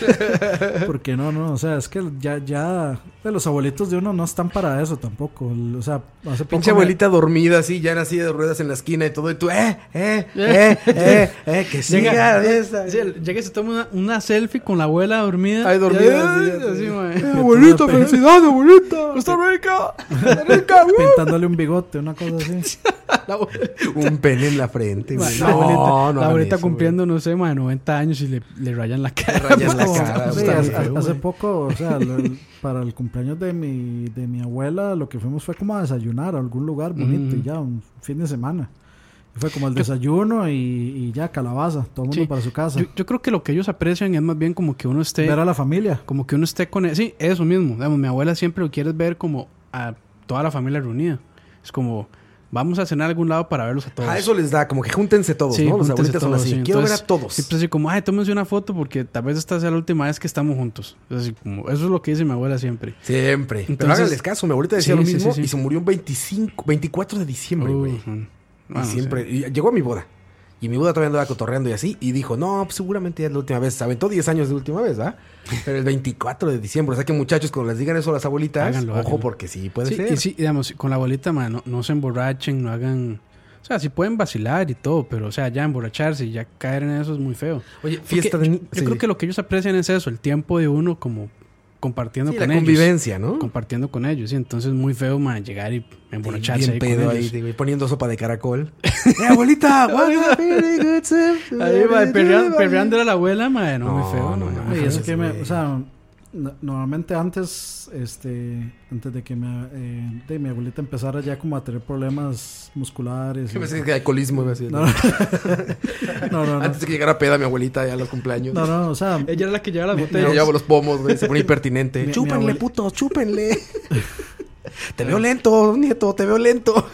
Porque no, no, o sea, es que ya, ya de los abuelitos de uno no están para eso tampoco. O sea, hace poco Pinche me- abuelita dormida así, ya en la silla de ruedas en la esquina y todo. Y tú, eh, eh, eh, eh, eh, que siga Llega, esa. sí, llega y se toma una, una selfie con la abuela dormida. Ay, dormida, Y- sí, así, sí. mae. Eh, abuelita, felicidades, abuelita. Costa Rica. Costa Rica, güey. pintándole un bigote, una cosa así. La abuela, Un pene en la frente, güey. la abuelita, No, no la hagan abuelita eso, cumpliendo, no sé, mae, noventa años y le, le rayan la cara. Le rayan la Como- cara, sí, está hace, muy feo, hace güey. poco, o sea, lo- el- para el cumpleaños de mi, de mi abuela, lo que fuimos fue como a desayunar a algún lugar bonito Mm. y ya, un fin de semana. Y fue como el desayuno y, y ya calabaza, todo el mundo Sí. para su casa. Yo, yo creo que lo que ellos aprecian es más bien como que uno esté... Ver a la familia. Como que uno esté con... él. Sí, eso mismo. Digamos, mi abuela siempre lo quiere ver como a toda la familia reunida. Es como, vamos a cenar a algún lado para verlos a todos. A eso les da, como que júntense todos, Sí, ¿no? Los júntense abuelitas son todos, así. sí. Quiero ver Entonces, a todos. Siempre así como, ay, tómense una foto porque tal vez esta sea la última vez que estamos juntos. Es así como, eso es lo que dice mi abuela siempre. Siempre. Pero Entonces- háganles caso, mi abuelita decía Sí, lo sí, mismo sí, sí. y se murió un veinticinco, veinticuatro de diciembre, güey. Uy, man. Y Bueno, siempre, sí. y llegó a mi boda. Y mi boda todavía andaba cotorreando y así. Y dijo, no, pues seguramente ya es la última vez. Se aventó diez años de última vez, ¿verdad? Pero el veinticuatro de diciembre. O sea que muchachos, cuando les digan eso a las abuelitas, Háganlo, ojo, háganlo. porque sí puede Sí, ser. y sí, digamos, con la abuelita, man, no, no se emborrachen, no hagan... O sea, sí pueden vacilar y todo, pero, o sea, ya emborracharse y ya caer en eso es muy feo. Oye, Porque fiesta de... yo, ni- yo sí. creo que lo que ellos aprecian es eso, el tiempo de uno como compartiendo Sí, con la ellos. convivencia, ¿no? Compartiendo con ellos, y entonces muy feo, man, llegar y emborracharse Bien ahí pedo con ahí, ellos. güey, poniendo sopa de caracol. ¡Eh, abuelita! What a very good soup. Ahí, man, perreando, perreando a la abuela, man, no, No, muy feo. no, man. no. Y eso Ajá, que me, güey. o sea, no- normalmente antes, este, antes de que me, eh, de mi abuelita empezara ya como a tener problemas musculares. Yo y- pensé que alcoholismo iba a decir. No, no, no, no, no. Antes de que llegara peda mi abuelita ya a los cumpleaños. No, no, o sea, Ella era la que lleva las Mi- Ya botellas. llevaba los pomos, güey. Se pone impertinente. Mi- mi chúpenle, abueli- putos, chúpenle. Te veo lento, nieto, te veo lento.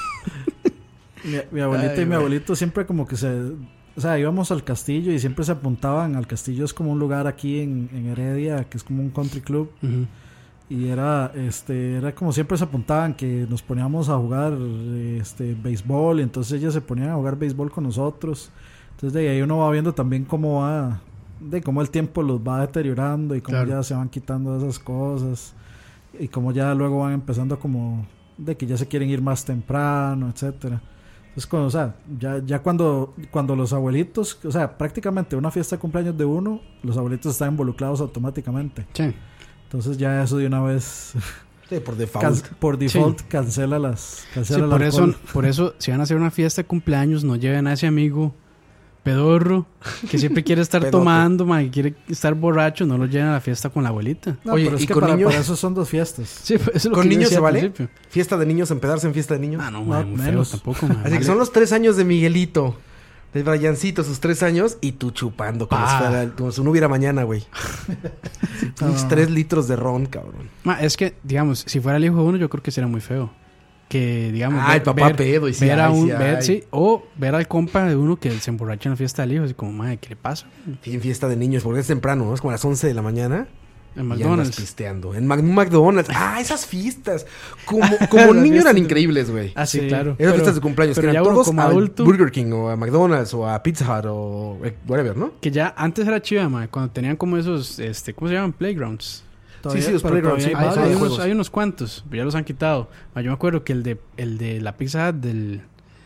mi, mi abuelita Ay, y mi güey. abuelito siempre como que se, o sea, íbamos al castillo y siempre se apuntaban al castillo. Es como un lugar aquí en, en Heredia, que es como un country club. Ujú. Y era, este, era como siempre se apuntaban que nos poníamos a jugar, este, béisbol. Y entonces ellas se ponían a jugar béisbol con nosotros. Entonces de ahí uno va viendo también cómo va, de cómo el tiempo los va deteriorando y cómo Claro. ya se van quitando esas cosas. Y cómo ya luego van empezando como de que ya se quieren ir más temprano, etcétera. Entonces, cuando, o sea, ya, ya cuando, cuando los abuelitos, o sea, prácticamente una fiesta de cumpleaños de uno, los abuelitos están involucrados automáticamente. Sí. Entonces ya eso de una vez Sí, por can- default. por default cancela las Sí, cancela el por eso, alcohol. por eso, si van a hacer una fiesta de cumpleaños, no lleven a ese amigo pedorro, que siempre quiere estar Pedote. tomando, ma, que quiere estar borracho, no lo llevan a la fiesta con la abuelita. No, Oye, pero es ¿y que con para, niños? para eso son dos fiestas. Sí, pues, eso es lo ¿Con que yo niños decía se al vale? principio. Fiesta de niños, empedarse en fiesta de niños. Ah, no, ma, No, muy menos. feo tampoco, ma. Así Vale. que son los tres años de Miguelito. De Briancito, sus tres años, y tú chupando como, Pa. si, fuera, como si no hubiera mañana, güey. Sí, pinches tres litros de ron, cabrón. Ma, es que, digamos, si fuera el hijo de uno, yo creo que sería muy feo. Que, digamos, Ah, el papá pedo, y sí ver a hay, un, sí ver, hay. sí, o ver al compa de uno que se emborracha en la fiesta del hijo, así como, madre, ¿qué le pasa? Sí, en fiesta de niños, porque es temprano, ¿no? Es como a las once de la mañana. En Y andas McDonald's. pisteando. En Mac- McDonald's. Ah, esas fiestas. Como, como Las niño fiestas eran de- increíbles, güey. Ah, sí, Sí. claro. Esas fiestas de cumpleaños. pero Que ya eran uno todos como a adulto- Burger King o a McDonald's o a Pizza Hut o eh, whatever, ¿no? Que ya antes era chiva, ma, cuando tenían como esos, este, ¿cómo se llaman? Playgrounds. Todavía- sí, los pero playgrounds, todavía sí, Hay, hay Ah, hay de unos, juegos. hay unos cuantos, pero ya los han quitado. Ma, yo me acuerdo que el de, el de la Pizza Hut del,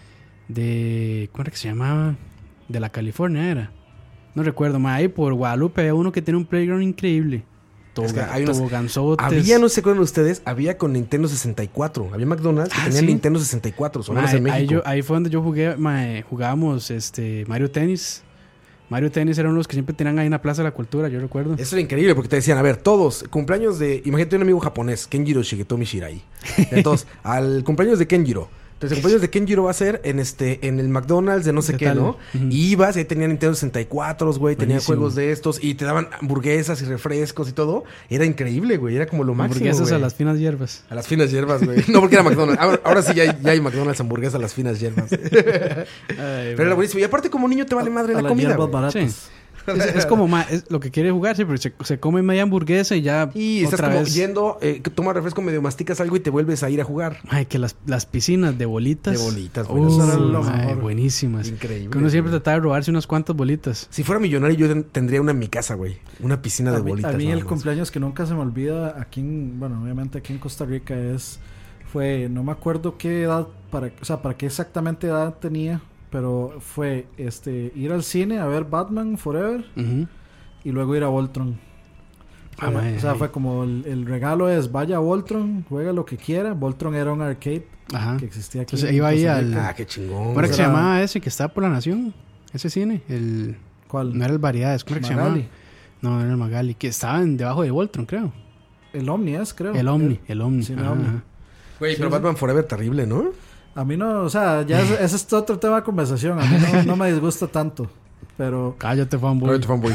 de, ¿cómo era que se llamaba? De la California era. No recuerdo, ma, ahí por Guadalupe había uno que tiene un playground increíble. Es que Toboga- hay unos- toboganzotes. Había, no sé acuerdan ustedes, había con Nintendo sesenta y cuatro. Había McDonald's que Ah, tenían ¿sí? Nintendo sesenta y cuatro, o Ma, menos en ahí, México. yo- ahí fue donde yo jugué, ma, eh, jugábamos este, Mario Tennis. Mario Tennis eran los que siempre tenían ahí en la Plaza de la Cultura, yo recuerdo. Eso era increíble porque te decían, a ver, todos, cumpleaños de... Imagínate un amigo japonés, Kenjiro Shigetomi Shirai. Entonces, al cumpleaños de Kenjiro. Entonces, el cumpleaños de Kenjiro va a ser en este en el McDonald's de no sé ¿Qué qué, tal? ¿no? Ujú. Y ibas, y ahí tenían Nintendo sesenta y cuatro, güey, tenían Buenísimo. juegos de estos y te daban hamburguesas y refrescos y todo. Era increíble, güey, era como lo máximo, Hamburguesas a güey. las finas hierbas. A las finas hierbas, güey. No, porque era McDonald's. Ahora, ahora sí ya hay, ya hay McDonald's hamburguesas a las finas hierbas. Pero era buenísimo. Y aparte, como niño te vale madre a la las comida, hierbas güey. baratas. Es, es como ma, es lo que quiere jugar, sí, pero se, se come media hamburguesa y ya Y estás otra como vez. yendo, eh, que tomas refresco, medio masticas algo y te vuelves a ir a jugar. Ay, que las, las piscinas de bolitas. De bolitas, Uh, bueno, eso era lo mae, mejor. buenísimas. Increíble. Que uno siempre güey. trataba de robarse unas cuantas bolitas. Si fuera millonario, yo ten- tendría una en mi casa, güey. Una piscina de A mí, bolitas. a mí nada el más. cumpleaños que nunca se me olvida aquí en, bueno, obviamente aquí en Costa Rica es, fue, no me acuerdo qué edad, para, o sea, para qué exactamente edad tenía, pero fue este ir al cine a ver Batman Forever Ujú. y luego ir a Voltron. Ah, Fue- mae, o sea, ay. fue como el, el regalo es vaya a Voltron, juega lo que quiera. Voltron era un arcade Ajá. que existía aquí. Entonces en iba ahí Costa al- Rica. Ah, qué chingón. ¿Cómo era que se era- llamaba ese que estaba por la Nación? Ese cine. El, ¿Cuál? no era el Variedades. ¿Cómo era que Magali. se llamaba? No, no era el Magali. Que estaban debajo de Voltron, creo. El Omni es, creo. El Omni. El Omni. Sí, el ajá, Omni. ajá. Güey, pero Sí, Batman Forever terrible, ¿no? A mí no, o sea, ya ese, ese es otro tema de conversación. A mí no, no me disgusta tanto. Pero, Cállate, fanboy. Ahorita, fanboy.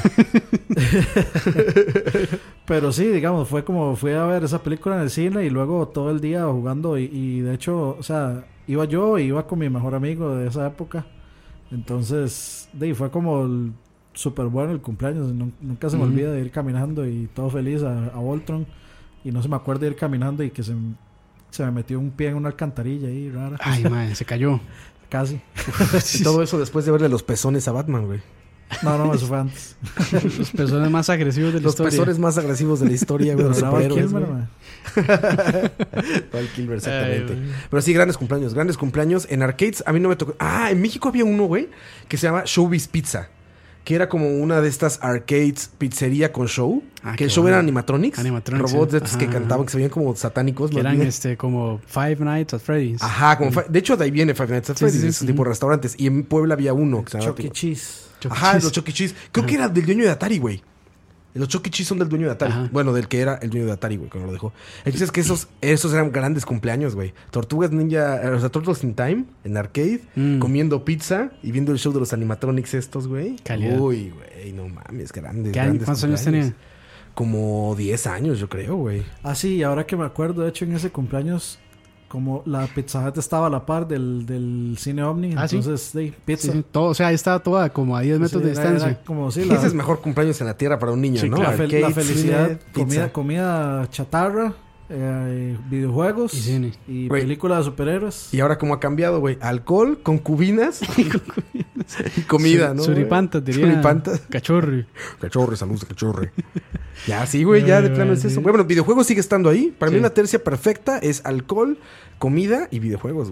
pero sí, digamos, fue como fui a ver esa película en el cine y luego todo el día jugando. Y, y de hecho, o sea, iba yo y iba con mi mejor amigo de esa época. Entonces, de, ahí fue como el- súper bueno el cumpleaños. Nun- Nunca se me Ujú. olvida de ir caminando y todo feliz a, a Voltron. Y no se me acuerda de ir caminando y que se, se me metió un pie en una alcantarilla ahí rara. Ay, madre, se cayó. Casi. Y todo eso después de verle los pezones a Batman, güey. No, no, eso fue antes. Los personas más agresivos de la Los historia. pezones más agresivos de la historia, güey. Pero Los era Val superhéroes, Kilmer, güey. mae. Val Kilmer, exactamente. Ay, güey. Pero sí, grandes cumpleaños, grandes cumpleaños. En arcades, a mí no me tocó. Ah, en México había uno, güey, que se llama Showbiz Pizza. Que era como una de estas arcades pizzería con show. Ah, que qué el show bueno. era animatronics. Animatronics, Robots sí. de estos Ajá, que ajá. cantaban, que se veían como satánicos. Que más eran bien. este, como Five Nights at Freddy's. Ajá, como fi- de hecho de ahí viene Five Nights at Sí, Freddy's, sí, esos sí. tipo de restaurantes. Y en Puebla había uno que se llamaba Chuck E. Cheese. Chuck E. Ajá, Cheese. los Chuck E. Cheese. Creo que era del dueño de Atari, güey. Los Chuck E. Cheese son del dueño de Atari. Ajá. Bueno, del que era el dueño de Atari, güey, cuando lo dejó. El chiste es que esos, esos eran grandes cumpleaños, güey. Tortugas Ninja, eh, o sea, Turtles in Time, en arcade, Mm. comiendo pizza y viendo el show de los animatronics estos, güey. Calidad. Uy, güey, no mames, grandes, ¿Qué año- grandes ¿Cuántos años cumpleaños. tenía? Como diez años, yo creo, güey. Ah, sí, y ahora que me acuerdo, de hecho, en ese cumpleaños, como la Pizza Hut estaba a la par del, del cine Omni, Ah, ¿sí? entonces, de, pizza. Sí, sí, todo, o sea, ahí estaba toda como a diez metros Sí, de era- distancia. era como, sí, la, Ese es mejor cumpleaños en la tierra para un niño, Sí, ¿no? la, fel- la Arcade, felicidad, cine, comida, pizza. comida chatarra, eh, videojuegos Y cine. y Güey. películas de superhéroes. Y ahora cómo ha cambiado, güey. Alcohol, concubinas y comida, Su- ¿no? Suripantas, güey? diría. Suripantas. Cachorri. Cachorre, salud, cachorre. Ya, sí, güey, ya de Ay, plano es sí. eso. Bueno, videojuegos sigue estando ahí. Para mí Sí. una tercia perfecta es alcohol, comida y videojuegos, güey.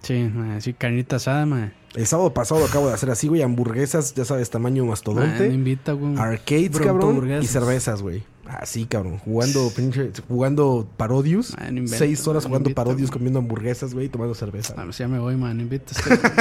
Sí, mae, sí, carnita asada, mae. El sábado pasado acabo de hacer así, güey, hamburguesas, ya sabes, tamaño Mae, mastodonte. no invita, güey. Arcades, Bronto cabrón, hamburguesas. y cervezas, güey. Así, cabrón, jugando pinche, jugando Parodius. Mae, no inventa, Seis horas mae, no jugando invita, Parodius, güey. comiendo hamburguesas, güey, y tomando cerveza. Ah, no sé, ya me voy, man, no invitas.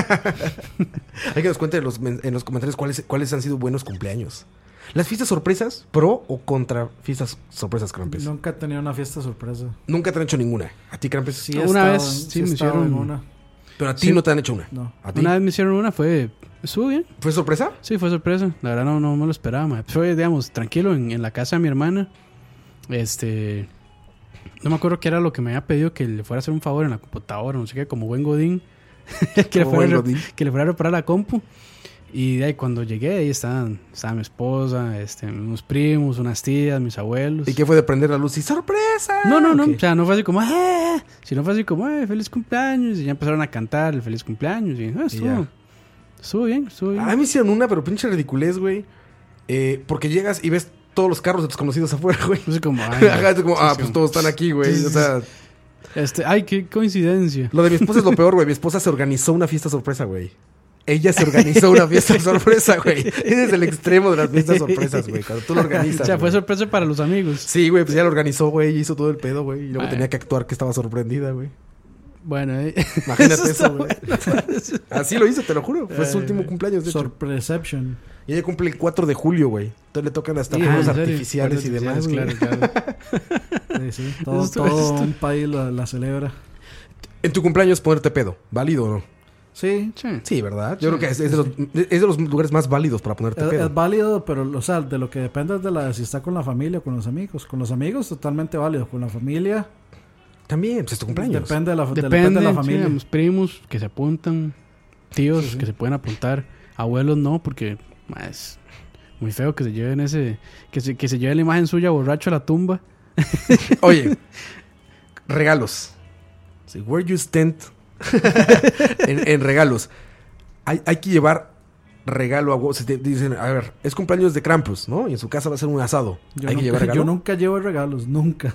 Hay que nos cuenten en los, men- en los comentarios cuáles, cuáles han sido buenos cumpleaños. ¿Las fiestas sorpresas, pro o contra fiestas sorpresas, Krampus? Nunca he tenido una fiesta sorpresa. Nunca te han hecho ninguna. ¿A ti, Krampus? Sí, he Una estado vez, en- sí, he me estado hicieron- en una. Pero a ti Sí. no te han hecho una. No. ¿A ti? Una vez me hicieron una, fue... Estuvo bien. ¿Fue sorpresa? Sí, fue sorpresa. La verdad no, no me lo esperaba, mae. Fue, digamos, tranquilo en, en la casa de mi hermana. Este... No me acuerdo qué era lo que me había pedido que le fuera a hacer un favor en la computadora, no sé qué, como buen godín. que, le Como fuera, a buen re- godín. que le fuera a reparar la compu. Y de ahí cuando llegué, ahí estaban, estaba mi esposa, este, unos primos, unas tías, mis abuelos. ¿Y qué fue de prender la luz y sorpresa? No, no, no. Ok. O sea, no fue así como, ¡ah! Sino fue así como, ¡ay, feliz cumpleaños! Y ya empezaron a cantar el feliz cumpleaños. Y ah, estuvo, ya. estuvo bien, estuvo bien. A mí me hicieron una, pero pinche ridiculez, güey. Eh, porque llegas y ves todos los carros de tus conocidos afuera, güey. Así como, ay, Ajá, es como, sí, ah, sí, pues todos están aquí, güey. O sea, Este, ay, qué coincidencia. lo de mi esposa es lo peor, güey. Mi esposa se organizó una fiesta sorpresa, güey. Ella se organizó una fiesta sorpresa, güey. Ese es el extremo de las fiestas sorpresas, güey. Cuando tú lo O organizas. sea, fue güey. sorpresa para los amigos. Sí, güey, pues ya lo organizó, güey. Hizo todo el pedo, güey. Y luego Ay. tenía que actuar que estaba sorprendida, güey. Bueno, eh. Imagínate Eso eso, está güey. Así lo hizo, te lo juro. Fue su Ay, último güey. cumpleaños, de hecho. Sorpreception. Y ella cumple el cuatro de julio, güey. Entonces le tocan hasta Ah, fuegos ¿en serio? artificiales y Fuegos demás, güey. artificiales, claro, claro. Sí, sí. Todo, Esto- todo esto- un país la, la celebra. En tu cumpleaños ponerte pedo. ¿Válido o no? Sí. Sí. Sí, ¿verdad? Yo Sí, creo que es, es de los, es de los lugares más válidos para ponerte Es, pedo. es válido, pero o sea, de lo que depende es de la si está con la familia o con los amigos. Con los amigos totalmente válido. Con la familia También, pues es tu cumpleaños. depende de la, de- Depende, depende de la sí, familia. digamos, primos que se apuntan, tíos Sí, sí. que se pueden apuntar, abuelos no, porque ma, es muy feo que se lleven ese, que se, que se lleve la imagen suya borracho a la tumba. Oye, regalos. Sí, where you stand en, en regalos. Hay, hay que llevar regalo a huevo. Si te dicen, a ver, es cumpleaños de Krampus, ¿no? Y en su casa va a ser un asado. Yo hay nunca, que llevar regalo. yo nunca llevo regalos, nunca.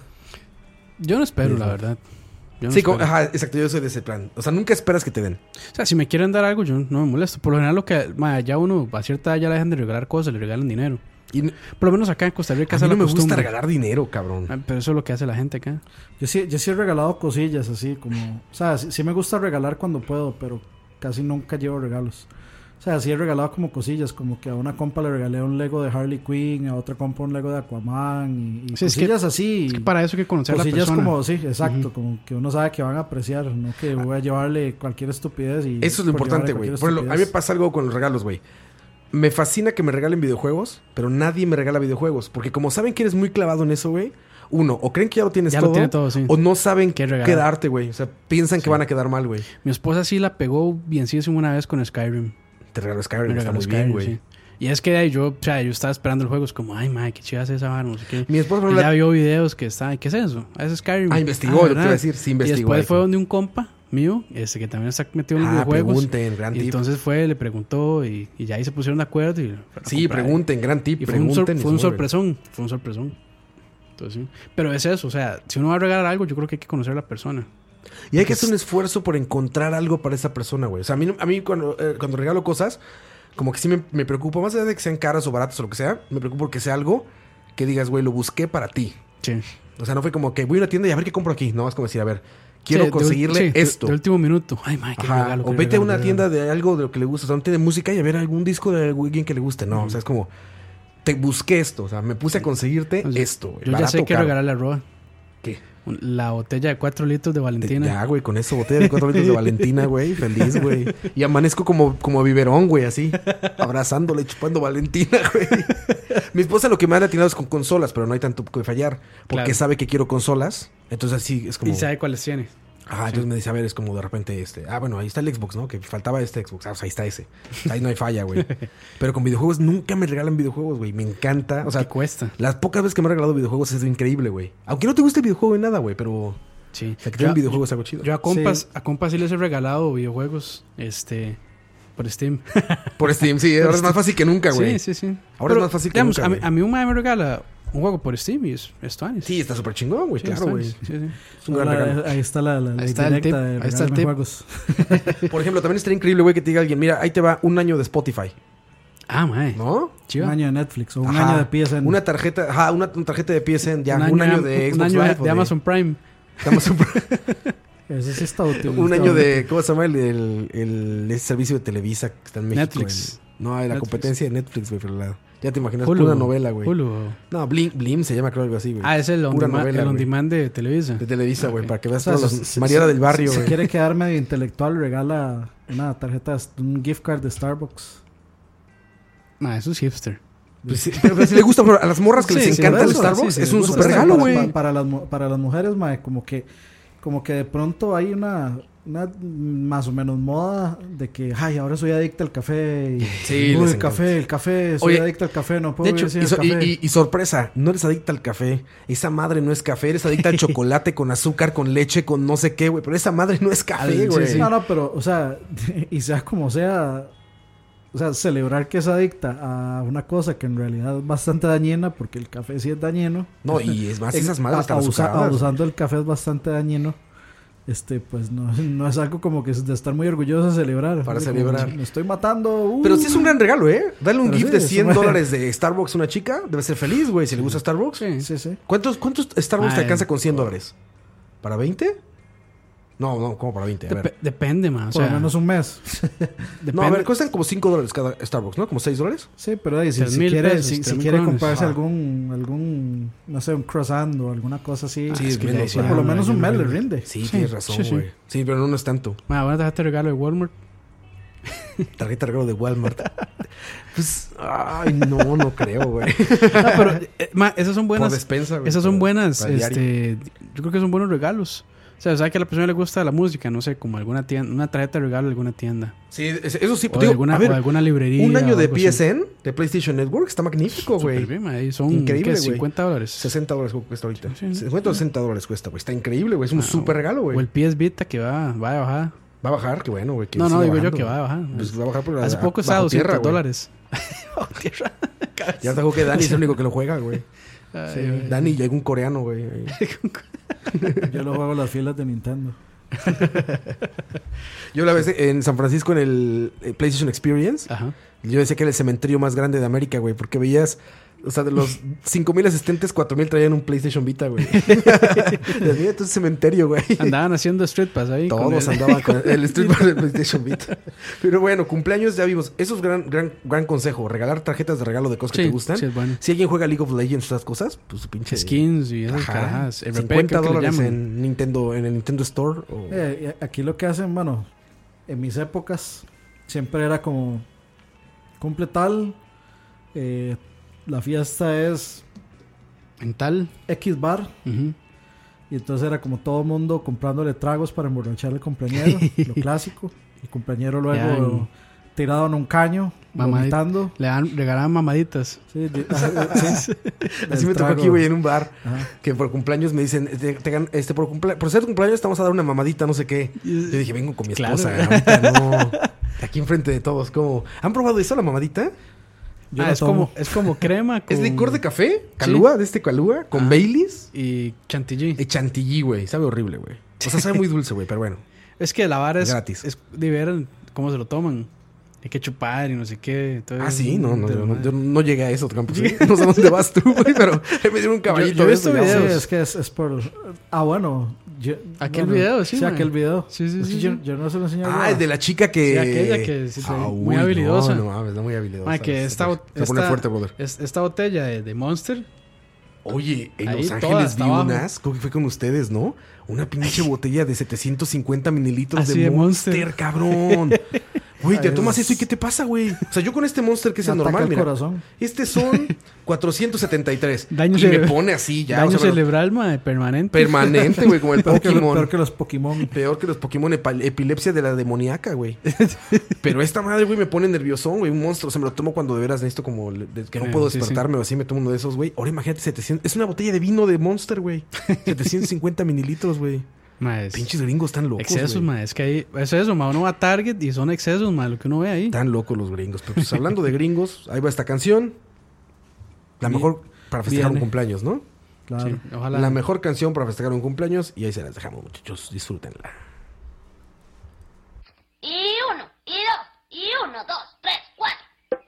Yo no espero, Sí, la sí. verdad. Yo no Sí, espero. como- ajá, exacto, yo soy de ese plan. O sea, nunca esperas que te den. O sea, si me quieren dar algo, yo no me molesto. Por lo general, lo que ma, ya uno a cierta edad ya le dejan de regalar cosas, le regalan dinero. Y n- Por lo menos acá en Costa Rica a esa mí es no la me gusta costumbre. regalar dinero, cabrón. Ah, pero eso es lo que hace la gente acá. Yo sí, yo sí he regalado cosillas así como... O sea, sí, sí me gusta regalar cuando puedo, pero casi nunca llevo regalos. O sea, sí he regalado como cosillas, como que a una compa le regalé un Lego de Harley Quinn, a otra compa un Lego de Aquaman y, y Sí, es que- cosillas así. Es que para eso hay que conocer a la Cosillas persona. como, sí, exacto, Ujú. como que uno sabe que van a apreciar, no que voy a llevarle cualquier estupidez y... Eso es lo por importante, llevarle güey. cualquier Por ejemplo, a mí me estupidez. pasa algo con los regalos, güey. Me fascina que me regalen videojuegos, pero nadie me regala videojuegos. Porque como saben que eres muy clavado en eso, güey. Uno, o creen que ya lo tienes Ya todo, lo tiene todo, sí. o no saben Qué qué regalar. darte, güey. O sea, piensan que Sí. van a quedar mal, güey. Mi esposa sí la pegó bienísimo una vez con Skyrim. Te regalo Me Skyrim, está regaló muy bien, Skyrim, güey. sí. Y es que ahí yo, o sea, yo estaba esperando el juego. Es como, ay, madre, qué chida es esa vara, no sé qué. Mi esposa, por Y ya ejemplo, vio videos que está, ¿qué es eso? Ah, es Skyrim. ah, investigó, lo que te iba a ¿verdad? decir. Sí, Y investigó. después ahí. fue donde un compa mío, este que también está metido en los Ah, videojuegos. pregunten, gran Y tip. entonces fue, le preguntó y, y ya ahí se pusieron de acuerdo. Y fueron a Sí, comprar. pregunten, gran tip. Y fue un, sor- pregunten. y fue un se mueven. sorpresón. Fue un sorpresón. Entonces, sí. Pero es eso, o sea, si uno va a regalar algo, yo creo que hay que conocer a la persona. Y hay que hacer un esfuerzo por encontrar algo para esa persona, güey. O sea, a mí, no- a mí cuando, eh, cuando regalo cosas, como que sí me, me preocupo, más allá de que sean caras o baratas o lo que sea, me preocupo porque sea algo que digas, güey, lo busqué para ti. Sí. O sea, no fue como que voy a una tienda y a ver qué compro aquí. No, es como decir, a ver, quiero Sí, de ul- conseguirle sí, de- esto. De último minuto. Ay, madre, qué Ajá. regalo. O qué vete a regalo, una qué tienda regalo. de algo de lo que le gusta. O sea, no tiene música y a ver algún disco de alguien que le guste. No, o sea, es como, te busqué esto. O sea, me puse a conseguirte O sea, esto, güey. Yo ya Barato sé o qué caro. regalarle a Roa. ¿Qué? Un- La botella de cuatro litros de Valentina. Ya, güey, con eso, botella de cuatro litros de Valentina, güey. Feliz, güey. Y amanezco como, como biberón, güey, así. Abrazándole, chupando Valentina, güey. Mi esposa lo que me ha atinado es con consolas, pero no hay tanto que fallar. Porque Claro. sabe que quiero consolas. Entonces así es como... Y sabe cuáles tiene. Ajá, entonces me dice, a ver, es como de repente este... Ah, bueno, ahí está el Xbox, ¿no? Que faltaba este Xbox. Ah, pues ahí está ese. Ahí no hay falla, güey. Pero con videojuegos nunca me regalan videojuegos, güey. Me encanta. O sea, ¿Qué cuesta? las pocas veces que me han regalado videojuegos es increíble, güey. Aunque no te guste el videojuego ni nada, güey, pero... Sí. O sea, que Yo- tengan videojuegos es algo chido. Yo a compas, Sí. a compas sí les he regalado videojuegos, este, por Steam. Por Steam, sí. Ahora es más fácil que nunca, güey. Sí, sí, sí. Ahora es más fácil que digamos, nunca, a, mí, güey. a mí un mae me regala un juego por Steam y es, es tuanis. Sí, está súper chingón, güey. Sí, claro, es güey. tuanis. Sí, sí. Es un gran La- regalo. ahí está la, la, la Ahí está el indirecta tip, de ahí está el regálame tip. juegos. Por ejemplo, también estaría increíble, güey, que te diga alguien, mira, ahí te va un año de Spotify, Ah, mae. ¿no? Chiva. Un año de Netflix o un Ajá. año de P S N. Una tarjeta, ajá, una, una tarjeta de P S N, ya. Un año, de un Xbox año Live. de, o de Amazon Prime. de Amazon Ese sí está útil. Un está año bonito. de, ¿cómo se llama? El, el, el- ese servicio de Televisa que está en México. Netflix. el- no, la Netflix. competencia de Netflix, güey, pero la, ya te imaginas, Hulu. pura novela, güey. Hulu. No, Blim, Blim se llama, creo, algo así, güey. Ah, es el on, Pura demand, novela, el on güey. demand de Televisa. De Televisa, güey, Ok. para que veas O sea, todos si- los si- Mariana si- del Barrio, Si güey. quiere quedar medio intelectual, regala una tarjeta, un gift card de Starbucks. Ah, eso es hipster. Pues sí, pero, pero si le gusta, por ejemplo, a las morras que Sí, les sí, encanta por el eso, Starbucks, sí, sí, es les un gusta. super Para- regalo, para- güey. Para, para las, mu- para las mujeres, mae, como que, como que de pronto hay una, una más o menos moda de que, ay, ahora soy adicta al café. Y, Sí, uy, les el encanta. café, el café, soy Oye, adicta al café, no puedo De hecho, vivir sin y, el so- y- café. y- y sorpresa, no eres adicta al café. Esa madre no es café. Eres adicta al chocolate con azúcar, con leche, con no sé qué, güey. Pero esa madre no es café, Al- güey. sí, sí. No, no, pero, o sea, y sea como sea, o sea, celebrar que es adicta a una cosa que en realidad es bastante dañina, porque el café sí es dañino. No, y es más, En- esas madres están abusa- azucaradas. abusando del café es bastante dañino. Este, pues no, no es algo como que es de estar muy orgulloso de celebrar. Para Como, celebrar. Me estoy matando. uh. Pero sí es un gran regalo, ¿eh? Dale un Pero gift sí, de es cien una- dólares de Starbucks a una chica. Debe ser feliz, güey, si le gusta Starbucks. Sí. Sí, sí. ¿Cuántos, cuántos Starbucks te Ay, alcanza con cien dólares? ¿Para veinte? No, no, ¿cómo para veinte? A ver. Dep- depende, man. O Por sea, lo menos un mes. depende. No, a ver, cuestan como cinco dólares cada Starbucks, ¿no? Como seis dólares. Sí, pero ahí, si, Tres si mil quiere, pesos, si, tres si mil quiere colones. comprarse Ajá. algún, algún, no sé, un croissant o alguna cosa así. Ah, Sí, es es que menos, ya- güey. ya- por lo menos ya un no mes le rinde. rinde. Sí, Sí, tienes razón, sí, sí. güey. Sí, pero no, no es tanto. Man, buena tarjeta de regalo de Walmart. Tarjeta de regalo de Walmart. Pues, ay, no, no creo, güey. No, pero, eh, ma, esas son Por buenas. despensa, güey. Esas son para- buenas. para diario. Este, yo creo que son buenos regalos. O sea, sabe que a la persona le gusta la música, no sé, como alguna tienda, una tarjeta de regalo de alguna tienda. Sí, es- eso sí. O de Digo, alguna, a ver, o de alguna librería. un año o de algo P así. S N, de PlayStation Network, está magnífico, Súper güey. bien, ma, ahí son Increíble, ¿qué? güey. cincuenta dólares. sesenta dólares cuesta ahorita. Sí, sí. cincuenta o sesenta dólares cuesta, güey. Está increíble, güey. Es un Ah, súper regalo, O güey. el P S Vita que va, va de bajada. Va a bajar, qué bueno, güey. que No, no, siga digo yo bajando, que güey. va a bajar. Pues va a bajar por Hace a- poco estaba bajo doscientos tierra, güey. dólares. Ya tengo que Dani es el único que lo juega, güey. Ay, Sí, ay. Dani y algún coreano, güey. ahí. Yo lo juego en las filas de Nintendo. Yo la vez en San Francisco en el eh, PlayStation Experience, Ajá. yo decía que era el cementerio más grande de América, güey, porque veías, o sea, de los cinco mil asistentes, cuatro mil traían un PlayStation Vita, güey. Dios mío, esto es cementerio, güey. Andaban haciendo street pass ahí. con Todos el- andaban con el Street Pass del PlayStation Vita. Pero bueno, cumpleaños ya vimos. Eso es gran, gran, gran consejo. Regalar tarjetas de regalo de cosas que Sí, te gustan. sí, es bueno. Si alguien juega League of Legends, esas cosas, pues su pinche Skins y esas Ajá. carajas. R P, cincuenta creo que le dólares llaman. en Nintendo, en el Nintendo Store. o- Eh, y aquí lo que hacen, bueno, en mis épocas siempre era como cumple tal, eh, la fiesta es En tal. X bar, Ujú. y entonces era como todo mundo comprándole tragos para emborrachar al compañero, lo clásico. El compañero luego Ya, tirado en un caño, Mamadita. vomitando. Le dan, regalaban mamaditas. Sí, de- ah, sí, Así del me tocó trago. aquí, güey, en un bar. Ajá. Que por cumpleaños me dicen, te, te gan- este, por, cumplea- por ser tu cumpleaños te vamos a dar una mamadita, no sé qué. Yo dije, vengo con mi Claro. esposa, ahorita no. Aquí enfrente de todos, como, ¿han probado eso, la mamadita? Yo Ah, lo es, tomo. como, es como crema con... Es licor de café, calúa, de este calúa, con Ah. Baileys. Y chantilly. Y chantilly, güey. Sabe horrible, güey. O sea, sabe muy dulce, güey, pero bueno. Es que la vara es... Gratis. Es de ver cómo se lo toman. Hay que chupar y no sé qué. todo Ah, es sí, no, no, de- yo no, yo no llegué a eso, Campos. ¿Sí? No sé dónde vas tú, güey, pero me dieron un caballito yo he de visto eso, ya, Sí, videos. güey. es que es, es por... Ah, bueno. yo- Aquel bueno, video, sí, Sí, man. aquel video. Sí, sí, Es que sí, yo, sí. yo no se lo enseñé. Ah, el de la chica que... Sí, aquella que sí, sí, Ah, muy uy, habilidosa. No, no mames, no muy habilidosa. Ma, que Se esta, pone- se pone esta- fuerte, brother. es- esta botella de, de Monster. Oye, en Ahí Los toda Ángeles hasta vi abajo. unas, creo que fue con ustedes, ¿no? Una pinche botella de setecientos cincuenta mililitros Así de, de Monster, Monster. cabrón. Güey, te Es- tomas eso y ¿qué te pasa, güey? O sea, yo con este Monster que es el Ataca normal, el mira. corazón. Este son cuatrocientos setenta y tres. Daño y cere- me pone así ya. daño o sea, pero cerebral, ma, permanente. permanente, güey, como el Peor que, lo- Pokémon. peor que los Pokémon. Peor que los Pokémon, epa- epilepsia de la demoníaca, güey. Pero esta madre, güey, me pone nerviosón, güey. Un monstruo. O sea, me lo tomo cuando de veras necesito como... le- de- que no Eh, puedo sí, despertarme o así. Me tomo uno de esos, güey. Ahora imagínate setecientos... Es una botella de vino de Monster, güey. setecientos cincuenta mililitros, güey. Ma, es- Pinches gringos tan locos, excesos, güey. ma. Es que ahí... Es eso, ma. Uno va a Target y son excesos, ma. Lo que uno ve ahí. Tan locos los gringos. Pero pues hablando de gringos, ahí va esta canción. La Sí. mejor... para festejar Viene. un cumpleaños, ¿no? Claro. Sí, ojalá. La mejor canción para festejar un cumpleaños y ahí se las dejamos, muchachos. Disfrútenla. Y uno, y dos, y uno, dos, tres, cuatro.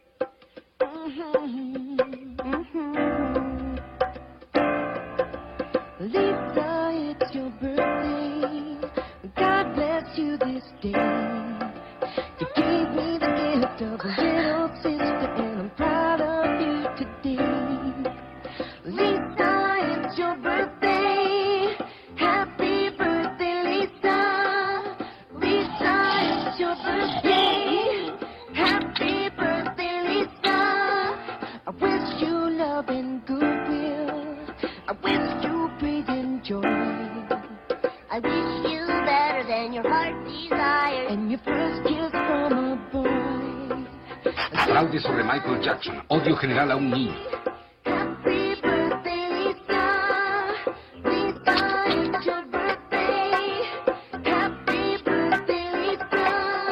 Lisa, it's your birthday. God bless you this day. You gave me the gift of a little sister, and I'm proud of you today. Lisa, it's your birthday. Happy birthday, Lisa. Lisa, it's your birthday. Happy birthday, Lisa. I wish you love and goodwill. I wish you praise and joy. I wish you better than your heart desires. And your first kiss from a boy. Fraude sobre Michael Jackson. Odio general a un niño. Happy birthday, Lisa. Lisa, it's your birthday. Happy birthday, Lisa.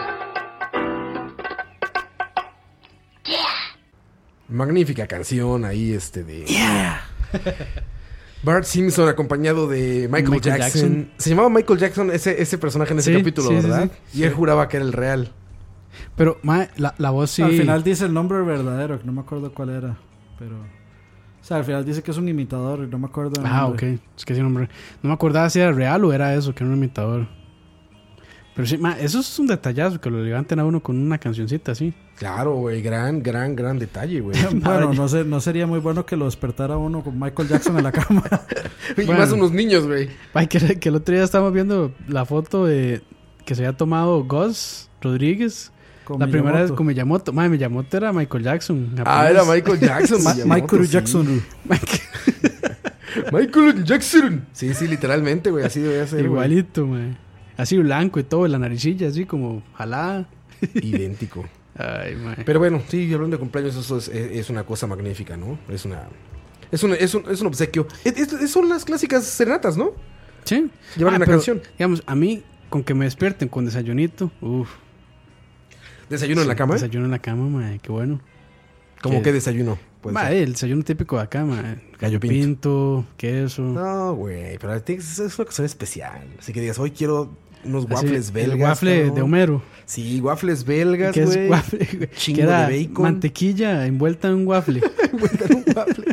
Magnífica canción ahí, este de... Bart Simpson acompañado de Michael, Michael Jackson. Jackson. Se llamaba Michael Jackson ese, ese personaje en ese Sí, capítulo, sí, sí, ¿verdad? sí. Y él juraba que era el real. Pero, mae, la, la voz sí. Al final dice el nombre verdadero, que no me acuerdo cuál era. Pero. O sea, al final dice que es un imitador y no me acuerdo el Ah, nombre. ok. Es que sí, nombre. No me acordaba si era real o era eso, que era un imitador. Pero sí, mae, eso es un detallazo, que lo levanten a uno con una cancioncita así. Claro, güey. Gran, gran, gran detalle, güey. Bueno, no, sé, no sería muy bueno que lo despertara uno con Michael Jackson en la cama. Y Bueno. más unos niños, güey. Ay, que, que el otro día estábamos viendo la foto de que se había tomado Gus Rodríguez. Con La primera vez Miyamoto. con Miyamoto. Mae, Miyamoto era Michael Jackson. Ah, era Michael Jackson. Ma- Miyamoto, Michael sí. Jackson. Michael Jackson. Sí, sí, literalmente, güey. Así debía ser, güey. Igualito, mae. Así blanco y todo, la naricilla así como jalada. Idéntico. Ay, mae. Pero bueno, sí, hablando de cumpleaños, eso es, es- es una cosa magnífica, ¿no? Es una... Es un, es un, es un obsequio. Es- es- son las clásicas serenatas, ¿no? Sí. Llevar Ah, una pero, canción. Digamos, a mí, con que me despierten con desayunito, uff. ¿Desayuno en la cama? Desayuno en la cama, mae, qué bueno. ¿Cómo ¿Qué? qué desayuno? Puede Mae, ser. el desayuno típico de acá, mae. Gallo Gallo pinto. pinto, queso. No, güey, pero tiene que ser- es una cosa especial. Así que digas, hoy quiero unos Así, waffles belgas. El waffle cabrón. de Homero. Sí, waffles belgas, Que es güey. waffle, güey, Chingo que era de bacon. mantequilla envuelta en un waffle. Un waffle,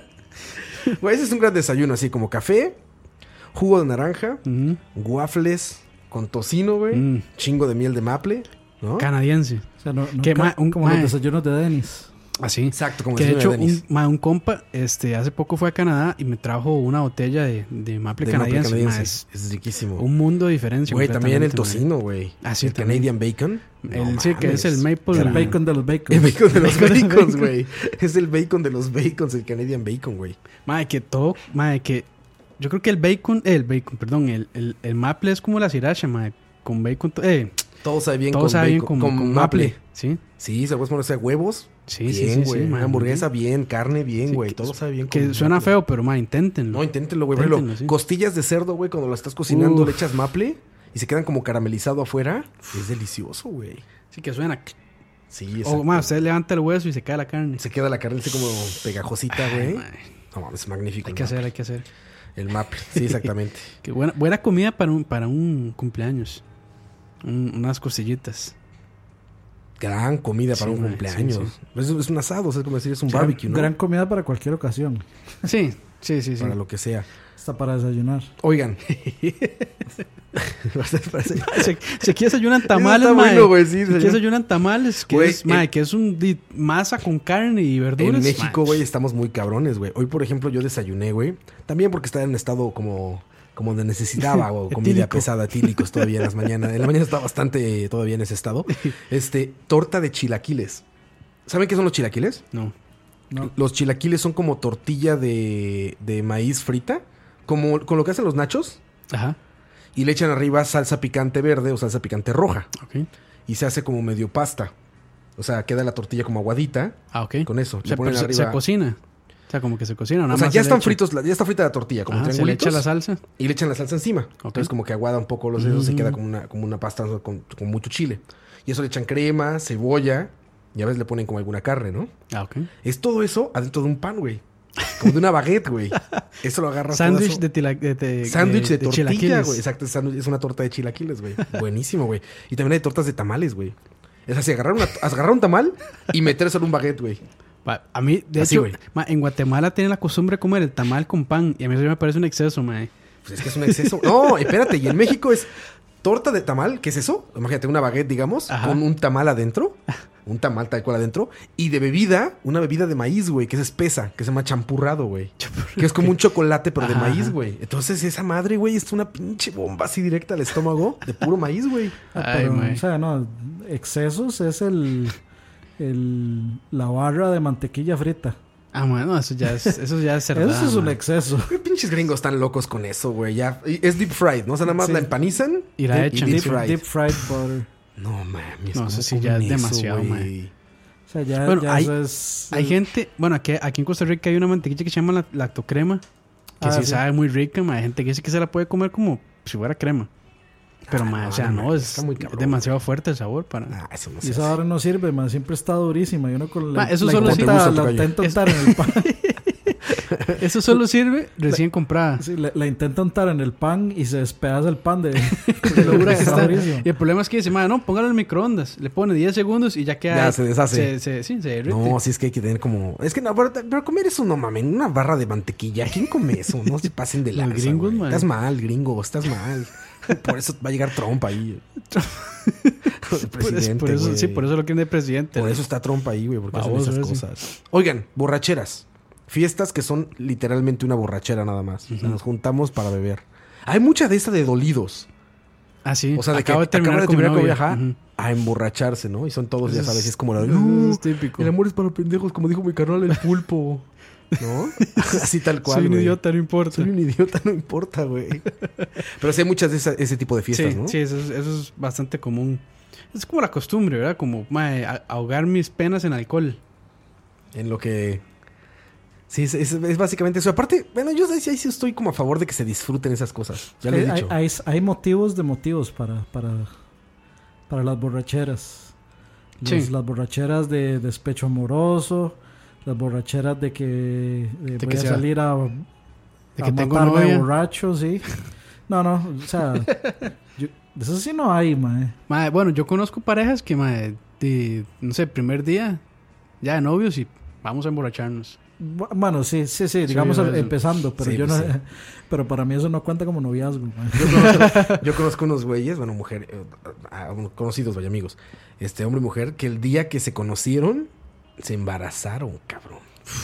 güey. Güey, ese es un gran desayuno, así como café, jugo de naranja, Ujú. waffles con tocino, güey. Mm. Chingo de miel de maple, ¿no? Canadiense. O sea, no, no Que ca- ma- un- como ma- los desayunos de Dennis. Así. Exacto, como Que de desayuno hecho, de Denis. un, ma, un compa este, hace poco fue a Canadá y me trajo una botella de, de maple De maple canadiense. canadiense. Ma, es Es riquísimo. un mundo de diferencia. Güey, también el completamente, tocino, güey. Ah, sí, el también. Canadian bacon. El- No sí, que es el mames. maple. El la- bacon de los bacons. El bacon de los Bacon de los bacons, bacon. güey. Es el bacon de los bacons, el Canadian bacon, güey. Ma, que todo, ma, que yo creo que el bacon, el bacon, perdón, el, el, el maple es como la sriracha, ma, con bacon, to- eh, Todo sabe bien todo con sabe bien bacon, con, con, con maple. maple. Sí, Sí, se puede ponerse huevos. sí, sí, bien, sí, güey. sí, ma, Una hamburguesa muy bien, carne bien, Sí, güey. que- Todo sabe bien bien. Que con suena maple. feo, pero ma, inténtenlo. No, inténtenlo, güey. Por ejemplo, Inténtenlo, sí. costillas de cerdo, güey, cuando las estás cocinando, Uf. le echas maple y se quedan como caramelizado afuera. Es delicioso, güey. Sí, que suena. Sí, O exacto. más, usted levanta el hueso y se cae la carne. Se queda la carne así como pegajosita, Ay, güey. ma, No mames, es magnífico. hay el que maple. hacer, hay que hacer. El maple, sí, exactamente. Que buena, buena comida para un, para un cumpleaños. Un- unas costillitas. Gran comida para Sí, un ma, cumpleaños. sí, Es, es un asado, es como decir, es un Gran- barbecue, ¿no? Gran comida para cualquier ocasión. Sí, sí, sí, sí. Para lo que sea. Hasta para desayunar. Oigan. Se, se aquí desayunan tamales, está mae. bueno, güey, sí, Se aquí desayunan. desayunan tamales, que Güey, es, mae, en- que es un di- masa con carne y verduras. En México, mae. güey, estamos muy cabrones, güey. Hoy, por ejemplo, yo desayuné, güey. También porque estaba en estado como, como de necesitaba o comida Etílico. pesada, tílicos todavía en las mañanas. En la mañana estaba bastante eh, todavía en ese estado. Este, torta de chilaquiles. ¿Saben qué son los chilaquiles? No. No. Los chilaquiles son como tortilla de, de maíz frita, como con lo que hacen los nachos, Ajá. y le echan arriba salsa picante verde o salsa picante roja. Ok. Y se hace como medio pasta. O sea, queda la tortilla como aguadita. Ah, ok. Con eso. O Le sea, ponen pero se, arriba- se cocina. O sea, como que se cocina. Nada O sea, más ya se le están echa- fritos, la- ya está frita la tortilla, como Ajá, se le triangulitos. echa la salsa. Y le echan la salsa encima. Entonces como que aguada un poco los dedos y Mm. queda como una, como una pasta con, con mucho chile. Y eso le echan crema, cebolla, y a veces le ponen como alguna carne, ¿no? Ah, ok. Es todo eso adentro de un pan, güey. como de una baguette, güey. Eso lo agarras. Sándwich pedazo. de, tila, de, de, Sándwich de, de tortilla, chilaquiles. güey. Exacto, es sándwich- es una torta de chilaquiles, güey. Buenísimo, güey. Y también hay tortas de tamales, güey. Es así, agarrar, una, agarrar un tamal y meterse en un baguette, güey. Pa- A mí, de Así, hecho, güey. ma, en Guatemala tienen la costumbre de comer el tamal con pan. Y a mí eso me parece un exceso, ma. Pues es que es un exceso. No, espérate. Y en México es torta de tamal. ¿Qué es eso? Imagínate una baguette, digamos, Ajá. con un tamal adentro. Un tamal tal cual adentro. Y de bebida, una bebida de maíz, güey, que es espesa, que se llama champurrado, güey. Que es como un chocolate, pero de Ajá, maíz, ajá. güey. Entonces esa madre, güey, es una pinche bomba así directa al estómago de puro maíz, güey. Ah, Ay, pero, mae. o sea, no, excesos es el, el la barra de mantequilla frita. Ah, bueno, eso ya es, eso ya es cerdada, Eso es un ma. exceso. Qué pinches gringos están locos con eso, güey. Ya. Y es deep fried, ¿no? O sea, nada más Sí. la empanizan Y la deep- echan. deep Deep, fried. deep fried butter. No mames. No, ¿cómo eso sí ya comen es demasiado, güey? mae. O sea, ya, Bueno, ya hay- eso es... Hay gente, bueno, aquí, aquí en Costa Rica hay una mantequilla que se llama la, lactocrema, que Ah, sí, sí. sabe muy rica, ma. Hay gente que dice que se la puede comer como si fuera crema. Pero, Ah, ma, no, o sea, no, no, es, está muy cabrón, es demasiado fuerte el sabor para... Ah, eso no Y se esa hace. barra no sirve, man. Siempre está durísima. Y uno con la, Ma, eso la solo sí- intenta, ¿Te gusta, la tocayo? intenta untar en el pan. Eso solo sirve recién comprada. Sí, la, la intenta untar en el pan y se despedaza el pan de, De lo dura que está. durísimo. Y el problema es que dice, ma, no, póngalo en microondas. Le pone diez segundos y ya queda... Ya, se deshace. Se, se- sí, se derrite. No, sí es que hay que tener como... Es que no, pero, pero comer eso no mames, una barra de mantequilla. ¿Quién come eso? No se pasen de Los lanza, gringos, güey. man. Estás mal, gringo, estás mal. Por eso va a llegar Trump ahí. El por, eso, presidente, por eso- güey. sí, por eso lo quieren de presidente. Por ¿no? eso está Trump ahí, güey, porque hacen Baboso esas ese. cosas. Oigan, borracheras. Fiestas que son literalmente una borrachera nada más. O sea, nos juntamos para beber. Hay mucha de esta de dolidos. Ah, sí. O sea, de Acabo que de terminar acaba de con mi terminar con novia. viajar Ujú. a emborracharse, ¿no? Y son todos, ya Eso sabes, es- es como la... eso "No, es típico. el amor es para pendejos, como dijo mi carnal el pulpo. ¿No? Así tal cual, Soy un güey. idiota, no importa. Soy un idiota, no importa, güey. Pero sí hay muchas de esa- ese tipo de fiestas, sí, ¿no? sí, eso es, eso es bastante común. Es como la costumbre, ¿verdad? Como mae, a- ahogar mis penas en alcohol. En lo que... Sí, es, es- es básicamente eso. Aparte, bueno, yo ahí sí ahí sí estoy como a favor de que se disfruten esas cosas. Ya lo he hay, dicho. hay, hay motivos de motivos para, para, para las borracheras. Los- Sí. Las borracheras de despecho amoroso, las borracheras de que de que voy a sea- salir a, De a que tengo matarme novia. borracho, sí. No, no, o sea, yo- de eso sí no hay, mae. Mae, bueno, yo conozco parejas que, mae, de, no sé, primer día, ya de novios y vamos a emborracharnos. Bu- Bueno, sí, sí, sí, digamos eso. empezando, pero Sí, yo pues no, sí. pero para mí eso no cuenta como noviazgo, mae. Yo conozco, yo conozco unos güeyes, bueno, mujer, eh, ah, conocidos, vaya amigos, este hombre y mujer, que el día que se conocieron, se embarazaron, cabrón.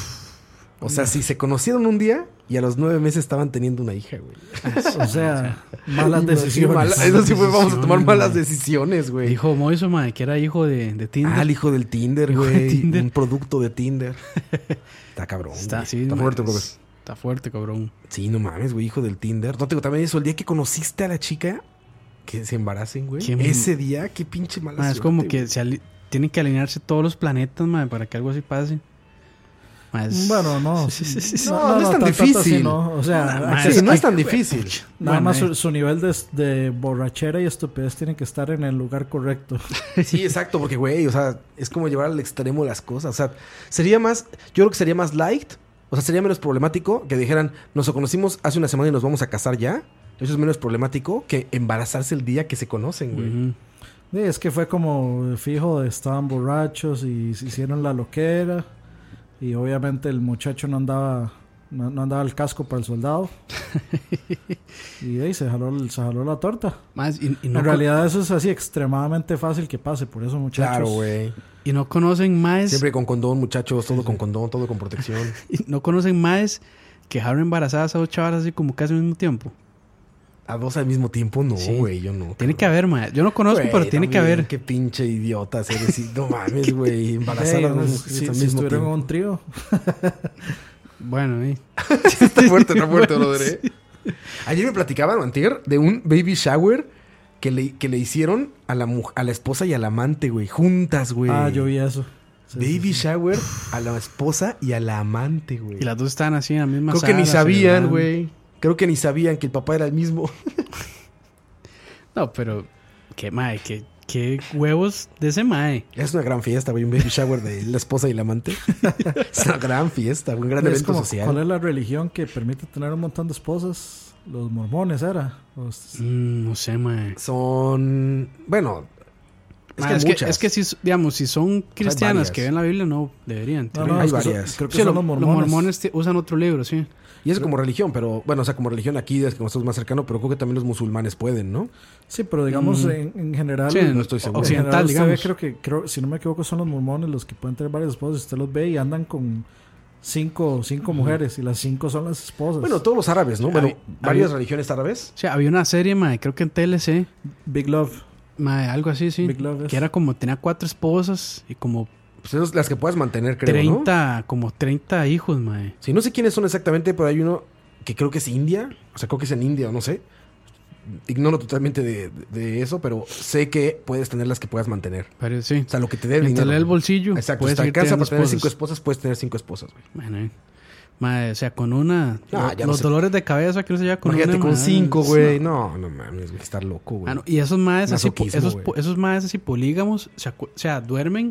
O sea, si se conocieron un día y a los nueve meses estaban teniendo una hija, güey. O sea, malas Imagínate, decisiones. mala- eso sí fue, vamos a tomar decisiones, malas güey. decisiones, güey. Dijo Moiso, mae, que era hijo de, de Tinder. Ah, el hijo del Tinder, Hijo de güey. Tinder. Un producto de Tinder. Está cabrón. Está güey. así, Está mae, fuerte, es- brother. Está fuerte, cabrón. Sí, no mames, güey, hijo del Tinder. No te digo también eso, el día que conociste a la chica, que se embaracen, güey. Qué- Ese día, qué pinche mala Mae, es suerte, como güey. que se ali- tienen que alinearse todos los planetas, mae, para que algo así pase. Mae, es- Bueno, no. Sí, sí, sí, sí. No, no es tan tanto así, difícil. no. O sea, Nah, aquí- Sí, no es tan aquí- difícil. Nada Bueno, más eh. su, su nivel de, de borrachera y estupidez tiene que estar en el lugar correcto. Sí, exacto, porque, güey, o sea, es como llevar al extremo las cosas. O sea, sería más, yo creo que sería más light, o sea, sería menos problemático que dijeran, nos conocimos hace una semana y nos vamos a casar ya. Eso es menos problemático que embarazarse el día que se conocen, güey. Ujú. Sí, es que fue como fijo, estaban borrachos y se hicieron la loquera. Y obviamente el muchacho no andaba no, no andaba el casco para el soldado. Y ahí se jaló, el- se jaló la torta. Mae, y, y no En co- realidad eso es así extremadamente fácil que pase. Por eso, muchachos. Claro, güey. y no conocen más Siempre con condón, muchachos, todo con condón, todo con protección. y no conocen más que dejaron embarazadas a dos chavalas así como casi al mismo tiempo. A dos al mismo tiempo, no, Sí. güey, yo no. Tiene que haber, mae. Yo no conozco, Güey, pero tiene que también, haber. Qué pinche idiota ser así. No mames, güey. Embarazar Ey, a dos pues, mujeres si, al si mismo estuvieron en tiempo. un trío. Bueno, eh. Está fuerte, está fuerte, Bueno, brother, ¿eh? Ayer me platicaban, antier, de un baby shower que le, que le hicieron a la, mu- a la esposa y al amante, güey. Juntas, güey. Ah, yo vi eso. Sí, Baby sí, sí. shower a la esposa y a la amante, güey. Y las dos estaban así en la misma Creo que ni sala, sabían, celebrando. güey. Creo que ni sabían que el papá era el mismo. No, pero que mae, que qué huevos de ese mae. Es una gran fiesta, güey. Un baby shower de la esposa y el amante. Es una gran fiesta, un gran Es evento como, social. ¿cuál es la religión que permite tener un montón de esposas? Los mormones, ¿era? Los- Mm, no sé, mae. Son. Bueno. Es Mae, que hay es, que, muchas. es que si, digamos, si son cristianas varias. que ven la Biblia, no deberían. No, tener. no, hay es que son- varias. creo que Sí, son lo- los mormones. Los mormones te- usan otro libro, sí. Y eso como religión, pero. Bueno, o sea, como religión aquí es que nosotros más cercano, pero creo que también los musulmanes pueden, ¿no? Sí, pero digamos Mm. en, en general... Sí, no estoy seguro. en general Occidental, usted ve, digamos. creo que, creo, si no me equivoco, son los mormones los que pueden tener varias esposas. Usted los ve y andan con cinco, cinco mujeres y las cinco son las esposas. Bueno, todos los árabes, ¿no? Sí, Bueno, había- varias había- religiones árabes. O sea, había una serie, mae, creo que en T L C, Big Love. mae, algo así, sí. Big Love es- Que era como, tenía cuatro esposas y como Pues esas las que puedas mantener, creo, ¿no? treinta, como treinta hijos, mae. Sí, no sé quiénes son exactamente, pero hay uno que creo que es India. O sea, creo que es en India, o no sé. Ignoro totalmente de, de eso, pero sé que puedes tener las que puedas mantener. Pero sí. O sea, lo que te dé el Mientras dinero. le dé el bolsillo, Exacto. puedes Si te seguir alcanza teniendo para tener esposas. cinco esposas, puedes tener cinco esposas, güey. Bueno, eh. Mae, o sea, con una... Ah, lo- ya no los sé. dolores de cabeza que uno se lleva con Imagínate una, con mae, cinco, es- güey. No, no mames, güey. Estar loco, güey. Ah, no, y esos maes así, po- Masoquismo, esos, güey. po- esos maes así polígamos, o sea, cu- o sea, duermen,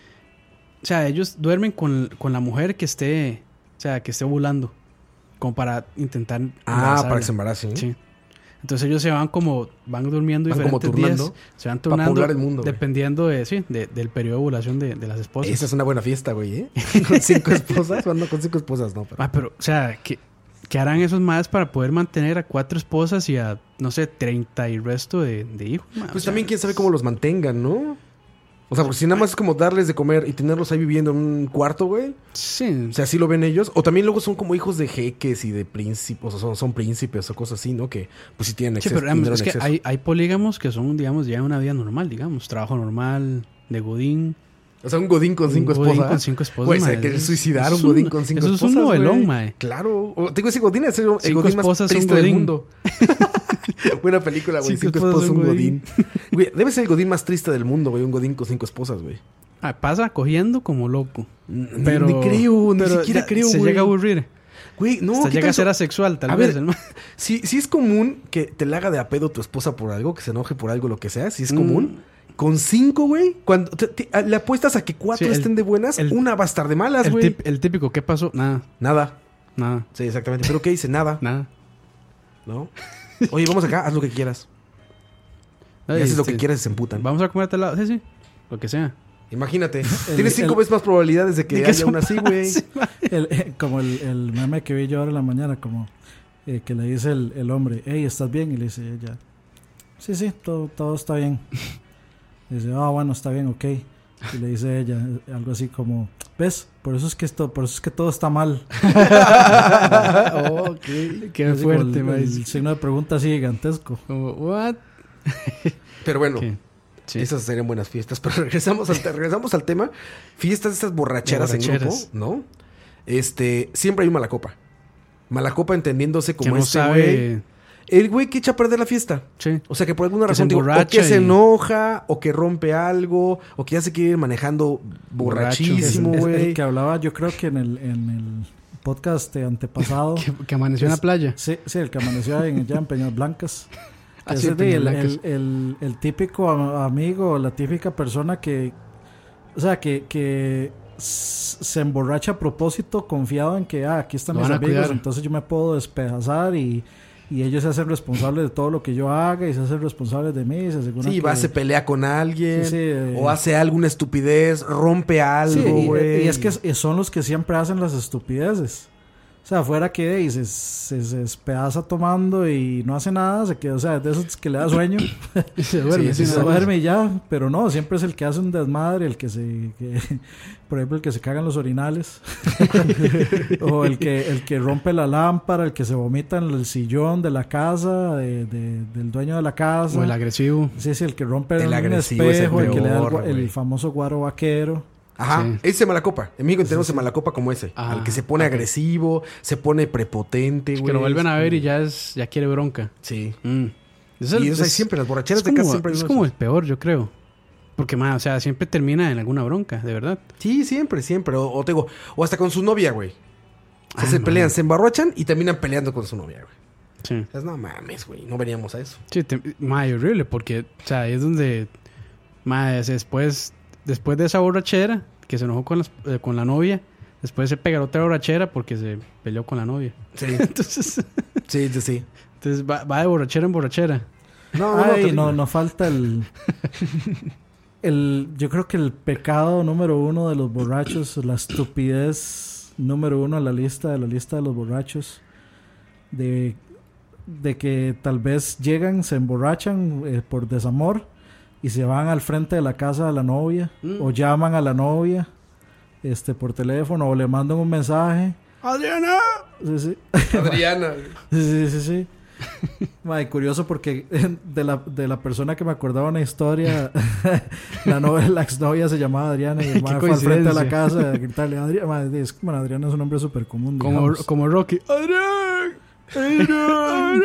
o sea, ellos duermen con, con la mujer que esté, o sea, que esté ovulando, como para intentar Ah, embarazarla. para que se embarace, ¿eh? Sí. Entonces ellos se van como, van durmiendo Van como diferentes turnando días, se van para turnando poblar el mundo, güey. dependiendo de, sí, de- del periodo de ovulación de, de las esposas. Esa es una buena fiesta, güey, ¿eh? Con cinco esposas. Bueno, no, con cinco esposas, no. Pero... Ah, pero, o sea, ¿qué, qué harán esos maes para poder mantener a cuatro esposas y a, no sé, treinta y resto de, de hijos? ma? O Pues sea, también quién sabe cómo los mantengan, ¿no? O sea, porque si nada más es como darles de comer y tenerlos ahí viviendo en un cuarto, güey. Sí, O sea, así lo ven ellos. O también luego son como hijos de jeques y de príncipes. O son, son príncipes o cosas así, ¿no? Que pues sí tienen sí, exceso. pero digamos, dinero es en que exceso. hay, hay polígamos que son, digamos, llevan una vida normal, digamos, trabajo normal, de godín. O sea, un godín con cinco Un godín esposas. con cinco esposas, Güey, se mae. quiere Es- suicidar es un godín un- con cinco eso es esposas, un novelón, güey. mae. Claro. O, te digo, ese godín es el, el Cinco godín más esposas, un triste del godín. mundo. Buena película, güey. Cinco Cinco, esposas, esposas, un un godín. godín. Güey, debe ser el godín más triste del mundo, güey. Un godín con cinco esposas, güey. Ah, pasa cogiendo como loco. Ni- Pero, ni creo, ni pero siquiera ya creo, se güey. llega a aburrir. Güey, no, Hasta ¿qué llega tal a ser eso? asexual, tal A vez. ver, el ma- Si, si es común que te la haga de a pedo tu esposa por algo, que se enoje por algo, lo que sea, si es Mm. común. Con cinco, güey, cuando te- te- le apuestas a que cuatro Sí, el- estén de buenas, el- una va a estar de malas, el, güey. tip- el típico, ¿qué pasó? Nada, Nada. nada, Sí, exactamente. ¿Pero qué dice? Nada, nada. ¿no? Oye, vamos acá, haz lo que quieras. Y Ay, haces lo este, que quieras y se emputan. Vamos a comer a tal lado. Sí, sí. Lo que sea. Imagínate. El- Tienes cinco el- veces más probabilidades de que De que haya son- una así, güey. Sí, ma. El- eh, como el, el meme que vi yo ahora en la mañana, como eh, que le dice el, el hombre, hey, ¿estás bien? Y le dice ella, sí, sí, todo, todo está bien. Y dice, ah, bueno, está bien, ok. Y le dice ella eh, algo así como, ¿ves? Por eso es que esto, por eso es que todo está mal. Oh, qué, qué Así como fuerte, el, ma. el signo de pregunta así gigantesco. Como, what? Pero bueno, ¿Qué? Sí. esas serían buenas fiestas. Pero regresamos al, regresamos al tema. Fiestas, estas borracheras, De en grupo, borracheras. ¿no? Este, siempre hay un malacopa. Malacopa entendiéndose Que como no este güey. sabe. El güey que echa a perder la fiesta. Sí. O sea, que por alguna Que se razón, digo, o emborracha que se y- enoja, o que rompe algo, o que ya se quiere ir manejando Borracho. borrachísimo, Es- es güey. el que hablaba, yo creo que en el, en el podcast de antepasado. Que, que amaneció en la Es- playa. Sí, sí, el que amaneció en, ya en Peñas Blancas. Ah, Ese sí, es de- el, Peñas el, el- el típico a- amigo, la típica persona que, o sea, que, que s- se emborracha a propósito, confiado en que, ah, aquí están Lo mis van a amigos, cuidar. entonces yo me puedo despedazar y, y ellos se hacen responsables de todo lo que yo haga y se hacen responsables de mí. Se aseguran Sí, que- va, se pelea con alguien, Sí, sí, eh. o hace alguna estupidez, rompe algo, Sí, y- güey. y, es que s- son los que siempre hacen las estupideces. O sea, fuera que y se, se, se despedaza tomando y no hace nada, se queda, o sea, de esos que le da sueño. Y se duerme. Sí, sí, sí, Se nada más. duerme y ya, pero no, siempre es el que hace un desmadre, el que se, que- por ejemplo, el que se caga en los orinales, o el que, el que rompe la lámpara, el que se vomita en el sillón de la casa, de- de- del dueño de la casa. O el agresivo. Sí, sí, el que rompe El un agresivo es el espejo, el, que le da el, peor, gua- el güey. famoso guaro vaquero. Ajá, Sí. ese malacopa. En México tenemos el malacopa como ese. Ah, al que se pone ok. agresivo, se pone prepotente, Es güey. que lo vuelven a ver y ya es ya quiere bronca. Sí. Mm. Es Y eso hay siempre, las borracheras es de casa como, siempre hay es uno como de el peor, yo creo. Porque, ma, o sea, siempre termina en alguna bronca, de verdad. Sí, siempre, siempre. O, o te digo, o hasta con su novia, güey. O sea, Ah, se man. pelean, se embarrochan y terminan peleando con su novia, güey. Sí. Es no mames, güey. No veníamos a eso. Sí, te, ma, y horrible, porque, o sea, ahí es donde Más después, después de esa borrachera, que se enojó con, las, eh, con la novia, después se pega otra borrachera porque se peleó con la novia. Sí. Entonces, Sí, sí, sí. entonces va, va de borrachera en borrachera. No, no, Ay, terrible. no, no falta el, el... Yo creo que el pecado número uno de los borrachos, la estupidez número uno en la lista, de la lista de los borrachos, de, de que tal vez llegan, se emborrachan eh, por desamor y se van al frente de la casa de la novia, Mm. o llaman a la novia este por teléfono, o le mandan un mensaje. ¡Adriana! Sí, sí. Adriana. Sí, sí, sí. Mae, curioso porque de la, de la persona que me acordaba una historia, la, novia, la exnovia se llamaba Adriana y el mae fue al frente de la casa a gritarle Adriana. Mae, es, bueno, Adriana es un nombre súper común. Como, digamos. como Rocky. ¡Adrián! ¡Adrián!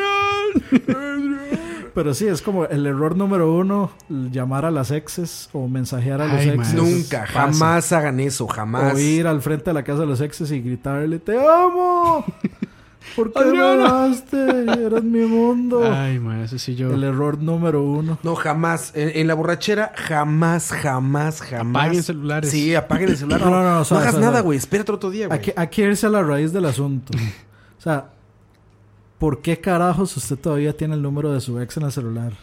Pero sí, es como el error número uno, llamar a las exes o mensajear a los Ay, exes. mae, Nunca, Pasa. jamás hagan eso, jamás. O ir al frente de la casa de los exes y gritarle, ¡te amo! ¿Por qué me Adriana. dejaste? Eres mi mundo. Ay, ma, eso sí yo. El error número uno. No, jamás. En, en la borrachera, jamás, jamás, jamás. Apaguen celulares. Sí, apaguen el celular. No, no, no, o sea, hagas o sea, nada, o sea, güey. Espérate otro día, güey. Hay que, hay que irse a la raíz del asunto. O sea, ¿por qué carajos usted todavía tiene el número de su ex en el celular?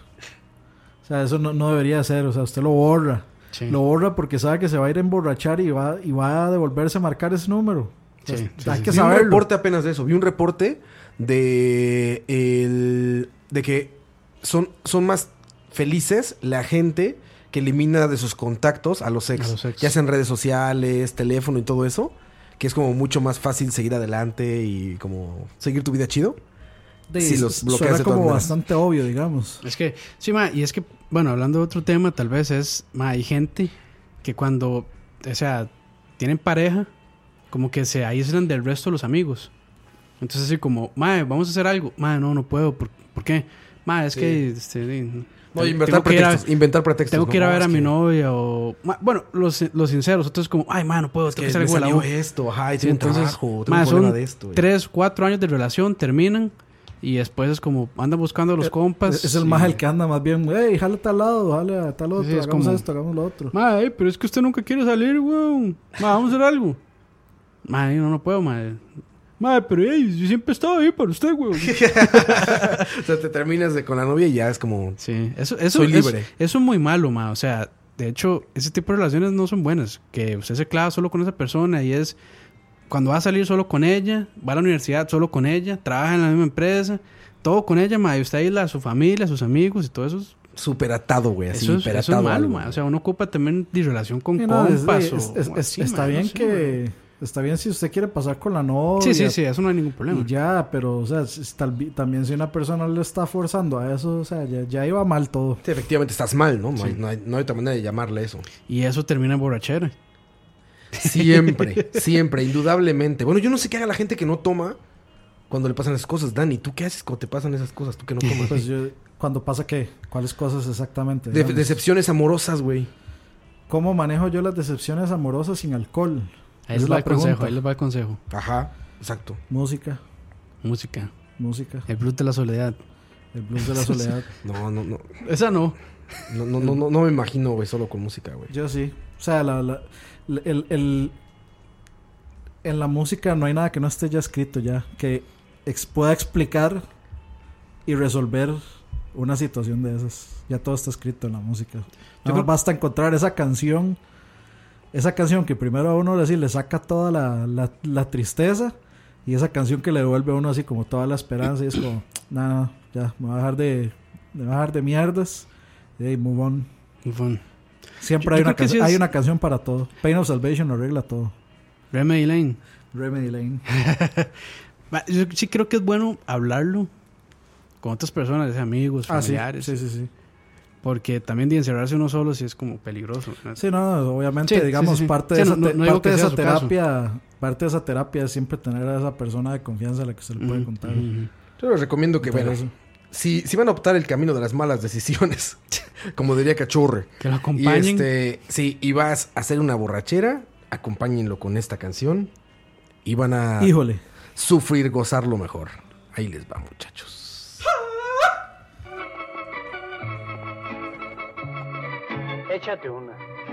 O sea, eso no, no debería ser. O sea, usted lo borra. Sí. Lo borra porque sabe que se va a ir a emborrachar y va, y va a devolverse a marcar ese número. O sea, Sí, sí, hay sí, que Vi un saberlo. reporte apenas de eso. Vi un reporte de el, de que son, son más felices la gente que elimina de sus contactos a los ex. A los ex. Ya sea en redes sociales, teléfono y todo eso. Que es como mucho más fácil seguir adelante y como seguir tu vida chido. De- Sí, los bloqueas suena de todas como maneras. bastante obvio, digamos. Es que, sí, ma, y es que, bueno, hablando de otro tema, tal vez es, ma, hay gente que cuando, o sea, tienen pareja, como que se aíslan del resto de los amigos. Entonces, así como, ma, vamos a hacer algo. Ma, no, no puedo. ¿Por, ¿por qué? Ma, es Sí. que, este, No, tengo inventar que ir a- pretextos. Inventar pretextos. Tengo ¿no? que ir a No, ver es a mi que- novia o... ma, bueno, los, los sinceros. Entonces como, ay, ma, no puedo. Es Tengo que que me hacer algo de la salió U. esto. Ajá, y Sí, tengo un entonces, trabajo. Tengo ma, un problema son de esto. güey. tres, cuatro años de relación, terminan y después es como, andan buscando a los compas. Es, es el y- más el que anda más bien, hey, jale a tal lado, jale a tal otro, Sí, es hagamos como- esto, hagamos lo otro. Ma, ay, pero es que usted nunca quiere salir, weón. Ma, vamos a hacer algo. Ma, no, no puedo, ma. Ma, pero ey, yo siempre he estado ahí para usted, weón. O sea, te terminas de, con la novia y ya es como... Sí, eso, eso, Soy es- libre. eso es muy malo, ma. O sea, de hecho, ese tipo de relaciones no son buenas. Que usted se clava solo con esa persona y es cuando va a salir solo con ella, va a la universidad solo con ella, trabaja en la misma empresa, todo con ella, ma. Y usted aísla a su familia, a sus amigos y todo eso. es- Súper atado, güey. Así, Eso es, hiper eso es atado a malo, algo, ma. güey. O sea, uno ocupa también de relación con Sí, no, es- compas. es- o- es- o es- así, está ma, no bien sé, que... Está bien si usted quiere pasar con la ma. novia. Sí, sí, sí, eso no hay ningún problema. Y ya, pero, o sea, si tal- también si una persona le está forzando a eso, o sea, ya, ya iba mal todo. Sí, efectivamente estás mal, ¿no? No, Sí. hay, no, hay, no hay otra manera de llamarle eso. Y eso termina en borrachera. Siempre, siempre, indudablemente. Bueno, yo no sé qué haga la gente que no toma cuando le pasan esas cosas. Dani, ¿tú qué haces cuando te pasan esas cosas? ¿Tú que no tomas? Pues yo, cuando pasa qué, ¿cuáles cosas exactamente? De- digamos? decepciones amorosas, güey. ¿Cómo manejo yo las decepciones amorosas sin alcohol? Ahí Esa les es va la el consejo, pregunta. ahí les va el consejo. Ajá, exacto. Música, Música. música, El blues de la soledad. el blues de la soledad. No, no, no. Esa no. No, no, no, no, no me imagino, güey, solo con música, güey. Yo sí. O sea, la, la- la- el, el- en la música no hay nada que no esté ya escrito ya. Que ex- pueda explicar y resolver una situación de esas. Ya todo está escrito en la música. Nada más basta encontrar esa canción. Esa canción que primero a uno así, le saca toda la, la, la tristeza. Y esa canción que le devuelve a uno así como toda la esperanza. Y es como, nada, ya, me voy a dejar de, me voy a dejar de mierdas. Y hey, move on. Fun. Siempre Yo- hay, yo una creo que canción sí es- hay una canción para todo. Pain of Salvation lo arregla todo. Remedy Lane. Remedy Lane. Va, Yo sí creo que es bueno hablarlo con otras personas, ya sea amigos, Ah, sí. familiares. Sí, sí, sí. Porque también de encerrarse uno solo sí es como peligroso. ¿no? Sí, no, obviamente, Sí, digamos, sí, sí, sí. parte Sí, de no- esa, no- te- no digo parte que de sea esa su caso. terapia, parte de esa terapia es siempre tener a esa persona de confianza a la que se le puede Ujú, contar. ujú, ujú. Yo les recomiendo que, Pero bueno, eso. si, si van a optar el camino de las malas decisiones, como diría Cachorre, Que lo y acompañen. este, sí, y vas a hacer una borrachera, acompáñenlo con esta canción y van a Híjole. sufrir, gozarlo mejor. Ahí les va, muchachos. Échate una.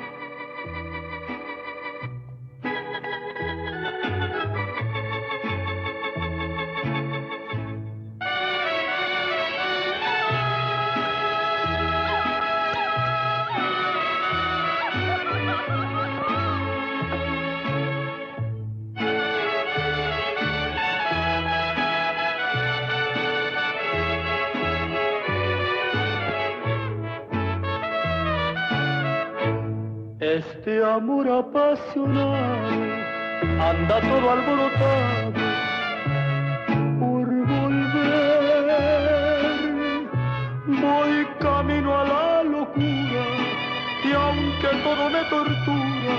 Este amor apasionado anda todo alborotado por volver. Voy camino a la locura y aunque todo me tortura,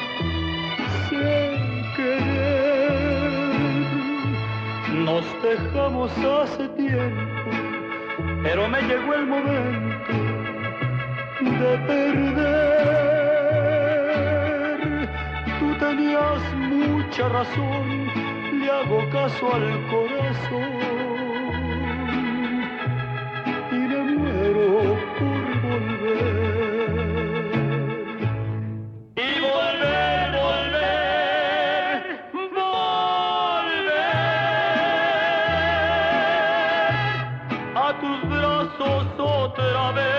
sé querer. Nos dejamos hace tiempo, pero me llegó el momento de perder. Tú tenías mucha razón, le hago caso al corazón y me muero por volver. Y volver, volver, volver a tus brazos otra vez.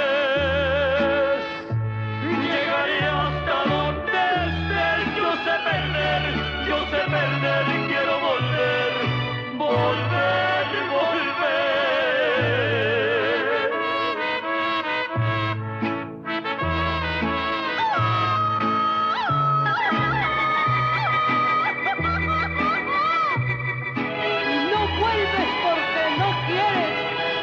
Quiero volver, volver, volver. Y no vuelves porque no quieres.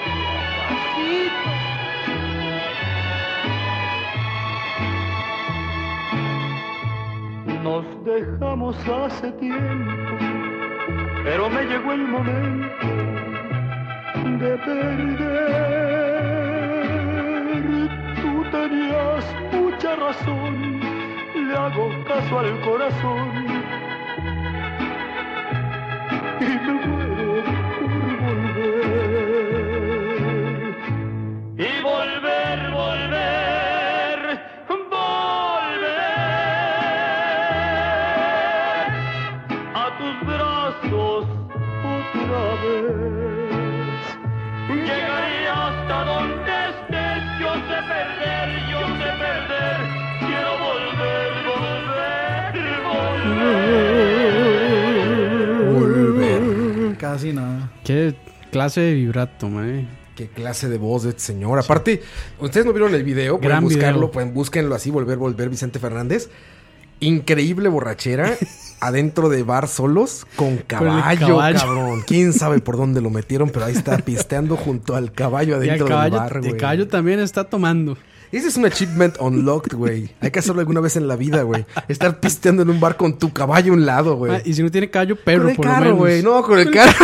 Pasito. Nos dejamos hace tiempo, pero me llegó el momento de perder. Tú tenías mucha razón, le hago caso al corazón y me muero por volver. Y volver, volver, volver a tus brazos otra vez. Llegaré hasta donde estés, yo sé perder, yo sé perder. Quiero volver, volver, Volver. Casi nada. Qué clase de vibrato, mae. Qué clase de voz de este señor. Aparte, ustedes no vieron el video, pueden Gran buscarlo, video. pueden búsquenlo así, volver, volver, Vicente Fernández. Increíble borrachera adentro de bar solos con caballo, caballo. cabrón. Quién sabe por dónde lo metieron, pero ahí está pisteando junto al caballo Y el adentro caballo, del bar, güey. el caballo también está tomando. Ese es un achievement unlocked, güey. Hay que hacerlo alguna vez en la vida, güey. Estar pisteando en un bar con tu caballo a un lado, güey. Ah, y si no tiene caballo, perro, con el por carro, lo menos. güey. No, con el carro.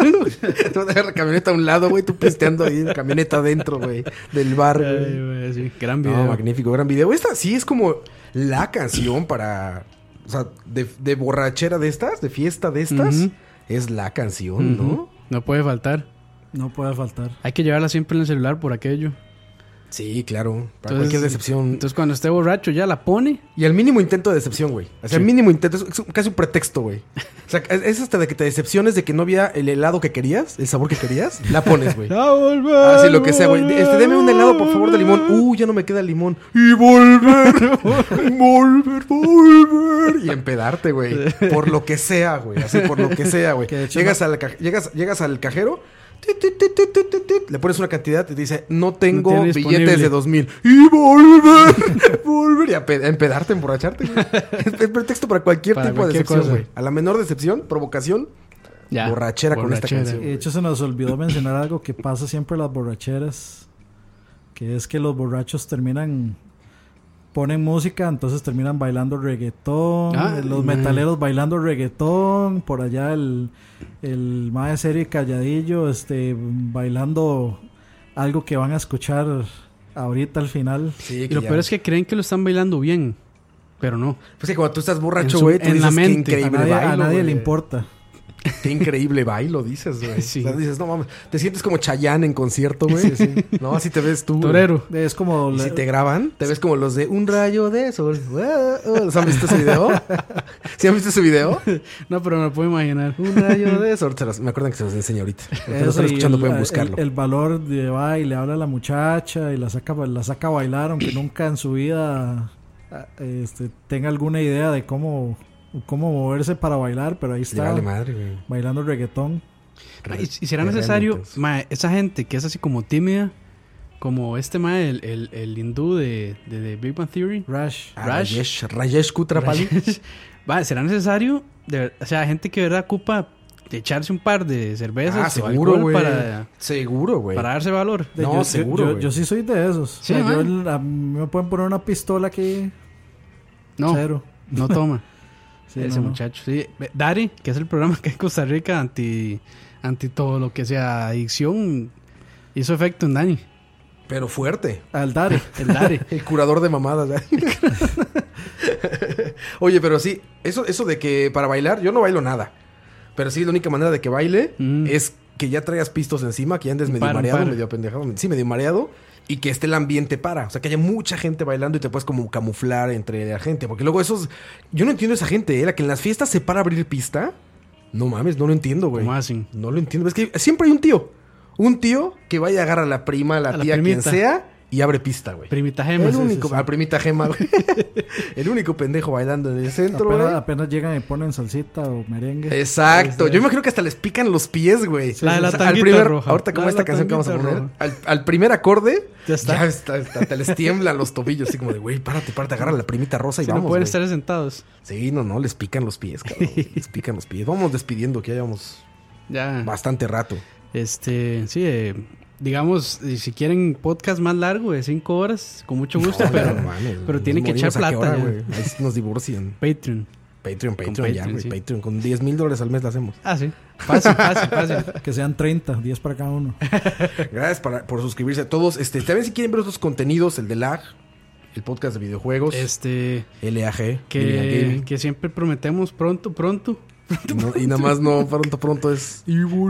Tú dejas la camioneta a un lado, güey. Tú pisteando ahí, la camioneta adentro, güey. Del bar, Ay, güey. güey, sí, gran video. No, magnífico, gran video. Esta sí es como la canción para... O sea, de, de borrachera de estas, de fiesta de estas. Ujú. Es la canción, Ujú. ¿no? No puede faltar. No puede faltar. Hay que llevarla siempre en el celular por aquello. Sí, claro. Para Entonces- cualquier decepción. Entonces, cuando esté borracho, ya la pone. Y el mínimo intento de decepción, güey. O sea, el Sí. mínimo intento es, es casi un pretexto, güey. O sea, es es hasta de que te decepciones de que no había el helado que querías, el sabor que querías, la pones, güey. A volver. Así lo que sea, güey. Este, deme un helado, por favor, de limón. Uh, ya no me queda limón. Y volver, volver, volver. Y empedarte, güey. Por lo que sea, güey. Así, por lo que sea, güey. Que de hecho Llegas, al ca- llegas, llegas al cajero. tit, tit, tit, tit, tit, tit, tit, Le pones una cantidad y te dice, no tengo No tiene billetes disponible. de dos mil. Y volver, volver. Y a pe- a empedarte, emborracharte, güey. Es, es pretexto para cualquier Para tipo cualquier de decepción, cosa. güey. A la menor decepción, provocación, Ya. borrachera, con esta Borrachera. canción. De hecho, se nos olvidó mencionar algo que pasa siempre en las borracheras, que es que los borrachos terminan, ponen música, entonces terminan bailando reggaetón, Ah, los man. metaleros bailando reggaetón, por allá el, el mae serio y calladillo, este, bailando algo que van a escuchar ahorita al final. Sí, Y que lo ya. peor es que creen que lo están bailando bien, pero no. Pues que cuando tú estás borracho, En su- güey, tú en la dices, qué mente. A increíble nadie, a bailo, nadie güey. le importa. Qué increíble bailo, dices, güey. Sí. O sea, dices, no mames, te sientes como Chayanne en concierto, güey. Sí, sí. No, así te ves tú. Torero. Es como... Y la- si te graban, te ves como los de Un rayo de sol. ¿Se han visto ese video? ¿Sí han visto ese video? No, pero me lo puedo imaginar. Un rayo de sol. Se los- me acuerdan que se los enseño ahorita. Los que lo Eso, están y escuchando el, pueden buscarlo. El, el valor de va y le habla a la muchacha y la saca, la saca a bailar, aunque nunca en su vida ah, este, tenga alguna idea de cómo, cómo moverse para bailar, pero ahí Le está vale madre, güey. bailando reggaetón. Ma, y, y será Re- necesario, realmente es. ma, esa gente que es así como tímida, como este ma, el, el, el hindú de, de, de Big Bang Theory. Rash. Ah, Rash. Rajesh, Rajesh Kutrapali. Va, será necesario, de ver- o sea, gente que de verdad ocupa de echarse un par de cervezas Ah, o seguro, alcohol güey. para, Seguro, güey. para darse valor. De- No, yo, seguro, Yo, güey. yo sí soy de esos. Sí, O sea, yo man. el- a mí me pueden poner una pistola aquí. No, Cero. no toma. Sí, Ese no, no. muchacho. Sí. Ve, Dari, que es el programa que en Costa Rica anti, anti todo lo que sea adicción, hizo efecto en Dani. Pero fuerte. Al Dari. El Dari. El curador de mamadas. ¿eh? Oye, pero sí, eso, eso de que para bailar, yo no bailo nada. Pero sí, la única manera de que baile Mm. es que ya traigas pistos encima, que ya andes medio Para, mareado, para. medio apendejado. Sí, medio mareado. Y que esté el ambiente para. O sea, que haya mucha gente bailando y te puedes como camuflar entre la gente. Porque luego esos... Yo no entiendo esa gente, ¿eh? La que en las fiestas se para a abrir pista. No mames, no lo entiendo, güey. ¿Cómo hacen? No lo entiendo. Es que siempre hay un tío. Un tío que vaya a agarrar a la prima, a la A la tía, quien primita. sea, y abre pista, güey. Primita Gema. El sí, sí, único, sí. a primita Gema, güey. El único pendejo bailando en el centro, Apenas, güey. apenas llegan y ponen salsita o merengue. Exacto. Este, Yo imagino que hasta les pican los pies, güey. La de la O sea, tanguita al primer, roja. ahorita como La de esta la canción que vamos a tanguita poner, roja. al, al primer acorde, Ya está. ya está, está, te les tiemblan los tobillos, así como de, güey, párate, párate, agarra la primita rosa y Si vamos, no pueden güey. estar sentados. Sí, no, no, les pican los pies, cabrón. Les pican los pies. Vamos despidiendo, que ya llevamos Ya. bastante rato. Este, sí, eh, digamos, y si quieren podcast más largo de cinco horas, con mucho gusto, No, pero, no mames, pero nos tienen que echar morimos a qué plata. hora, ya. güey. Ahí sí nos divorcian. Patreon. Patreon, Patreon, Con ya, Patreon, güey. sí. Patreon, con diez mil dólares al mes la hacemos. Ah, sí. Fácil, fácil, fácil. Que sean treinta, diez para cada uno. Gracias para- por suscribirse a todos. Este, también si quieren ver otros contenidos, el de L A G, el podcast de videojuegos, Este, L A G, Illegal que, Gaming. que siempre prometemos pronto, pronto. Y, no- y nada más no, pronto, pronto es.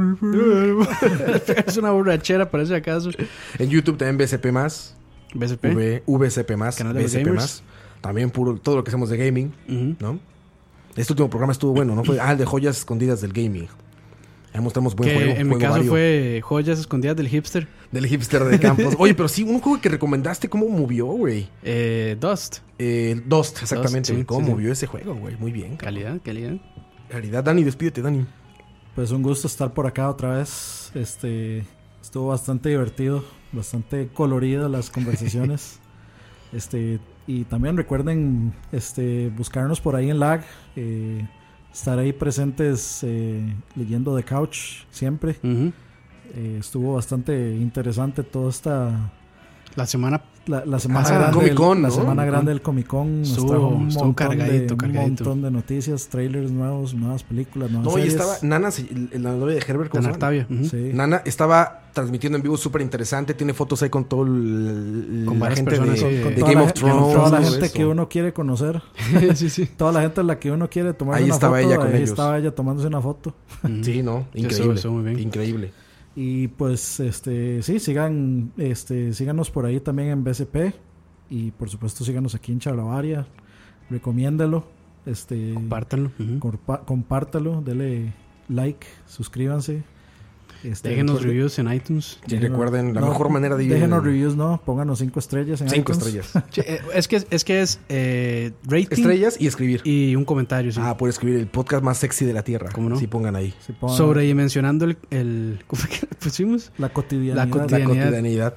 Es una borrachera, para ese acaso. En YouTube también V C P más, B S P. V- VCP más, Canal de los V C P gamers. más. También puro, todo lo que hacemos de gaming, Ujú. ¿no? Este último programa estuvo bueno, ¿no? Fue, ah, el de joyas escondidas del gaming. Ahí mostramos buen Que juego. en mi juego caso vario. fue Joyas Escondidas del Hipster. Del hipster de Campos. Oye, pero sí, un juego que recomendaste, ¿cómo movió, güey? Eh, Dust. Eh, Dust, exactamente. sí, güey. ¿Cómo sí, sí. movió ese juego, güey? Muy bien. Calidad, calidad. Claridad, Dani, despídete, Dani. Pues un gusto estar por acá otra vez. Este estuvo bastante divertido, bastante colorido las conversaciones. este y también recuerden este buscarnos por ahí en Lag, eh, estar ahí presentes eh, leyendo The Couch siempre. Ujú. Eh, estuvo bastante interesante toda esta La semana la, la semana Ah, grande Comic Con, del, la ¿no? semana Comic-Con. grande del Comic Con nos Estuvo- trajo un estuvo montón cargadito, de, un cargadito. montón de noticias, trailers nuevos, nuevas películas, nuevas No, y series. estaba Nana, se- la novia de Herbert, ¿cómo Con se llama? Octavia. Ujú. Sí. Nana estaba transmitiendo en vivo súper interesante. Tiene fotos ahí con todo el, Con la varias gente personas, de, sí, de con Game toda la of gente- Thrones. toda la todo gente eso. que uno quiere conocer, sí, sí. toda la gente a la que uno quiere tomar Ahí una estaba foto, ella con ahí ellos. estaba ella tomándose una foto. Ujú. Sí, no, Estuvo- increíble. estuvo muy bien. Increíble. Y pues este sí, sigan este síganos por ahí también en B S P y por supuesto síganos aquí en Charlavaria. Recomiéndelo, este Compártanlo. Ujú. compa- compártalo, dele like, suscríbanse. Este, Déjenos recuerden- reviews en iTunes. Sí, déjenos- recuerden, la no, mejor manera de ir. Déjenos reviews, no, pónganos cinco estrellas en Cinco iTunes. estrellas. Sí, eh, es que es que es eh, rating Estrellas y escribir. y un comentario, sí. Ah, por escribir el podcast más sexy de la tierra. ¿Cómo no? Sí, pongan ahí. Sí, pongan Sobredimensionando el, el ¿cómo fue que le pusimos? la cotidianidad. La La cotidianidad. cotidianidad.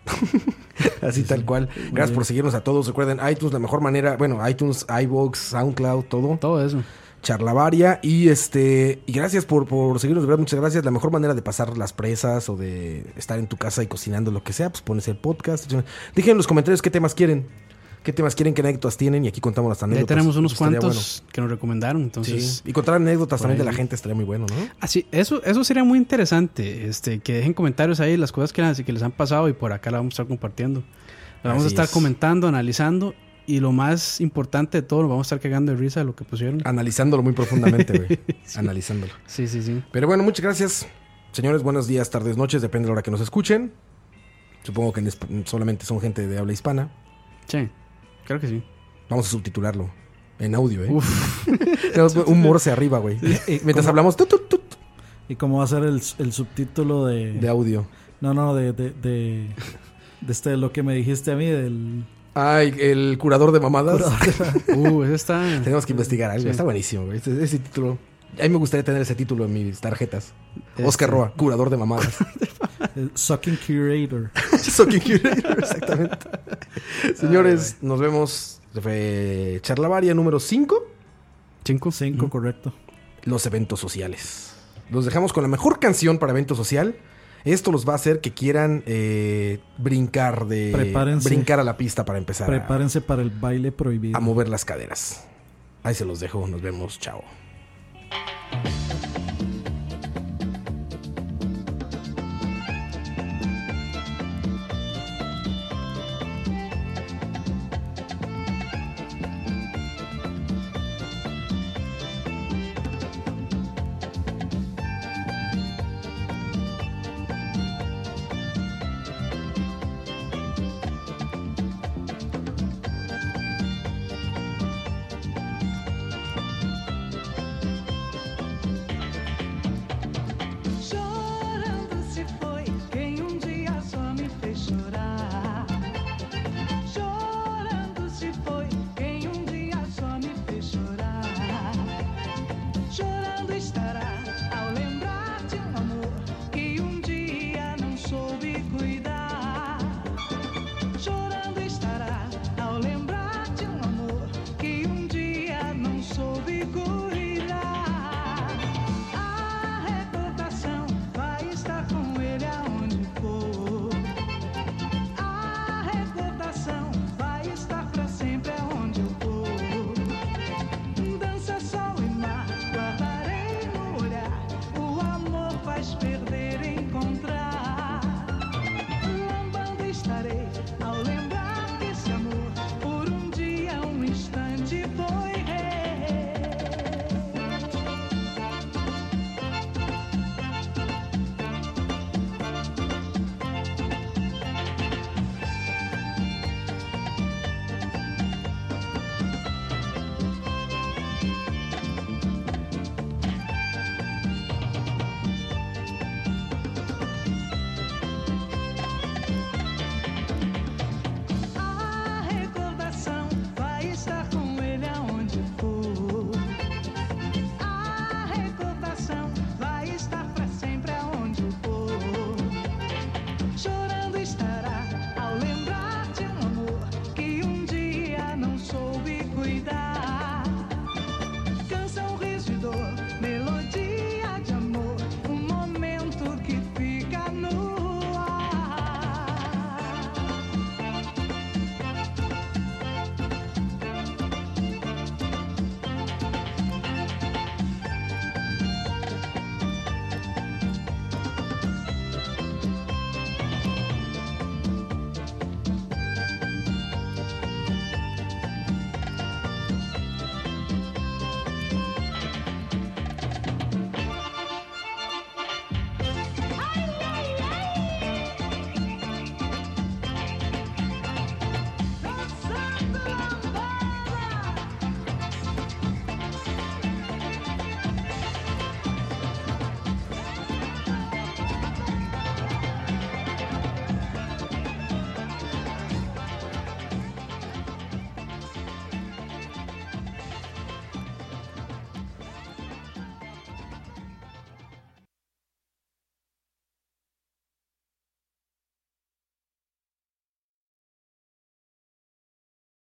Así tal cual. Gracias bien. por seguirnos a todos. Recuerden, iTunes, la mejor manera. Bueno, iTunes, iVoox, SoundCloud, todo. Todo eso. Charlavaria. Y este. Y gracias por, por seguirnos, de verdad, muchas gracias. La mejor manera de pasar las presas o de estar en tu casa y cocinando lo que sea, pues pones el podcast. Dejen en los comentarios qué temas quieren. Qué temas quieren, qué anécdotas tienen. Y aquí contamos las Ya anécdotas. tenemos unos Estaría cuantos que nos recomendaron, bueno. entonces. Sí. Y contar anécdotas por también de ahí. la gente estaría muy bueno, ¿no? Así, eso, eso sería muy interesante. Este, que dejen comentarios ahí, las cosas que, las- que les han pasado y por acá la vamos a estar compartiendo. La vamos Así a estar es. comentando, analizando Y lo más importante de todo, nos vamos a estar cagando de risa de lo que pusieron. Analizándolo muy profundamente, güey. Sí. Analizándolo. Sí, sí, sí. Pero bueno, muchas gracias. Señores, buenos días, tardes, noches. Depende de la hora que nos escuchen. Supongo que en esp- solamente son gente de habla hispana. Sí, creo que sí. Vamos a subtitularlo en audio, ¿eh? Uf. Tenemos un morse arriba, güey. Mientras ¿Cómo? hablamos... Tut, tut, tut, ¿Y cómo va a ser el, el subtítulo de... de audio. No, no, de... De, de, de este, lo que me dijiste a mí, del... Ay, el curador de mamadas. Curador de- Uh, ese está... Tenemos que investigar algo. Sí. Está buenísimo, güey. Ese, ese título... A mí me gustaría tener ese título en mis tarjetas. Este- Oscar Roa, curador de mamadas. el Sucking Curator. Sucking Curator, exactamente. Señores, nos vemos. Fue Charlavaria número cinco. ¿Cinco? Cinco, correcto. Los eventos sociales. Los dejamos con la mejor canción para evento social. Esto los va a hacer que quieran eh, brincar de Prepárense. brincar a la pista para empezar a, Prepárense para el baile prohibido. a mover las caderas. Ahí se los dejo. Nos vemos. Chao.